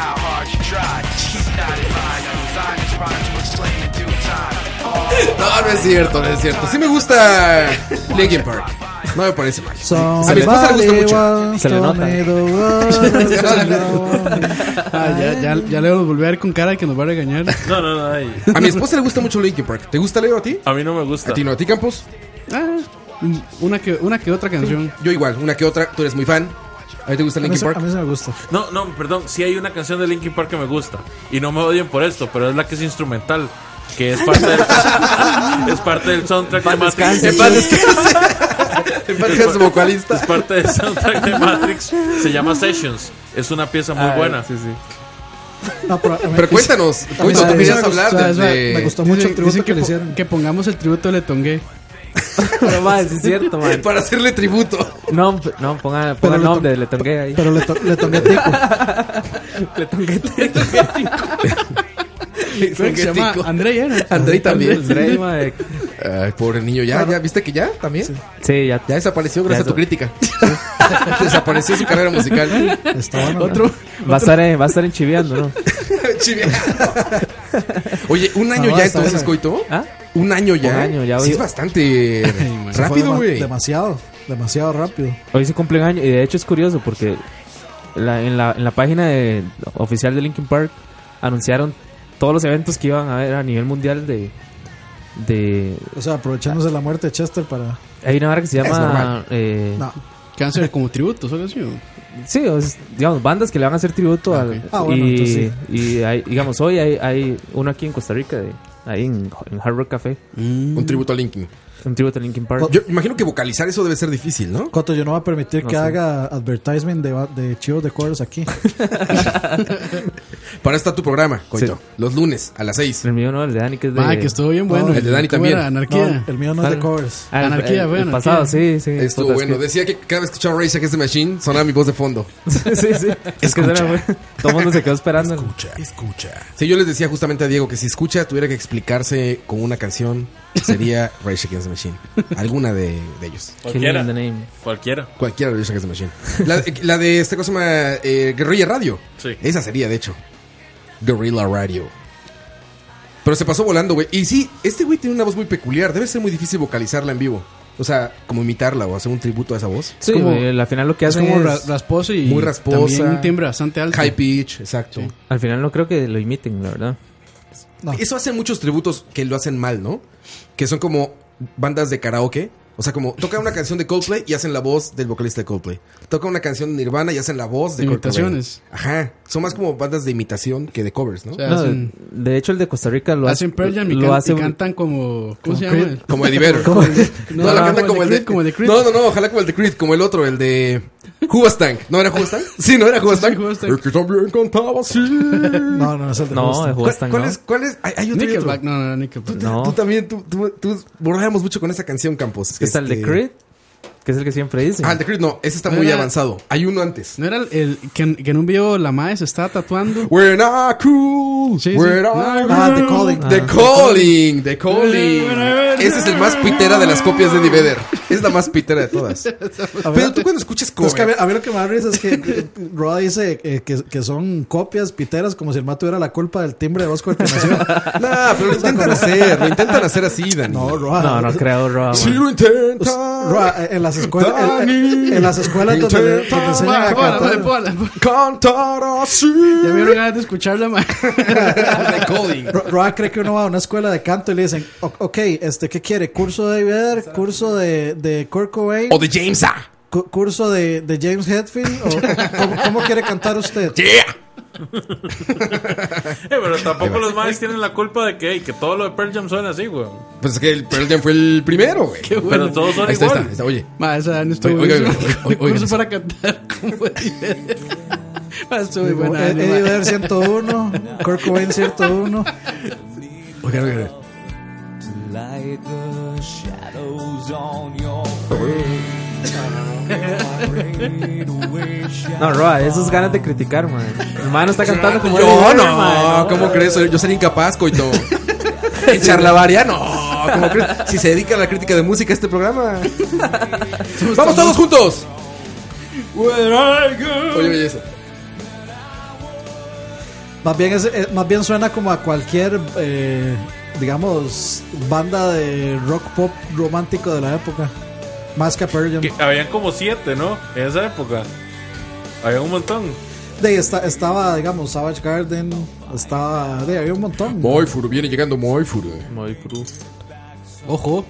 No, no es cierto, no es cierto. Sí me gusta Linkin Park. No me parece mal. A mi esposa le gusta Somebody mucho. once Se le told nota. me the world is lonely. Ah, ya, ya, ya le volví a ver con cara de que nos va a regañar. No, no, no. ay. A mi esposa le gusta mucho Linkin Park. ¿Te gusta, Leo, a ti? A mí no me gusta. ¿A ti no? ¿A ti, Campos? Ah, una que, una que otra canción. Yo igual, una que otra. Tú eres muy fan. ¿A ti te gusta A mí, Linkin se- Park? a mí se me gusta. No, no, perdón. Sí hay una canción de Linkin Park que me gusta. Y no me odien por esto, pero es la que es instrumental. Que es parte del, es parte del soundtrack de Matrix. En paz descanse. En paz descanse, vocalista. Es parte del soundtrack de Matrix. Se llama Sessions. Es una pieza muy Ah, buena. Sí, sí. No, pero, a mí- Pero cuéntanos, a mí cuéntanos, se- tú a mí querías se me hablar gustó, de, o sea, de- Me gustó mucho el Dicen- tributo dicen que, le po- hicieron. que pongamos el tributo de Letongue. Pero, man, sí es cierto, man. para hacerle tributo. No, p- no, ponga, ponga Pero el le nombre, le tongué ahí. Pero le, to- le tomé tico. Le tongué. Creo que se llama Andrei, ¿era? Andrei también. Andrei, man. Ay, pobre niño, ya, ya, ¿viste que ya? También. Sí, ya. Ya desapareció gracias Ya a tu crítica. Desapareció su carrera musical. Está bueno. Otro. Va a estar en, va a estar en Chiviando, ¿no? Chivia. Oye, un año No, ya está entonces, buena. Coito. ¿Ah? Un año ya. Un año ya, Sí, oye. es bastante man. Se fue rápido, dema- güey. Demasiado. Demasiado rápido. Hoy se cumple un año y de hecho es curioso porque la- en, la, en la página de- oficial de Linkin Park anunciaron todos los eventos que iban a haber a nivel mundial de de O sea, aprovechándose la muerte de Chester para. hay una vara que se Es llama normal. eh, No. ¿Qué van a hacer como tributos o algo así? ¿O? sí, o es, digamos, bandas que le van a hacer tributo Ah, al ok. Ah, bueno, y, entonces y hay, digamos, hoy hay, hay uno aquí en Costa Rica de, ahí en, en Hard Rock Café, Un tributo a Linkin. un tributo a Linkin Park. Yo imagino que vocalizar eso debe ser difícil, ¿no? Coto, yo no voy a permitir No que sé. haga advertisement de, de chivos de covers aquí. Para eso está tu programa, coito. Sí. Los lunes a las seis. El mío no, el de Dani que es de Ma, que estuvo bien bueno. No, el de Dani ¿Cómo también. era? Anarquía. No, el mío no es de covers. Ah, el- Anarquía, el, fue el Anarquía. pasado, sí, sí. Estuvo Puta, es bueno. que- Decía que cada vez que escuchaba Rage Against the Machine sonaba mi voz de fondo. sí, sí. Es que suena muy- todo el mundo se quedó esperando. Escucha, escucha. Sí, yo les decía justamente a Diego que si escucha tuviera que explicarse con una canción, sería Rage Against the Machine. Alguna de, de ellos. Killing Cualquiera. in the name. Cualquiera. Cualquiera de Rage Against the Machine. La, la de esta cosa se llama eh, Guerrilla Radio. Sí. Esa sería, de hecho. Guerrilla Radio. Pero se pasó volando, güey. Y sí, este güey tiene una voz muy peculiar. Debe ser muy difícil vocalizarla en vivo. O sea, como imitarla o hacer un tributo a esa voz. Sí, como- güey, al final lo que Es hacen como ra- es... rasposo y Muy rasposa. también un timbre bastante alto. High pitch, exacto. Al final no creo que lo imiten, la verdad. No. Eso hacen muchos tributos que lo hacen mal, ¿no? Que son como bandas de karaoke. O sea, como tocan una canción de Coldplay y hacen la voz del vocalista de Coldplay. Tocan una canción de Nirvana y hacen la voz de Kurt Cobain. Imitaciones. Ajá. Son más como bandas de imitación que de covers, ¿no? O sea, No, hacen, de hecho, el de Costa Rica lo hace... hacen Pearl Jam y, lo can- hace y un- cantan como... ¿Cómo se Creed. llama? Como Eddie Vedder. Como el de- No, la no, canta como el de... Creed, como el de Creed. No, no, no. Ojalá como el de Creed. Como el otro, el de... Hoobastank. ¿No era Hoobastank? Sí, ¿no era Hoobastank? Sí, Hoobastank. Es que también cantaba así. No, no, es el de No, Houston. de ¿Cuál, Hoobastank, cuál no. es? ¿Cuál es? Hay, hay otro y otro. Nickelback. No, no, Nickelback. Tú, No. tú también, tú, tú, tú borrábamos mucho con esa canción, Campos. Está el de Este- Creed, que es el que siempre dicen. Ah, el de Creed no. Ese está No muy era- avanzado. Hay uno antes. ¿No era el, el- que, en- que en un video la madre se estaba tatuando? We're not cool. Sí, sí. We're not Ah, The Calling. The Calling. The Calling. Ese es el más pitera de las copias de Eddie Vedder. Es la más pitera de todas. Pero tú cuando escuchas Es que a mí, cover... a mí lo que me da risa es que eh, Roa dice eh, que, que son copias piteras como si el mato tuviera la culpa del timbre de voz con el que nació. Nah, pero lo intentan hacer. Lo intentan hacer así, Dani. No, Roa. No, no creo, Roa. Si man. lo intentan. Roa, eh, en las escuelas, en, en- en las escuelas donde, le- donde enseñan a Póngala, cantar. póngala, póngala. Cantar así. Ya me dieron ganas de escucharla, madre. The Calling. Ro- Roa cree que uno va a una escuela de canto y le dicen, "O- ok, este, ¿qué quiere? ¿Curso de Vedder? ¿Curso de, de Kurt Cobain? O de James A. cu- ¿Curso de, de James Hetfield? ¿O cómo, cómo quiere cantar usted? Yeah. Eh, pero tampoco los maes tienen la culpa de que, que todo lo de Pearl Jam suena así, güey. Pues es que el Pearl Jam fue el primero, güey. Pero todos son Ahí está, ahí igual. está, ahí está. Oye. Ma, esa Dani estuvo Oiga, buenísima. oiga, oiga, oiga, Curso oiga. para cantar como Eddie Vedder. Ma, estuvo muy buena. Ed- Dani, Eddie ma. Vedder ciento uno, Kurt Cobain ciento uno. Oiga, oiga. Like the shadows on your No, Roa, esos ganas de criticar, man. El man no está cantando como Yo Eddie Vedder, no, man, ¿cómo crees? Yo sería incapaz, coito. Echar la varia, no. ¿Cómo crees? Si se dedica a la crítica de música a este programa. ¡Vamos todos juntos! Oye, oye, eso. Más bien, es, eh, más bien suena como a cualquier, eh, digamos, banda de rock pop romántico de la época. Más que a Pearl Jam. Que habían como siete, ¿no? En esa época. Había un montón. De ahí está, estaba, digamos, Savage Garden. Estaba. De ahí había un montón. Moifuru, viene llegando Moifuru. Muy cru. Ojo.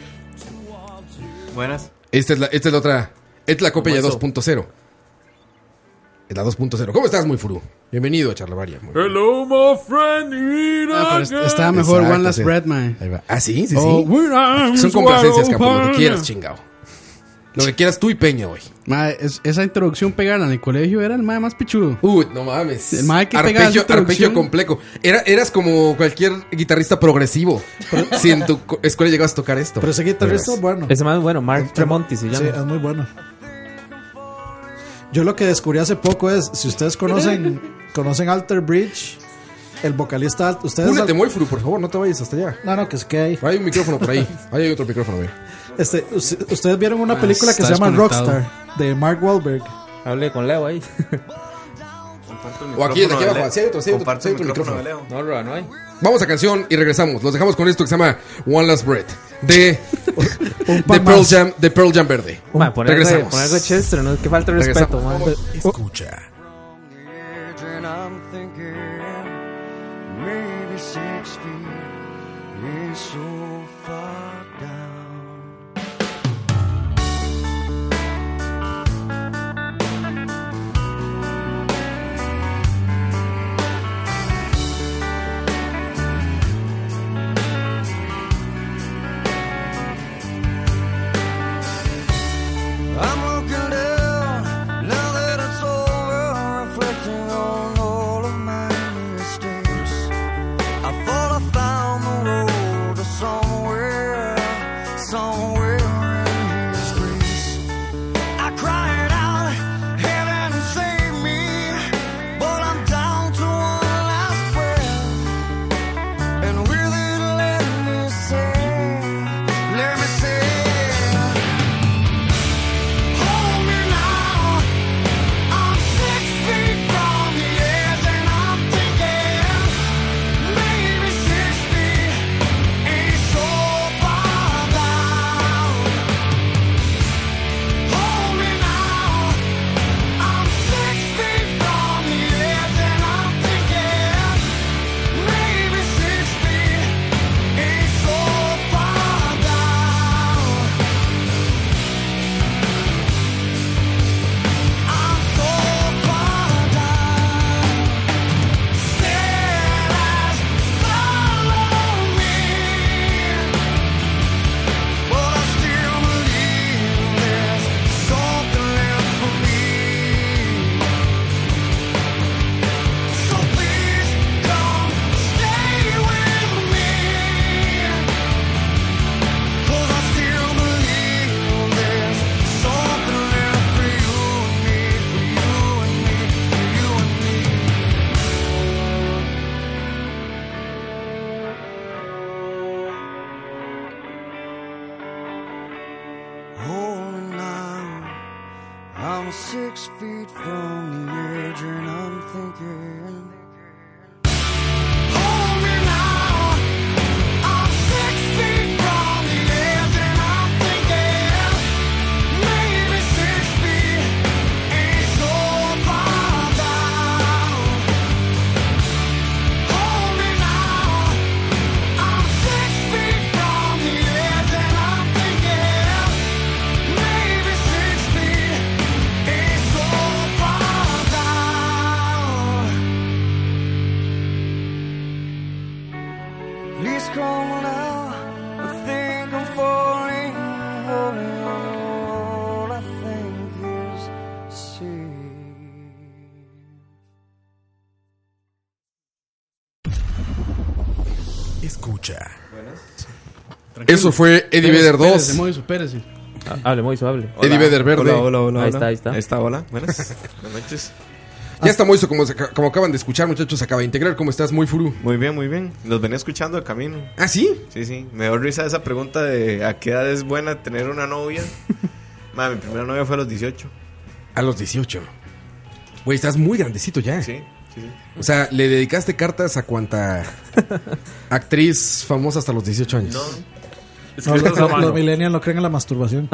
Buenas. Esta es la, esta es la otra. Esta es la copia ya ¿Cómo eso? dos punto cero. Es la dos punto cero. ¿Cómo estás, Moifuru? Bienvenido a Charlavaria. Moifuru. Hello, my friend. mira Ah, pero est- que- estaba mejor Exacto, One Last sí. Breath, man. Ahí va. Ah, sí, sí, sí. Oh, when I'm Son complacencias, swallowed capo. Lo que upon quieras, you. chingado. Lo que quieras tú y Peña hoy. Ma, es- esa introducción pegarla en el colegio era el mae más pichudo. Uy, no mames. El mae que pegaba arpegio, esa introducción. arpegio complejo. Era, eras como cualquier guitarrista progresivo. Si en tu co- escuela llegabas a tocar esto. Pero ese guitarrista es Verás. bueno. Ese man es bueno, Mark Tremonti se llama. Sí, es muy bueno. Yo lo que descubrí hace poco es, si ustedes conocen conocen Alter Bridge, el vocalista Alt- ustedes Únete, al- Moifuru, por favor, no te vayas hasta allá. No, no, que es que hay. Hay un micrófono por ahí. Ahí hay otro micrófono, güey. Este, us- ustedes vieron una Ah, película que está se llama desconectado. Rockstar de Mark Wahlberg. Hable con Leo ahí. Comparto el O aquí, aquí micrófono de abajo. Leo. Sí, hay otro, sí, hay otro, Comparto sí, hay el otro micrófono micrófono. de Leo. No, Roa, no hay. Vamos a canción y regresamos. Los dejamos con esto que se llama One Last Breath. De, Un de pan Pearl más. Jam, de Pearl Jam Verde. Man, poner algo, de, Regresamos. poner algo de Chester, ¿no? Que falta de respeto, man. Escucha. And I'm thinking maybe six feet is so far down. I'm looking down, now that it's over, reflecting on all of my mistakes. I thought I found the road to somewhere, somewhere in His grace. I cried out, heaven save me, but I'm down to one last prayer. And with it, let me say, let me say, hold me now. I'm six feet from the edge and I'm thinking maybe six feet ain't so far down. Hold me now. I'm six feet from the edge and I'm thinking maybe six feet ain't so far down. I'm so far down. Said as follow me, but I still believe there's something left for me. So please come stay with me, 'cause I still believe there's something left for you and me, for you and me, for you and me. Hold me now. I'm six feet from the edge and I'm thinking. Hold me now. I'm six feet from the edge and I'm thinking maybe six feet ain't so far down. Hold me now. I'm six feet from the edge and I'm thinking maybe six feet ain't so far down. Please come now. I think I'm falling, falling on all I think is safe. Escucha. Eso fue Eddie Vedder Espérese, dos. Moiso, espérese. Ah, hable, Moiso, hable. Eddie Vedder verde. Hola, hola, hola. Ahí hola. está, ahí está. Ahí está, hola. Buenas. Buenas noches. Ya está Moiso, como, se aca- como acaban de escuchar, muchachos, acaba de integrar. ¿Cómo estás? Muy furu. Muy bien, muy bien. Los venía escuchando de camino. ¿Ah, sí? Sí, sí. Me dio risa esa pregunta de a qué edad es buena tener una novia. Ma, mi primera novia fue a los dieciocho. A los dieciocho. Güey, estás muy grandecito ya. Sí, sí, sí. O sea, le dedicaste cartas a cuanta actriz famosa hasta los dieciocho años. No. No, Escrito los, a mano. los millennials no creen en la masturbación.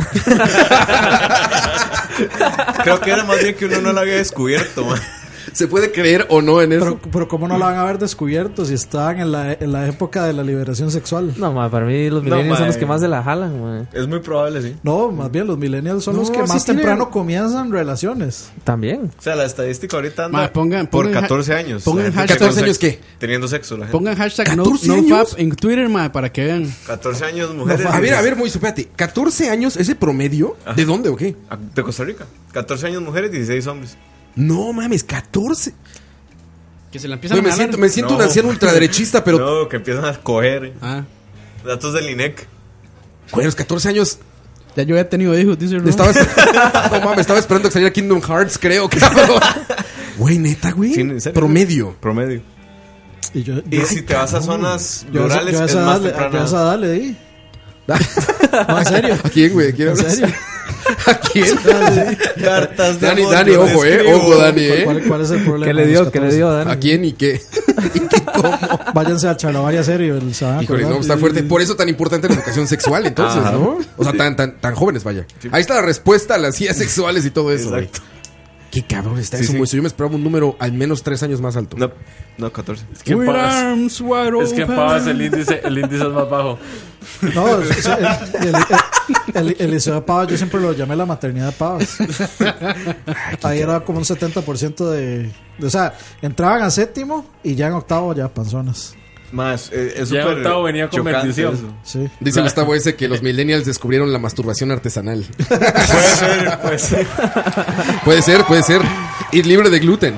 Creo que era más bien que uno no lo había descubierto, man. ¿Se puede creer o no en eso? Pero, pero ¿cómo no la van a haber descubierto si estaban en la, en la época de la liberación sexual? No, ma, para mí los No, millennials son ma, los que eh. más se la jalan, ma. Es muy probable, sí. No, más bien los millennials son No, los que sí más tienen- temprano comienzan relaciones. También. O sea, la estadística ahorita anda Ma, pongan- por pongan ha- catorce años. pongan La gente hashtag- teniendo ¿catorce años sexo- qué? Teniendo sexo, la gente. Pongan hashtag no, ¿catorce no años? fap en Twitter, ma, para que vean. catorce años, mujeres. A ver, a ver, muy supérate. ¿catorce años ese promedio? Ajá. ¿De dónde o qué? De Costa Rica. catorce años, mujeres, dieciséis hombres. No mames, catorce. Que se la empiezan Güey, me a jalar. siento, me siento No. un anciano ultraderechista, pero. No, que empiezan a coger. Ah, Datos del I N E C. Güey, a los catorce años. ya yo he tenido hijos, dice Ron. Estaba, no mames, estaba esperando que saliera Kingdom Hearts, creo, cabrón. Güey, neta, güey. Sí, ¿en serio? Promedio. Promedio. Y yo, Y yo- si te vas a zonas yo a esa- rurales, yo a es esa más edad le- temprano. yo a esa edad le di. No, en serio. ¿A quién, güey? ¿A quién ¿En hablas? serio? ¿A quién? Cartas de Dani, amor, Dani, yo ojo, eh. escribo. Ojo, Dani, ¿Cuál, eh. cuál- cuál es el problema? ¿Qué le de dio? los ¿Qué le catorce? dio, Dani? ¿A quién y qué? ¿Y qué cómo? Váyanse al Chalabaria serio. El, se van a Híjole, no, acordar. está fuerte. Por eso tan importante la educación sexual, entonces, Ajá. ¿no? O sea, tan, tan, tan jóvenes, vaya. Ahí está la respuesta a las guías sexuales y todo eso, güey. Exacto. Qué cabrón está Sí, eso, sí. Moiso. Yo me esperaba un número al menos tres años más alto. No, no, catorce. Es que en With Pavas, arms wide es que en open. Pavas el índice, el índice es más bajo. No, o sea, el, el, el, el, el liceo de Pavas yo siempre lo llamé la maternidad de Pavas. Ahí era como un setenta por ciento de, de... O sea, entraban a séptimo y ya en octavo ya panzonas. Más, eh, es Ya en súper octavo venía con chocante bendición. eso. Sí. Dice Gustavo ese que los millennials descubrieron la masturbación artesanal. Puede ser, puede ser. Puede ser, puede ser. Ir libre de gluten.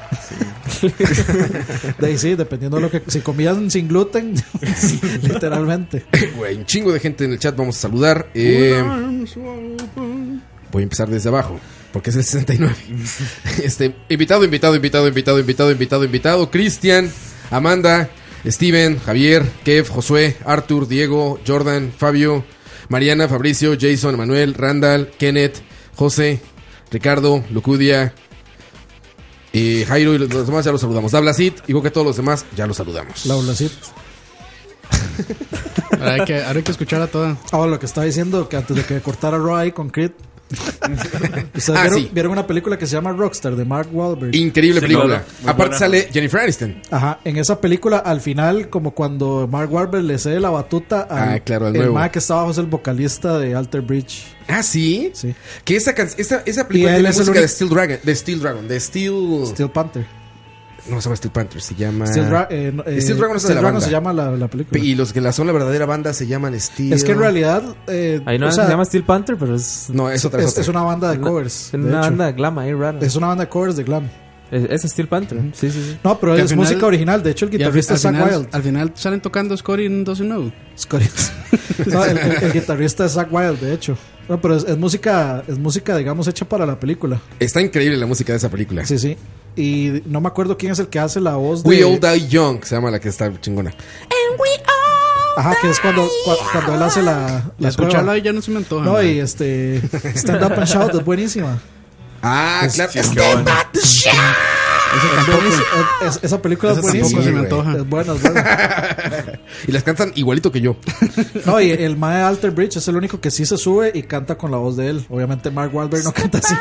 De ahí sí, dependiendo de lo que... Si comían sin gluten, literalmente. Güey, un chingo de gente en el chat. Vamos a saludar. Eh, voy a empezar desde abajo, porque es el sesenta y nueve. Este, invitado, invitado, invitado, invitado, invitado, invitado, invitado. Cristian, Amanda, Steven, Javier, Kev, Josué, Arthur, Diego, Jordan, Fabio, Mariana, Fabricio, Jason, Manuel, Randall, Kenneth, José, Ricardo, Lucudia, eh, Jairo y los demás ya los saludamos. Dablasit, igual que todos los demás, ya los saludamos. La Blacit. Ahora hay que, ahora hay que escuchar a toda. Ah, lo que estaba diciendo, que antes de que cortara Raw ahí con Creed. ¿Ustedes Ah, vieron, sí. vieron una película que se llama Rockstar de Mark Wahlberg? Increíble Sí, película. claro. Muy Aparte buena. sale Jennifer Aniston. Ajá, en esa película al final, como cuando Mark Wahlberg le cede la batuta al Ah, claro, al el nuevo. mae que está abajo es el vocalista de Alter Bridge. Ah, ¿sí? Sí. Que esa, can- esa, esa Y película él tiene es el música de único- Steel Dragon. De Steel Dragon. De Steel... Steel Panther. No se llama Steel Panther, se llama... Steel, Dra- eh, no, eh, Steel Dragon es de Steel la Dragon banda. se llama la, la película. Y los que la son la verdadera banda se llaman Steel... Es que en realidad eh, Ahí no o sea, se llama Steel Panther, pero es, No, es otra es, cosa. es una banda de Una- covers. es de una hecho. banda de glam ahí rara. Es una banda de covers de glam. Es, es Steel Panther. Sí, sí, sí. No, pero Que al es final- música original. De hecho, el Y al, guitarrista al es Zack final, Wild. al final salen tocando Scotty en Doesn't Know. Scotty. No, el, el- el guitarrista es Zack Wild, de hecho. No, pero es, es música, es música, digamos, hecha para la película. Está increíble la música de esa película. Sí, sí. Y no me acuerdo quién es el que hace la voz de... We All Die Young se llama la que está chingona. Ajá, que es cuando, cua- cuando él hace la, Y la escucharla prueba. ahí ya no se me antoja. No, man. y este... Stand Up and Shout es buenísima. Ah, claro. Sí, qué bueno. Ese Es tampoco, buenísima. Es- esa película ese es tampoco buenísima. se me güey. antoja. Es buena, es buena. Y las cantan igualito que yo. No, y el mae Alter Bridge es el único que sí se sube y canta con la voz de él. Obviamente Mark Wahlberg no canta así.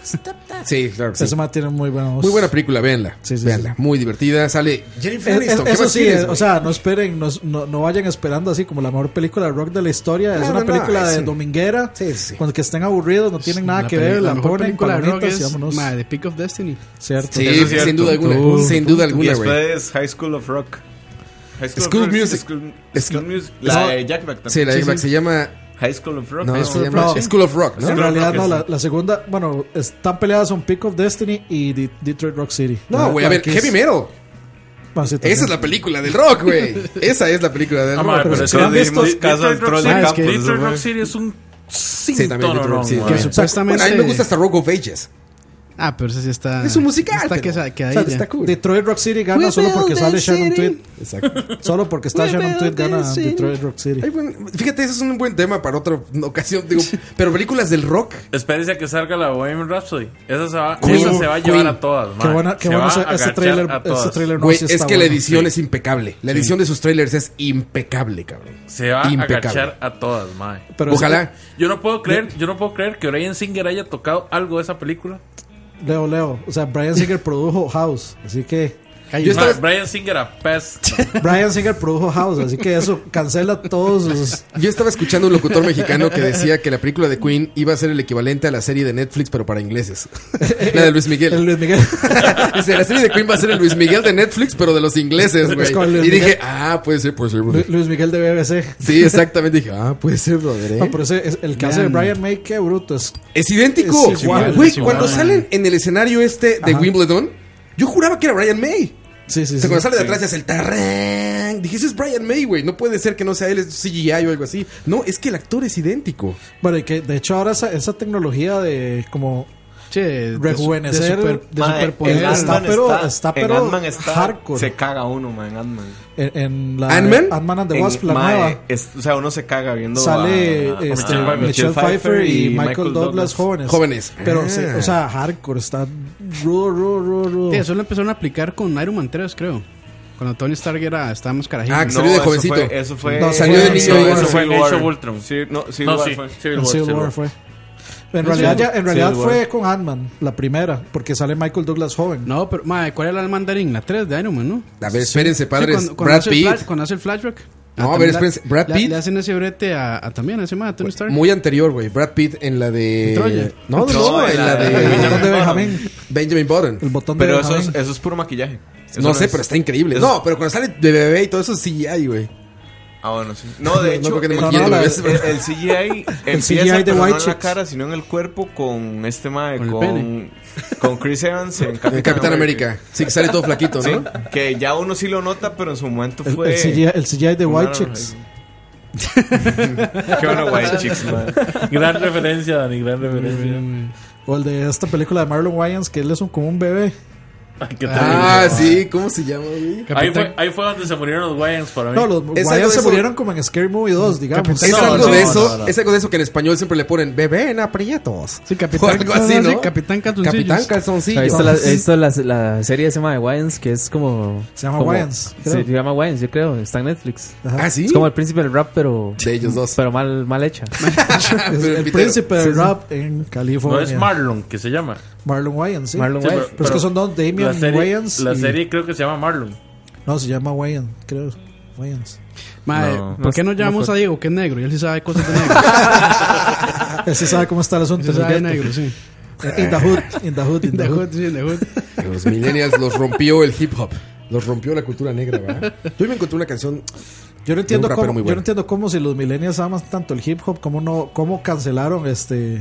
Sí, claro que sí. Ese mae tiene muy buena voz. Muy buena película, véanla. Sí, sí, véanla. sí. Muy divertida. Sale Jennifer Es- Aniston. es- ¿Qué eso más sí, quieres, es- güey? o sea, no esperen, no, no, no vayan esperando así como la mejor película de rock de la historia. No, es una no, no, película es de un- dominguera. Sí, sí. Cuando que estén aburridos, no tienen nada La que peli- ver, la, mejor ponen película de rock palomitas y es vámonos. ma, The Peak of Destiny. Cierto. Sí, Eso es cierto. sin duda alguna. Tú, sin duda Y alguna, güey. después High School of Rock. High School of Rock, Music. School, Es- School Music. No. La de Jack Black también. Sí, la Sí, Xbox sí. se llama... High School of Rock. No, High se School of llama Rock. School of Rock, ¿no? En Sí, realidad, creo no, que la, sí. la segunda, bueno, están peleadas son Peak of Destiny y De- Detroit Rock City. No, La- güey, a la ver, que Heavy es- Metal. Bueno, sí, también. Esa es la película del rock, güey. Esa es la película del Ah, rock. madre, pero pero si es no han que visto Detroit caso del Rock troll de City- Campos, Detroit eso Rock fue. City es un Sí, también Detroit cinturón, City. madre. Que supuestamente. Bueno, a mí me gusta hasta Rock of Ages. Ah, pero ese sí está. Es un musical, Está pero- que, sa- o que ahí sea, ya. está cool. Detroit Rock City gana solo porque sale Shannon Tweed. Exacto. Solo porque está Shannon Tweed gana Detroit Rock City. Ay, bueno, fíjate, ese es un buen tema para otra ocasión. Digo, pero películas del rock. Espérense a que salga la Bohemian Rhapsody. Esa se va, Queen. esa se va a llevar Queen. a todas, Qué man. buena, qué Se bueno va ese- a este agachar trailer, a este todas. trailer no Güey, sí es está que la bueno. edición Sí. es impecable. La edición de sus trailers es impecable, cabrón. Se va a Impecable. agachar a todas, man. Pero Ojalá. Yo no puedo creer, yo no puedo creer que Bryan Singer haya tocado algo de esa película. Leo, Leo. O sea, Bryan Singer produjo House. Así que. Yo estaba- Man, Bryan Singer a pest. Bryan Singer produjo House. Así que eso cancela todos sus. Yo estaba escuchando un locutor mexicano que decía que la película de Queen iba a ser el equivalente a la serie de Netflix, pero para ingleses. La de Luis El Miguel. Luis Miguel. Dice, la serie de Queen va a ser el Luis Miguel de Netflix, pero de los ingleses, güey. Es como el Luis Y dije, Miguel. ah, puede ser, puede ser, Lu- brother. Luis Miguel de B B C. Sí, exactamente. Dije, ah, puede ser, brother, ¿eh? No, pero ese, es el que hace de Vean. Brian May, qué bruto es. Es idéntico. Es igual, Güey, es igual, cuando man. salen en el escenario este de Ajá. Wimbledon, yo juraba que era Brian May. Sí, sí, O sí. sea, cuando sale de atrás y hace el tarrán. Dije, ese es Brian May, güey. No puede ser que no sea él, es C G I o algo así. No, es que el actor es idéntico. Bueno, y que de hecho ahora esa, esa tecnología de como Che, de- rejuvenecer, De, super, de Mae, superpoder. en está, Ant-Man pero- está, pero en Ant-Man está, hardcore. se caga uno, man, en Ant-Man. en, en la ¿Ant-Man? Ant-Man and the En- Wasp, la mae, nueva. es- o sea, uno se caga viendo Sale a- a este, Michelle Michelle, Pfeiffer y Michael, Douglas, jóvenes. Jóvenes. Pero, Ah. sí, o sea, hardcore, está rudo, rudo, rudo, rudo. Sí, eso lo empezaron a aplicar con Iron Man tres, creo. Cuando Tony Stark era, estaba más carajillo. Ah, que salió de eso jovencito. fue- Eso fue, No, salió de fue- niño no, igual. eso fue Age War. of Ultron. Sí, no, Civil No, War sí, fue. Civil En War, Civil Civil War War. fue. En No, realidad, Civil- ya, en realidad Civil fue War. con Ant-Man, la primera, porque sale Michael Douglas joven. No, pero, madre, ¿cuál era el mandarín? La tres de Iron Man, ¿no? A ver, espérense, Sí, padres. cuando, cuando Brad hace el Pitt. flash- cuando hace el flashback. No, a también ver, la- espérense. Brad le- Pitt. Le hacen ese brete a, a también a ese man, a Tony Stark. Muy anterior, güey. Brad Pitt en la de. Troya. No, no, No, no, en la de. El botón de Benjamín. Benjamin Button. El botón de Pero eso Benjamín. es, eso es puro maquillaje. Eso No sé, es- pero está increíble. eso- No, pero cuando sale de bebé y todo eso, sí hay, güey. Ah, bueno, sí. No, de No, hecho, porque te el, maquillan no, de la- bebés, el- pero- el C G I empieza, C G I de pero no White en la Chicks. cara, sino en el cuerpo con este mae, Con el con, pene. con Chris Evans en Capitán, En Capitán América. Sí, que sale todo flaquito, ¿no? Sí, que ya uno sí lo nota, pero en su momento El, fue... el C G I, el C G I de No, White no, Chicks. Qué bueno White Chicks, man. Gran referencia, Dani, gran referencia. O el de esta película de Marlon Wayans, que él es un, como un bebé. Ay, qué tal. Ah, sí, ¿cómo se llama, güey? Ahí fue, ahí fue donde se murieron los Wayans para mí. No, los Es algo Wayans de se eso- murieron como en Scary Movie dos, digamos. Capitán- Es No, algo no, de no, eso, no, no. es algo de eso que en español siempre le ponen bebé en aprietos. Sí, O Capitán, algo así, no, no, ¿no? sí, Capitán Calzoncillos. Capitán Calzoncillo. ¿Has visto, la, he visto la, la serie ese de Wayans que es como. Se llama como- Wayans, Sí, creo. se llama Wayans, yo creo. Está en Netflix. Ajá. Ah, sí. Es como el príncipe del rap, pero. De ellos dos. Pero mal, mal hecha. Es el Peter. príncipe del Sí, sí. rap en California. No es Marlon, que se llama. Marlon Wayans, sí. Marlon Sí, Wayans. Pero es que son dos, Damian la serie, Wayans. La y- serie creo que se llama Marlon. No, se llama Wayans, creo. Wayans. Mae, No. ¿por qué no No, llamamos no, a Diego, que es negro? Y él sí sabe cosas de negro. Él sí sabe cómo está el asunto. Él sí en el sabe de gueto. negro, sí. In the hood, in the hood, in In the the hood. hood, sí, in the hood. Los millennials los rompió el hip hop. Los rompió la cultura negra, ¿verdad? Yo me encontré una canción. Yo no entiendo De un rapero cómo, muy yo bueno. no entiendo cómo si los millennials aman tanto el hip hop, cómo no, cómo cancelaron este,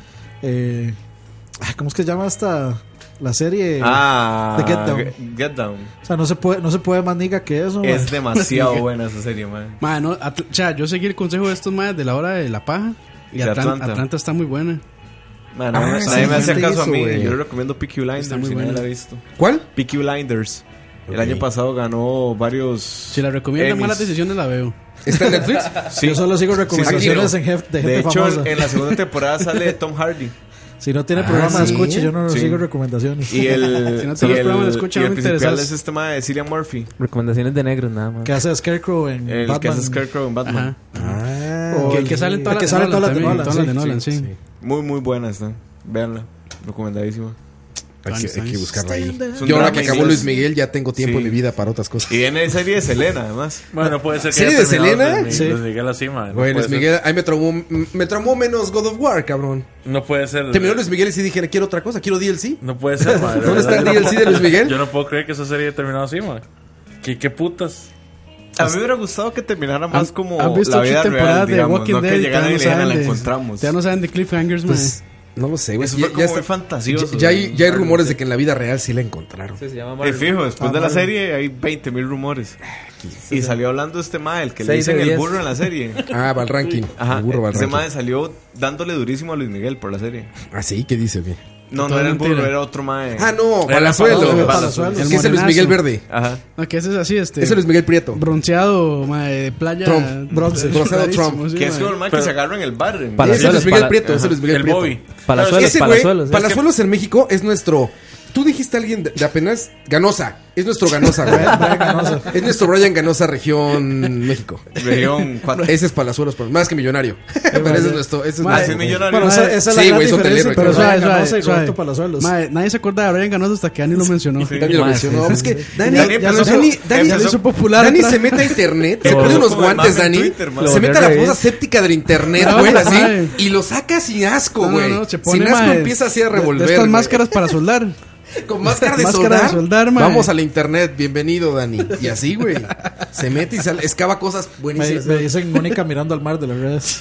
eh, ay, ¿cómo es que se llama esta la serie? Ah, The Get Down. Get Down. O sea, no se puede, no se puede más niga que eso. Es man. demasiado buena esa serie, man. Mae, no, at- o sea, yo seguí el consejo de estos maes de la hora de la paja. Y De Atlan- Atlanta. Atlanta. está muy buena. Man, Ah, nadie sí, nadie me hace dijiste caso a eso, mí. güey. Yo le recomiendo Peaky Blinders Está muy si nadie buena. la ha visto. ¿Cuál? Peaky Blinders. El Ok. año pasado ganó varios. Si la recomiendan Emmys. malas decisiones, la veo. ¿Está en Netflix? Sí. Yo solo sigo recomendaciones Sí, en jef- de gente De hecho, famosa. en la segunda temporada sale Tom Hardy. Si no tiene Ah, programa de ¿sí? escucha, yo no Sí. sigo recomendaciones. Y el, Si no y tenemos el, programa de escucha, y no el me principal interesas. es este tema de Cillian Murphy. Recomendaciones de negros, nada más. Que hace Scarecrow en El Batman. que hace Scarecrow en Batman. Ajá. Ah. O Que, que salen el todas que las sale de todas Nolan las de también, Nolan, todas las de sí, Nolan, sí, sí. sí. Muy, muy buena está. Véanla. Recomendadísima. Hay que, hay que buscarla ahí. Es un Yo ahora drama que acabó inglés. Luis Miguel ya tengo tiempo Sí. en mi vida para otras cosas. Y viene serie de Selena, además. Bueno, puede ser que ¿Serie haya de terminado Selena? Luis, Sí. Luis Miguel así, man. No Güey, Luis puede ser. Miguel, ahí me traumó, me traumó menos God of War, cabrón. No puede ser. Terminó Luis Miguel y sí dije, quiero otra cosa, quiero D L C. No puede ser, man. ¿Dónde está el Yo no D L C de Luis Miguel? Yo no puedo creer que esa serie haya terminado así, man. ¿Qué, qué putas? A mí me hubiera gustado que terminara más ¿Han- como han visto la ocho vida temporadas real, de digamos. Walking No Dead que y llegaran y todavía le no dijeran, la saben de- encontramos. Ya no saben de cliffhangers, man. Pues, no lo sé, güey. Eso Ya, fue ya como muy está- fantasioso. ya- ya hay, ya hay rumores de que en la vida real sí la encontraron. Sí, se llama Eh, Marlon. fijo, después Ah, de la Marlon. serie hay veinte mil rumores. Y salió hablando este mae, el que le Seis de dicen el diez. burro en la serie. Ah, va al ranking. Ajá, El burro va al ese ranking. mae salió dándole durísimo a Luis Miguel por la serie. Ah, sí, ¿qué dice, güey? No, no Todo era el burro, mentira. era otro mae. Ah, no, Era Palazuelo. Palazuelo. Palazuelo. El Que es el Luis morenazo. Miguel Verde. Ajá. No, que ese es así, este. Ese es Luis Miguel Prieto. Bronceado, mae, de playa. Trump, bronce, bronceado rarísimo, Trump. sí, Que es mae. como el mae Pero- que se agarra en el bar. en- Ese es Palazuelos, Luis Miguel Pala- Prieto, ese es Luis Miguel El Prieto. Bobby. Palazuelos, Ese güey, Palazuelos. Es que- Palazuelos en México es nuestro. Tú dijiste a alguien de, de apenas Ganosa. Es nuestro Ganosa, güey. Brian Ganosa. Es nuestro Brian Ganosa, región México. Región cuatro. Ese es Palazuelos, pero más que millonario. Pero ese es nuestro. Ese es Ah, nuestro- sí, millonario. Bueno, esa, esa es la Sí, gran güey, es diferencia hotelero, entre Pero cabrón. suave, Brian Ganosa suave, y Roberto suave. Palazuelos. Mae, nadie se acuerda de Brian Ganosa hasta que Dani lo mencionó. Dani lo Mae, mencionó. sí, Pues sí, es que sí. Dani, Dani ya empezó- lo- Dani, Dani, empezó Ya hizo popular Dani atrás. se mete a internet, se Lo pone volvió unos como guantes, imagen en Dani. Twitter, man. Se Lo mete a volvió la reír. fosa séptica del internet, No, güey, no, así. mae. Y lo saca sin asco, No, no, güey. no, se pone, Sin asco mae, empieza así a de- revolver. De estas güey. máscaras para soldar. Con máscara de Máscara soldar. de soldar, mae. Vamos al internet, bienvenido, Dani. Y así, güey. Se mete y sale, excava cosas Me, buenísimas. me dicen Mónica mirando al mar de las redes.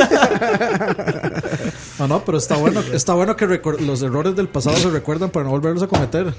No, no, pero está bueno, está bueno que recor- los errores del pasado se recuerdan para no volverlos a cometer.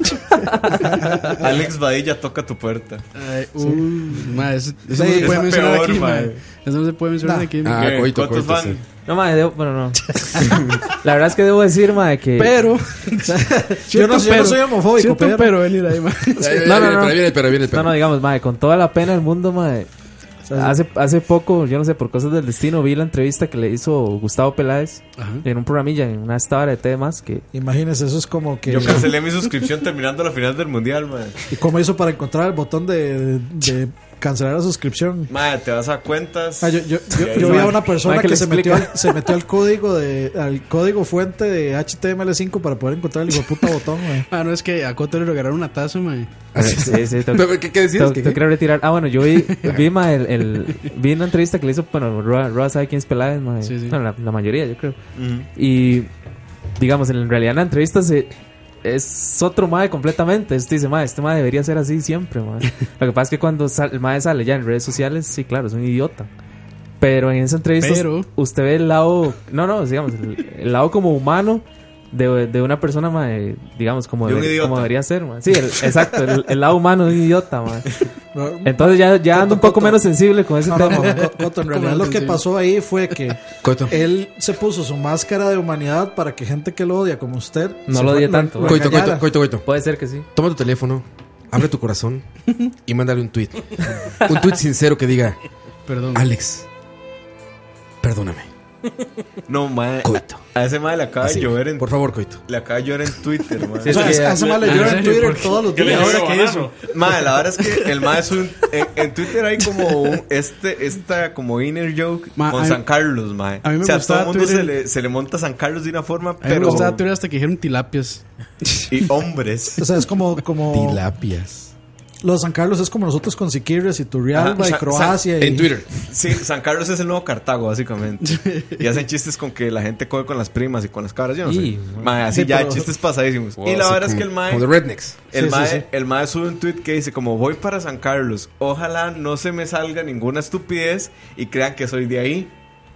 Alex Badilla toca tu puerta. Ay, uh, mae, eso, eso Sí, no se puede es mencionar peor, aquí, mae. mae. Eso no se puede mencionar Nah. aquí. Ah, ¿Qué? coito, ¿Cuántos coito, van? sí. No, mae, debo, bueno, no. La verdad es que debo decir, mae, que. Pero. Yo no, yo no soy homofóbico, Siento pero... pero venir ahí, mae. Ya, ya, No, no, ya, no. Pero ahí viene, pero ahí viene, pero. No, no, digamos, mae, con toda la pena del mundo, mae. Hace, hace poco, yo no sé, por cosas del destino, vi la entrevista que le hizo Gustavo Peláez Ajá. en un programilla, en una esta hora de temas que. Imagínense, eso es como que... Yo cancelé mi suscripción terminando la final del mundial, man. ¿Y cómo hizo para encontrar el botón de, de cancelar la suscripción. Madre, te vas a cuentas. Ah, yo yo, yo, Sí, yo vi a una persona Madre, que, que le se metió, al, explica. se metió al código de al código fuente de H T M L cinco para poder encontrar el hijo de puta botón, güey. Ah, no, es que a Coto le regalaron una taza, mae. Sí, sí, tengo, Pero, ¿Qué, qué decías? tengo, ¿Qué- tengo que retirar. Ah, bueno, yo vi, vi, ma, el, el, vi una entrevista que le hizo, bueno, Roa, Roa sabe quién es Peláez, ma. Sí, sí. Bueno, la, la mayoría, yo creo. Ujú. Y, digamos, en realidad en la entrevista se, es otro mae completamente. Este dice, mae, este mae debería ser así siempre, mae. Lo que pasa es que cuando sal- el mae sale ya en redes sociales, sí, claro, es un idiota. Pero en esa entrevista Pero- usted ve el lado, no, no, digamos, el, el lado como humano de, de una persona, mae, digamos, como, De un deber- idiota. como debería ser, mae. Sí, el- exacto, el, el lado humano de un idiota, mae. No, Entonces ya, ya ando un poco Coto. menos sensible con ese no, no, tema. no, Co- Coto, en realidad lo que pasó ahí fue que Coito. él se puso su máscara de humanidad para que gente que lo odia como usted No se lo fue- odie tanto. lo Coito, engañara. coito, coito, coito. Puede ser que sí. Toma tu teléfono, abre tu corazón y mándale un tweet. Un tweet sincero que diga, Perdón. Alex, perdóname. No, madre. Coito. A ese madre le acaba Así, de llover en por favor, Coito. Le acaba de llover en Twitter, madre. Sí, O sea, sí, es- ya- hace mal le Ah, llora ¿en en serio? Twitter ¿Por qué? todos los ¿Qué le días. llora? ¿Ahora qué hizo? Madre, la verdad es que el madre sube un- en, en Twitter hay como un, este, esta como inner joke Ma, con a mí- San Carlos, madre. a mí me o sea, gustaba todo el mundo Twitter. se le, se le monta a San Carlos de una forma, A mí me pero gustaba Twitter hasta que dijeron tilapias. y hombres. O sea, es como, como Tilapias. los San Carlos es como nosotros con Siquirres y Turrialba Ajá, y Sa- Croacia. En y- Twitter. Sí, San Carlos es el nuevo Cartago, básicamente. Y hacen chistes con que la gente come con las primas y con las cabras, yo no sé. Y, Mae, así Sí, ya, pero- chistes pasadísimos. Wow, y la así verdad es como- que el mae... Como de rednecks. El, Sí, sí, mae, sí. el mae sube un tweet que dice como voy para San Carlos, ojalá no se me salga ninguna estupidez y crean que soy de ahí.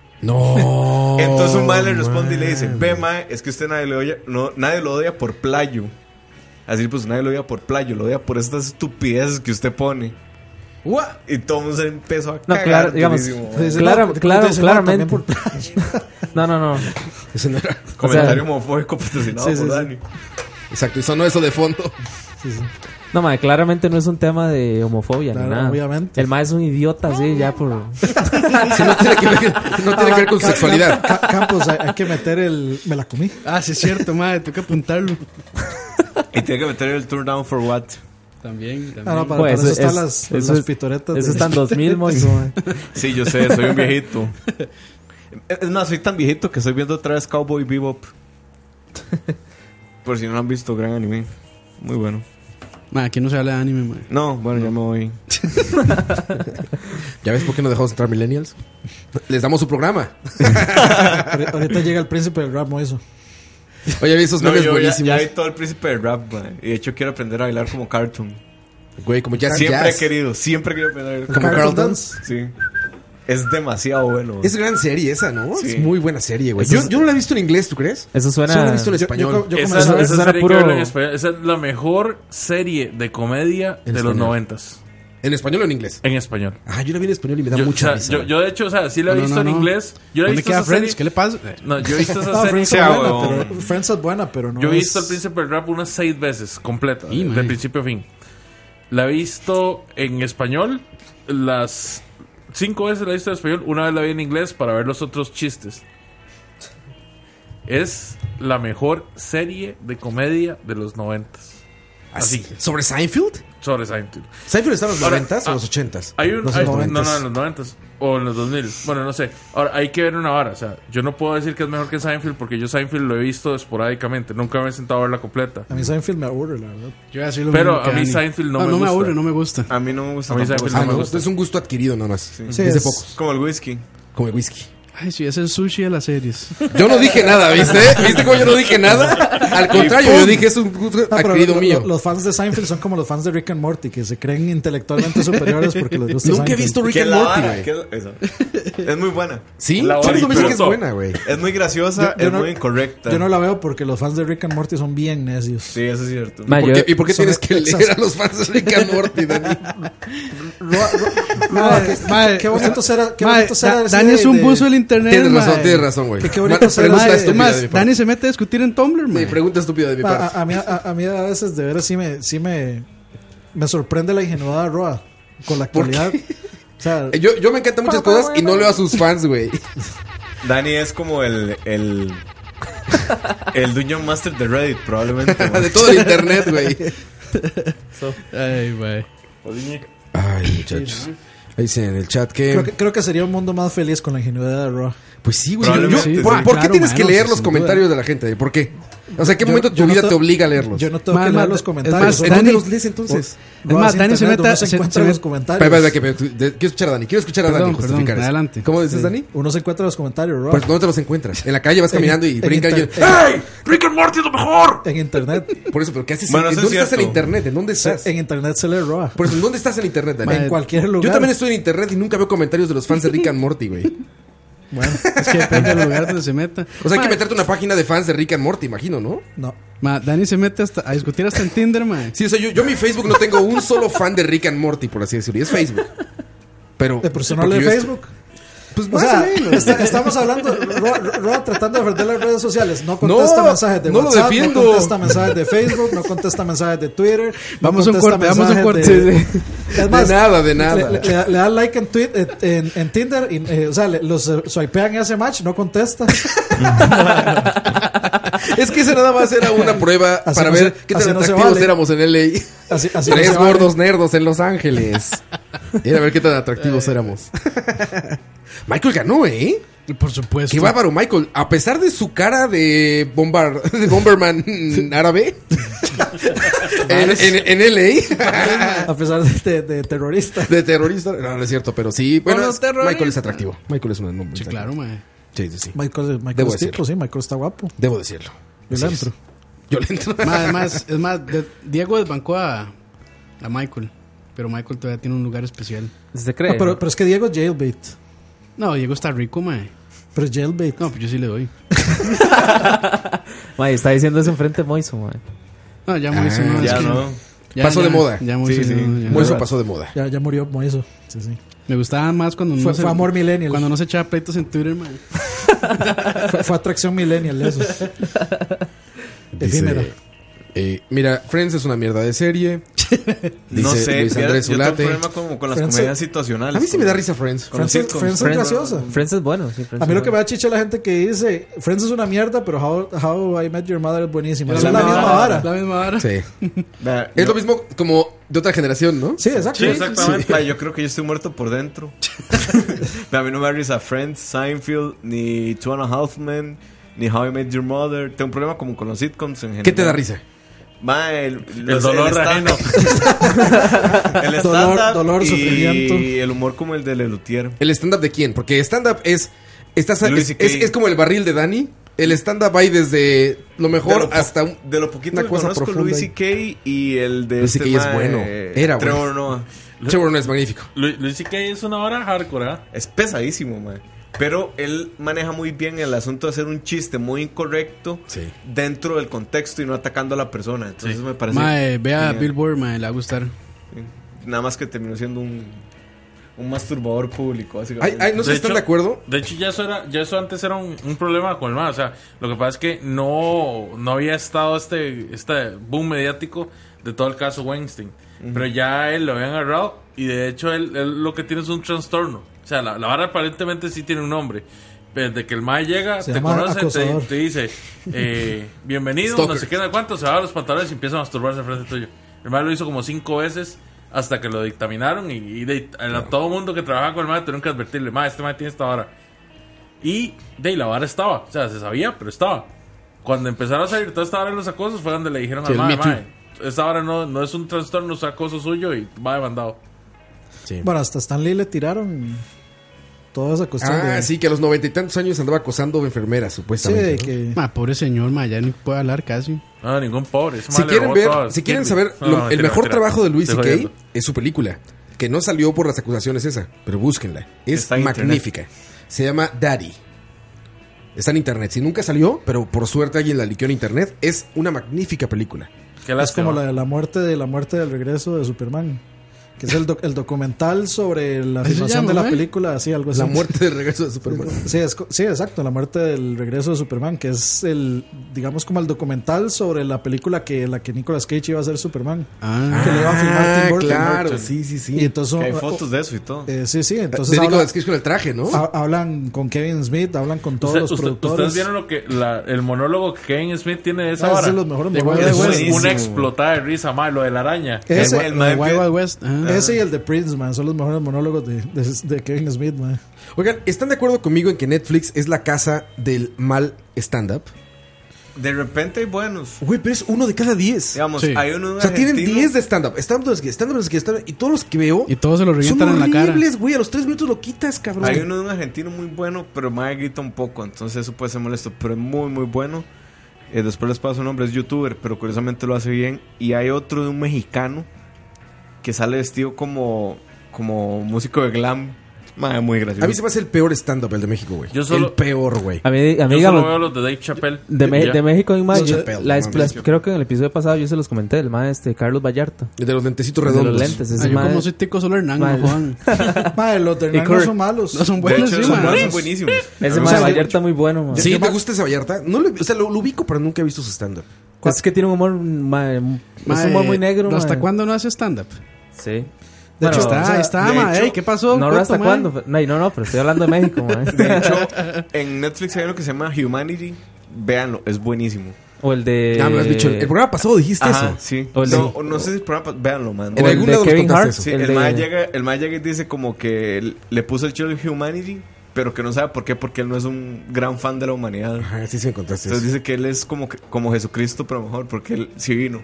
No. Entonces un mae le responde y le dice, man. ve mae, es que usted nadie lo odia, no, nadie lo odia por playo. Así pues nadie lo odia por playo, lo odia por estas estupideces que usted pone. Y todo el mundo se empezó a No, cagar. claro, digamos, durísimo, Sí, mae. sí, Claro, no, porque claro, te dicen, no, claramente. también por playa. No, no, no. Ese no era- Comentario o sea- homofóbico patrocinado Sí, sí, por sí. Dani. Exacto, y sonó eso de fondo. No, mae, claramente no es un tema de homofobia Claro, ni nada. obviamente. El mae es un idiota, sí, ya por... Sí, no tiene que ver, no tiene que ver con su Ca- sexualidad. Ca- Campos, hay, hay que meter el. Me la comí. Ah, sí es cierto, madre, tengo que apuntarlo. Y tiene que meter el turn down for what. También, también. Ah, no, para, Pues, para eso están es- las, eso las es- pitoretas. Eso de- está en dos mil, moiso, mae. Sí, yo sé, soy un viejito. Es más, soy tan viejito que estoy viendo otra vez Cowboy Bebop. Por si no lo han visto, gran anime. Muy bueno. Ma, aquí no se habla de anime, madre. No, bueno, ya me voy. ¿Ya ves por qué no dejamos entrar millennials? Les damos su programa. Ahorita ahorita llega el príncipe del rap, eso. Oye, vi esos No, memes yo ya, buenísimos. ya vi todo el príncipe del rap, man. Y de hecho quiero aprender a bailar como Cartoon. Güey, como jazz, Siempre jazz. he querido, siempre he querido aprender a bailar Como Carlton Carlton. Dance. Sí. Es demasiado bueno. Es gran serie esa, ¿no? Sí. Es muy buena serie, güey. Eso Yo, es- yo no la he visto en inglés, ¿tú crees? Eso suena... Solo la he visto en Yo- yo español. co- yo Esa, comencé- esa eso serie era que puro- verlo en español. Esa es la mejor serie de comedia En de los español. noventas. ¿En español o en inglés? En español. Ah, yo la vi en español y me da Yo, o mucha sea, risa. yo, güey. yo, de hecho, o sea, sí la he No, visto no, en no. inglés. Yo la he ¿Dónde visto queda esa Friends? serie. ¿Qué le pasa? No, yo he visto esa No, serie. Friends Sí, es ah, buena, huevón. pero Friends es buena, pero no Yo he es- visto El Príncipe del Rap unas seis veces, completa, Y, de man. principio a fin. La he visto en español, las cinco veces la he visto en español, una vez la vi en inglés para ver los otros chistes. Es la mejor serie de comedia de los noventas. Así. Así, ¿Sobre Seinfeld? sobre Seinfeld. ¿Seinfeld está en los Ahora, noventas o ah, los ochentas? Hay un, Los hay- noventas. no, no, en los noventas o en los dos mil. Bueno, no sé. Ahora, hay que ver una vara. O sea, yo no puedo decir que es mejor que Seinfeld porque yo Seinfeld lo he visto esporádicamente. Nunca me he sentado a verla completa. A mí Seinfeld me aburre, la verdad. Yo voy a decir lo Pero mismo que a mí Dani. Seinfeld no Ah, me no me gusta. aburre, no me gusta. A mí no me gusta A mí tampoco. Seinfeld Ah, no me no, gusta. es un gusto adquirido nada más. Sí, es de es- pocos. Como el whisky. Como el whisky. Ay, sí, es el sushi de las series. Yo no dije nada, ¿viste? ¿Viste cómo yo no dije nada? Al contrario, yo dije es un gusto No, pero adquirido lo- mío. lo- los fans de Seinfeld son como los fans de Rick and Morty, que se creen intelectualmente superiores porque les gusta Nunca he Seinfeld. visto Rick ¿Qué and la Morty, vara? güey. ¿Qué es eso? Es muy buena. ¿Sí? La Todo el mundo me dice que es bruto. buena, güey. Es muy graciosa, Yo- yo es no- muy incorrecta. Yo no la veo porque los fans de Rick and Morty son bien necios. Sí, eso es cierto. Ma, ¿Por yo- qué- ¿Y por qué son tienes que exas- leer a los fans de Rick and Morty, Dani? Roa- Ro- Roa, qué- Mae, qué bonito será. Qué Mae, bonito será Da- ese Dani es un de- buzo del internet. Tienes razón, mae. tienes razón, güey. Qué- qué bonito Ma- será Pregunta ese- Es estúpida más, de mi parte. Dani se mete a discutir en Tumblr, Sí, mae. pregunta estúpida de mi A, parte. a- a mí, a, a mí a veces de veras sí me, sí me, me sorprende la ingenuidad de Roa con la actualidad. O sea, Eh, Yo, yo me encantan muchas cosas y no leo a sus fans, güey. Dani es como el... el... El Dungeon Master de Reddit, probablemente. De todo el internet, güey. Ay, mae. Ay, Ay, muchachos. Ahí dice en el chat que... Creo que, creo que sería un mundo más feliz con la ingenuidad de Raw. Pues sí, güey. Probablemente, Yo- ¿Por, sí. por qué Claro, tienes que mano, leer sin los duda. comentarios de la gente? ¿Por qué? O sea, ¿qué Yo- momento tu yo no vida te- te obliga a leerlos? Yo no tengo Man, que leer man, los es comentarios. más, ¿En dónde Dani- los lees entonces? Es más, Dani se mete- Uno se se- encuentra se- los Espera, comentarios. espera, que me- tú- de- quiero escuchar a Dani. Quiero escuchar a Perdón, Dani perdón, justificar eso. adelante. ¿Cómo dices, Dani? Uno se encuentra los comentarios, Raw. Pues ¿dónde te los encuentras? En la calle vas caminando y en brinca inter- alguien. ¡Hey! ¡Rick and Morty es lo mejor! En internet. Por eso, ¿pero qué haces? Bueno, ¿En eso dónde es estás en cierto. internet? ¿En dónde estás? En internet se lee Raw. Por eso, ¿en dónde estás en internet, Dani? En cualquier lugar. Yo también estoy en internet y nunca veo comentarios de los fans de Rick and Morty, güey. Bueno, es que depende del lugar donde se meta. O sea, hay que Ma, meterte una página de fans de Rick and Morty, imagino, ¿no? No. ma, Dani se mete hasta a discutir hasta en Tinder, man. Sí, o sea, yo, yo en mi Facebook no tengo un solo fan de Rick and Morty, por así decirlo. Y es Facebook. Pero... ¿De personal porque de yo Facebook? Pues O más sea, o menos. está- estamos hablando, Ro, Ro tratando de defender las redes sociales. No contesta No, mensajes de no lo WhatsApp, defiendo. no contesta mensajes de Facebook, no contesta mensajes de Twitter. no Vamos a un contesta corte, vamos a un mensajes corte. de- Es más, De nada, de nada. Le, le- le da- le da like en, tweet, eh, en, en Tinder, y, eh, o sea, le- los eh, swipean y hace match, no contesta. Es que ese nada más era una prueba Así para no ver se- qué así tan no se atractivos vale. éramos en L A. Así, así no Tres se vale. gordos nerdos en Los Ángeles. Era a ver qué tan atractivos éramos. Michael ganó, ¿eh? Por supuesto. Qué bárbaro, Michael. A pesar de su cara de, bombar, de Bomberman árabe en, en, en L A, A pesar de, de- de terrorista. de terrorista. No, no es cierto, pero sí. Bueno, Bueno, es- terrorista. Michael es atractivo. Michael es un nombre. Sí, claro, man. Sí, sí, sí. Michael, Michael Debo es tipo, decirlo. sí, Michael está guapo. Debo decirlo. Así Violento. es. Violento. Ma, Además, es más, de- Diego desbancó a, a Michael. Pero Michael todavía tiene un lugar especial. ¿Se cree? No, pero, pero es que Diego es jailbait. No, Diego está rico, man. Pero es jailbait. No, pues yo sí le doy. Ma, está diciendo eso enfrente de Moiso, ma. No, ya Moiso Ah, no. es Ya que- no. ya- Pasó ya- de moda. Ya Moiso Sí, sí. no, ya. Bueno, eso pasó de moda. Ya, ya murió Moiso. Sí, sí. Me gustaba más cuando no Fue- se, fue amor millennial. Cuando no se echaba pleitos en Twitter, man. Fue, fue atracción millennial eso. Efímera. Dice, eh, mira, Friends es una mierda de serie. Dice No sé, Luis fíjate, Andrés yo tengo un Zulate. problema como con las Friends- comedias situacionales. A mí sí me da risa Friends. Con los Friends, sitcoms. Friends es Friends- graciosa. Friends es bueno, sí. Friends A mí es lo que me bueno. da chicha la gente que dice Friends es una mierda, pero How, How I Met Your Mother es buenísima. Es la la misma misma vara. vara. La misma vara. Sí. Vea, Es yo- lo mismo como de otra generación, ¿no? Sí, exacto. Sí, exactamente. Vea, yo creo que yo estoy muerto por dentro. Vea, a mí no me da risa Friends, Seinfeld, ni Two and a Half Men, ni How I Met Your Mother. Tengo un problema como con los sitcoms en general. ¿Qué te da risa? Ma, el, los- dolor stand- el Dolor- stand-up dolor, y sufrimiento. el humor como el de Lelutier. ¿El stand-up de quién? Porque stand-up es, estás, Louis es, C K. es, es como el barril de Dani. El stand-up hay desde lo mejor de lo, po- hasta un... de lo poquito una que cosa conozco, profunda Louis ahí. C K y el de Louis C este K es ma, bueno. eh, Era Trevor bueno. Noah. Trevor no es magnífico. Lu- Luis C K es una hora hardcore, ¿ah? Es pesadísimo, man. Pero él maneja muy bien el asunto de hacer un chiste muy incorrecto Sí. dentro del contexto y no atacando a la persona. Entonces Sí. me parece. Mae, vea genial. Billboard, mae, le va a gustar. Nada más que terminó siendo un, un masturbador público, Ay, básicamente. ay, ¿no se De están hecho- de acuerdo? De hecho, ya eso, era, ya eso antes era un, un problema con el man. O sea, lo que pasa es que no, no había estado este, este boom mediático de todo el caso Weinstein. Pero ya él lo habían agarrado y de hecho él, él lo que tiene es un trastorno. O sea, la, la vara aparentemente sí tiene un nombre. Desde que el mae llega, Se te llama conoce, te, acosador. te dice, eh, bienvenido, Stalker. no sé qué, no sé cuánto, se va a los pantalones y empieza a masturbarse al frente tuyo. El mae lo hizo como cinco veces hasta que lo dictaminaron y, y de, a todo mundo que trabajaba con el mae tuvieron que advertirle, mae, este mae tiene esta vara. Y de ahí la vara estaba, o sea, se sabía, pero estaba. Cuando empezaron a salir toda esta vara de los acosos fue donde le dijeron Sí, al el mae, Me Too. mae, esta vara no, no es un trastorno, es acoso suyo y va demandado. Sí. Bueno, hasta Stan Lee le tiraron toda esa cuestión Ah, de... sí, que a los noventa y tantos años andaba acosando enfermeras, Sí, supuestamente. de ¿no? que... Ma, pobre señor, ma, ya ni puede hablar casi. No, ningún pobre. ese Si mae le quieren robó ver, todas. si quieren Kirby. saber, No, lo- no, el mentira, mejor mentira. trabajo de Louis C Estoy K jodiendo. es su película, que no salió por las acusaciones esa, pero búsquenla. Es Está en magnífica. Se llama Daddy. Está en internet. Si nunca salió, pero por suerte alguien la liqueó en internet, es una magnífica película. Qué Es lástima. como la de la muerte de la muerte del regreso de Superman. Que es el, doc- el documental sobre la ¿Así se filmación llama, de la güey? película, así, algo así. La muerte del regreso de Superman. Sí, es co- sí, exacto, la muerte del regreso de Superman, que es el, digamos, como el documental sobre la película que la que Nicolas Cage iba a hacer Superman. Ah, Que le iba a filmar Tim Ah, Burton. claro, sí, sí, Y sí. entonces, Que hay oh, fotos de eso y todo. eh, sí, sí, entonces de habla- Nicolas Cage con el traje, ¿no? ha- hablan con Kevin Smith, hablan con todos Usted- los usted- productores. Ustedes vieron lo que la- el monólogo que Kevin Smith tiene de esa Ah, ese hora. es los mejores De monólogos. Wild Es West. buenísimo. Una explotada de risa, mae, lo de la araña. Ese- el, el mae Wild empie- Wild West. Ah. Ese y el de Prince, man, son los mejores monólogos de, de, de Kevin Smith, man. Oigan, ¿están de acuerdo conmigo en que Netflix es la casa del mal stand-up? De repente hay buenos. Güey, pero es uno de cada diez. Digamos, Sí. hay uno de O sea, tienen argentino. diez de stand-up. Stand-up que stand-up que stand-up. Y todos los que veo Y todos se lo son revientan en la cara. horribles, güey. A los tres minutos lo quitas, cabrón. Hay uno de un argentino muy bueno, pero más grita un poco, entonces eso puede ser molesto, pero es muy muy bueno. Eh, después les paso su nombre, es youtuber, pero curiosamente lo hace bien. Y hay otro de un mexicano que sale vestido como, como músico de glam. Madre, muy gracioso. A mí se me hace el peor stand-up, el de México, güey. Yo solo- El peor, güey. A mí, a mí Yo digamos, solo veo los de Dave Chappelle. de, Me- Ya. de México en más, Don yo- Chappelle, la- no, las- buenísimo. creo que en el episodio pasado yo se los comenté, el maestro Carlos Vallarta. El de los lentecitos El de redondos. los lentes, ese Ah, yo mae- como soy tico solo Hernán, Mae. no Juan. Madre, los de Y Hernán no Kurt. son malos. No son De buenos, hecho, sí, son man. buenos, buenísimos. Ese O mae sea, Vallarta muy bueno, man. ¿Sí? ¿Te gusta ese Vallarta? No lo, o sea, lo, lo ubico, pero nunca he visto su stand-up. Es que tiene un humor, mae, es un Mae, humor muy negro, ¿Hasta mae. cuándo no hace stand-up? Sí. De Bueno, hecho, Está, o sea, está, de ma, hecho- ey, ¿qué pasó? no, Cuento, ¿hasta ma. cuándo? No, no, no, pero estoy hablando de México, mae. De hecho, en Netflix hay uno que se llama Humanity. Véanlo, es buenísimo. O el de... Ah, me lo has dicho. El programa pasado dijiste Ajá, eso. sí. O el No, de- no sé si el programa, véanlo, man. En o el algún de lado nos Kevin contaste Hart. eso. Sí, el el, de- mae llega, el mae llega y dice como que él- le puso el show de Humanity, pero que no sabe por qué, porque él no es un gran fan de la humanidad. Ajá, sí, sí me contaste Entonces eso. dice que él es como, que- como Jesucristo, pero mejor, porque él sí vino.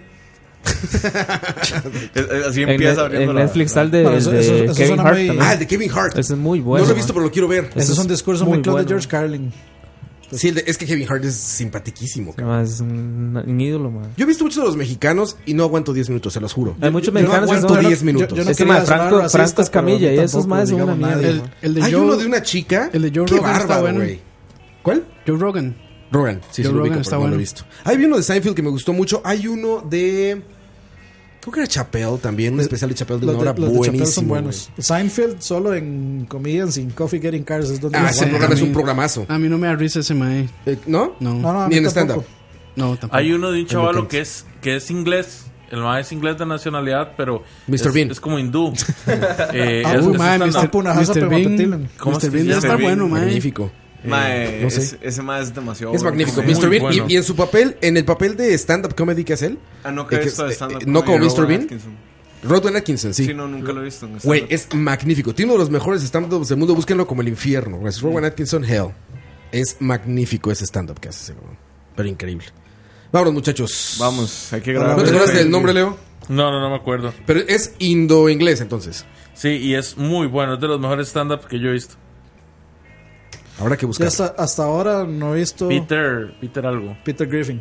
Es- es- Así En, empieza Net- abriendo en la- Netflix la- está el de, Bueno, el eso- de eso- eso Kevin suena Hart muy- también. Ah, el de Kevin Hart. Ese es muy No bueno. lo he mae. visto, pero lo quiero ver. Ese es un discurso muy muy claro de bueno. George Carlin. Sí, el de- es que Kevin Hart es simpaticísimo, Sí, cabrón. mae, es un, un ídolo, man. Yo he visto muchos de los mexicanos y no aguanto diez minutos, se los juro. Hay muchos Yo no mexicanos que aguanto son... diez yo- minutos. yo no Ese quería mae, sonar Franco, racista, Franco Escamilla, pero y esos tampoco más son una digamos mierda. nadie. mae. El de Hay Joe, uno de una chica. el de Joe Qué Rogan está bárbaro, bueno. güey. ¿Cuál? Joe Rogan. Rogan. Sí, sí, Joe lo Rogan ubico, está pero no lo he bueno. visto. Hay uno de Seinfeld que me gustó mucho. Hay uno de... Creo que era Chappelle también. Un especial de Chappelle de Los una de, hora los de Chappelle buenísimo, son buenos. Seinfeld solo en Comedians in Coffee Getting Cars es donde Ah, lo ese ponen. programa es a un mí- programazo. A mí no me da risa ese mae. Eh, ¿No? No, No, no, no, a Ni mí en tampoco. stand-up. tampoco. Hay uno de un chavalo Elocuente. que es, que es inglés. El mae es inglés de nacionalidad, pero mister es, Bean. es como hindú. Eh, Ah, es- uy, es mae, stand-up. mister Punajasa mister Bean. Pemapetilan. ¿Cómo mister es que Bean se ya llama? está mister bueno, mae. Magnífico. Mae, no sé. ese, ese mae es demasiado Es bueno. magnífico. muy mister Bean. bueno. Y, y en su papel, en el papel de stand-up comedy que es él, Ah, no, que Eh, que esto de es- stand-up eh, no como comedy, mister Rowan Bean. Atkinson. Rodman Atkinson, sí. Sí, no, nunca lo he visto. en Güey, stand-up. es magnífico. Tiene uno de los mejores stand-ups del mundo. Búsquenlo como el infierno. Es Rowan Atkinson Hell. Es magnífico ese stand-up que hace ese cabrón. Pero increíble. Vámonos, muchachos. Vamos, hay que ¿No grabar. te acuerdas del nombre, Leo? No, no, no me acuerdo. Pero es indo-inglés, entonces. Sí, y es muy bueno. Es de los mejores stand-ups que yo he visto. Habrá que Yo buscar. hasta, hasta ahora no he visto Peter, Peter algo. Peter Griffin.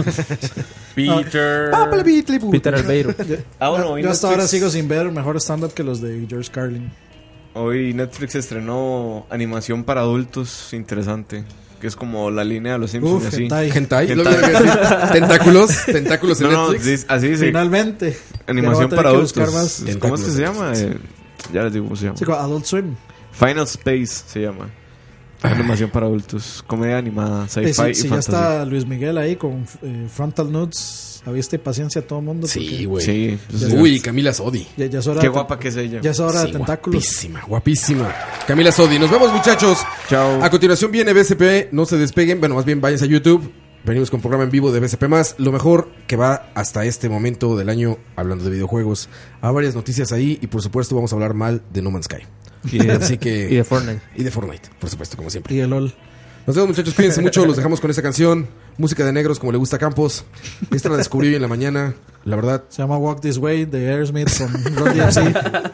Peter... Ah, para Beatley, Peter Albeiro. Ah, bueno, hoy Yo hasta Netflix- ahora sigo sin ver mejor stand-up que los de George Carlin. Hoy Netflix estrenó animación para adultos interesante. Que es como la línea de los Simpsons. Uf, así. hentai. Hentai. Lo Hentai. que iba a decir. Tentáculos. Tentáculos en No, no, Netflix. sí, así dice. Finalmente. Animación Ya no voy a para tener que buscar adultos. más. ¿Cómo es que se llama? Tentáculos. Eh, ya les digo cómo se llama. Sí, con Adult Swim. Final Space se llama. Animación para adultos. Comedia animada, Eh, sci-fi si y si ya fantasía. está Luis Miguel ahí con eh, Frontal Nudes, ¿ha visto paciencia a todo el mundo? Sí, Porque güey. Sí. pues, Uy, Camila Sodi. Ya, ya es hora Qué de- guapa que es ella. Ya es hora Sí, de tentáculos. guapísima, guapísima. Camila Sodi. Nos vemos, muchachos. Chao. A continuación viene B S P. No se despeguen. Bueno, más bien váyanse a YouTube. Venimos con programa en vivo de B S P más. Lo mejor que va hasta este momento del año hablando de videojuegos. Hay varias noticias ahí y por supuesto vamos a hablar mal de No Man's Sky. Y de, Así que... y de Fortnite. Y de Fortnite, por supuesto, como siempre. Y el LOL. Nos vemos, muchachos. Cuídense mucho. Los dejamos con esta canción. Música de negros, como le gusta a Campos. Esta la descubrí hoy en la mañana. La verdad, Se llama Walk This Way de Aerosmith con Run D M C.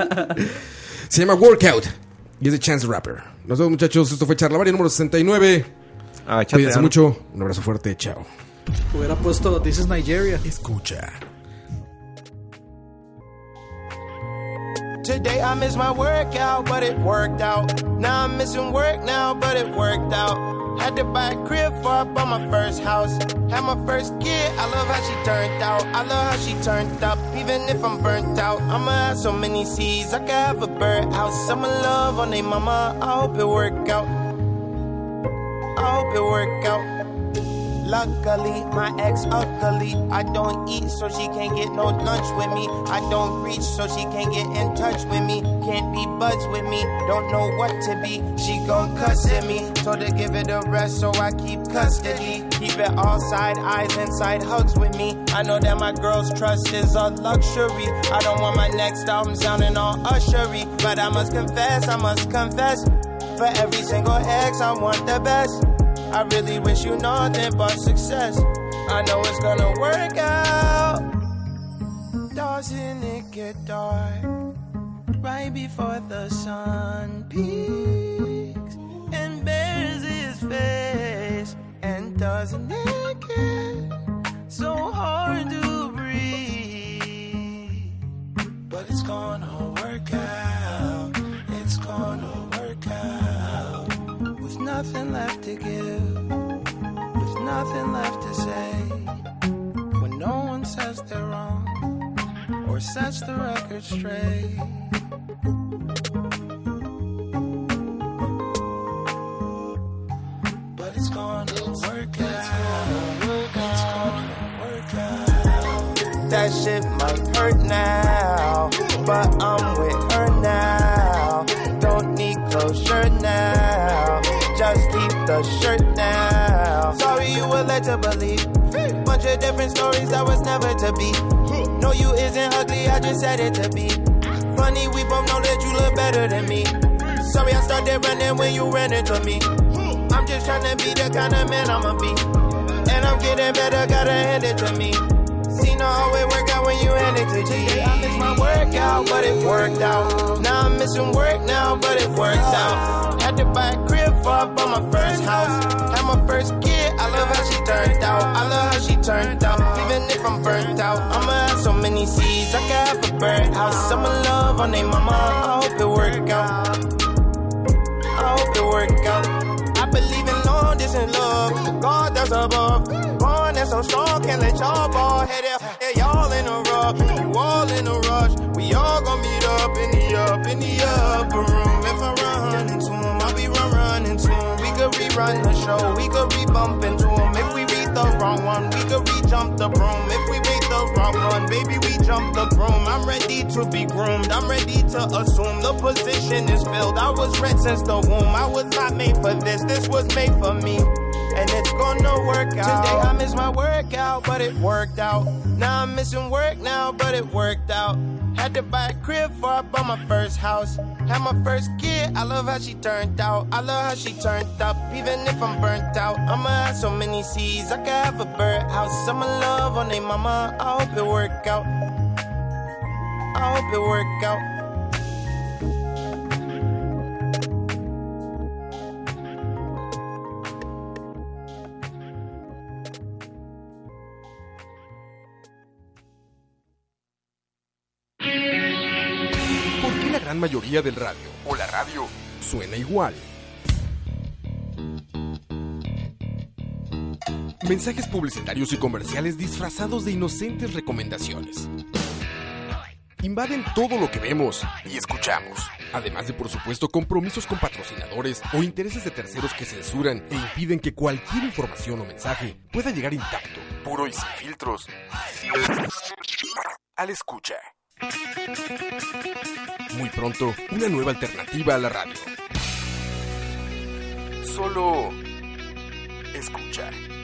se llama Workout. Y es de Chance the Rapper. Nos vemos, muchachos. Esto fue Charlavaria número sesenta y nueve. Ah, Cuídense chateando. mucho. Un abrazo fuerte. Chao. Hubiera puesto This is Nigeria. Escucha. Today I missed my workout, but it worked out. Now I'm missing work now, but it worked out. Had to buy a crib for I bought my first house. Had my first kid, I love how she turned out. I love how she turned up, even if I'm burnt out. I'ma have so many seeds, I could have a birdhouse. I'ma love on they mama, I hope it work out. I hope it work out. Luckily, my ex ugly. I don't eat, so she can't get no lunch with me. I don't reach, so she can't get in touch with me. Can't be buds with me, don't know what to be. She gon' cuss at me, told her give it a rest, so I keep custody. Keep it all side eyes inside hugs with me. I know that my girl's trust is a luxury. I don't want my next album sounding all ushery, but I must confess, I must confess. For every single ex, I want the best. I really wish you nothing but success. I know it's gonna work out. Doesn't it get dark right before the sun peaks and bears his face? And doesn't it get so hard to breathe? But it's gonna work out. It's gonna work out. With nothing left to give, with nothing left to say, when no one says they're wrong or sets the record straight. But it's gonna work out. It's gonna work out. That shit might hurt now, but I'm with her now. Don't need closure now. Just keep the shirt down. Sorry you were led to believe bunch of different stories that was never to be. No, you isn't ugly, I just said it to be. Funny, we both know that you look better than me. Sorry I started running when you ran into me. I'm just trying to be the kind of man I'ma be. And I'm getting better, gotta hand it to me. See, no, always work out when you hand it to G. I miss my workout, but it worked out. Now I'm missing work now, but it worked out. Had to buy a crib for I bought my first house. Had my first kid, I love how she turned out. I love how she turned out. Even if I'm burnt out, I'ma have so many seeds, I can have a birdhouse. I'ma love on they mama, I hope it work out. I hope it work out. I believe in long distance love. God that's above. Born that's so strong, can't let y'all ball head out. Yeah, y'all in a rush, you all in a rush. We all gon' meet up in the up, in the upper room. If I run into him, I'll be run running to him. We could rerun the show, we could re-bump into him. If we read the wrong one, we could re-jump the broom. If we read the wrong one, baby, we jump the broom. I'm ready to be groomed, I'm ready to assume the position is filled. I was red since the womb, I was not made for this, this was made for me. And it's gonna work out. Today I miss my workout, but it worked out. Now I'm missing work now, but it worked out. Had to buy a crib for I bought my first house. Had my first kid, I love how she turned out. I love how she turned up, even if I'm burnt out. I'ma have so many seeds, I can have a birdhouse. I'ma love on they mama, I hope it work out. I hope it work out. La gran mayoría del radio o la radio suena igual. Mensajes publicitarios y comerciales disfrazados de inocentes recomendaciones. Invaden todo lo que vemos y escuchamos. Además de, por supuesto, compromisos con patrocinadores o intereses de terceros que censuran e impiden que cualquier información o mensaje pueda llegar intacto, puro y sin filtros, al escucha. Muy pronto, una nueva alternativa a la radio. Solo escucha.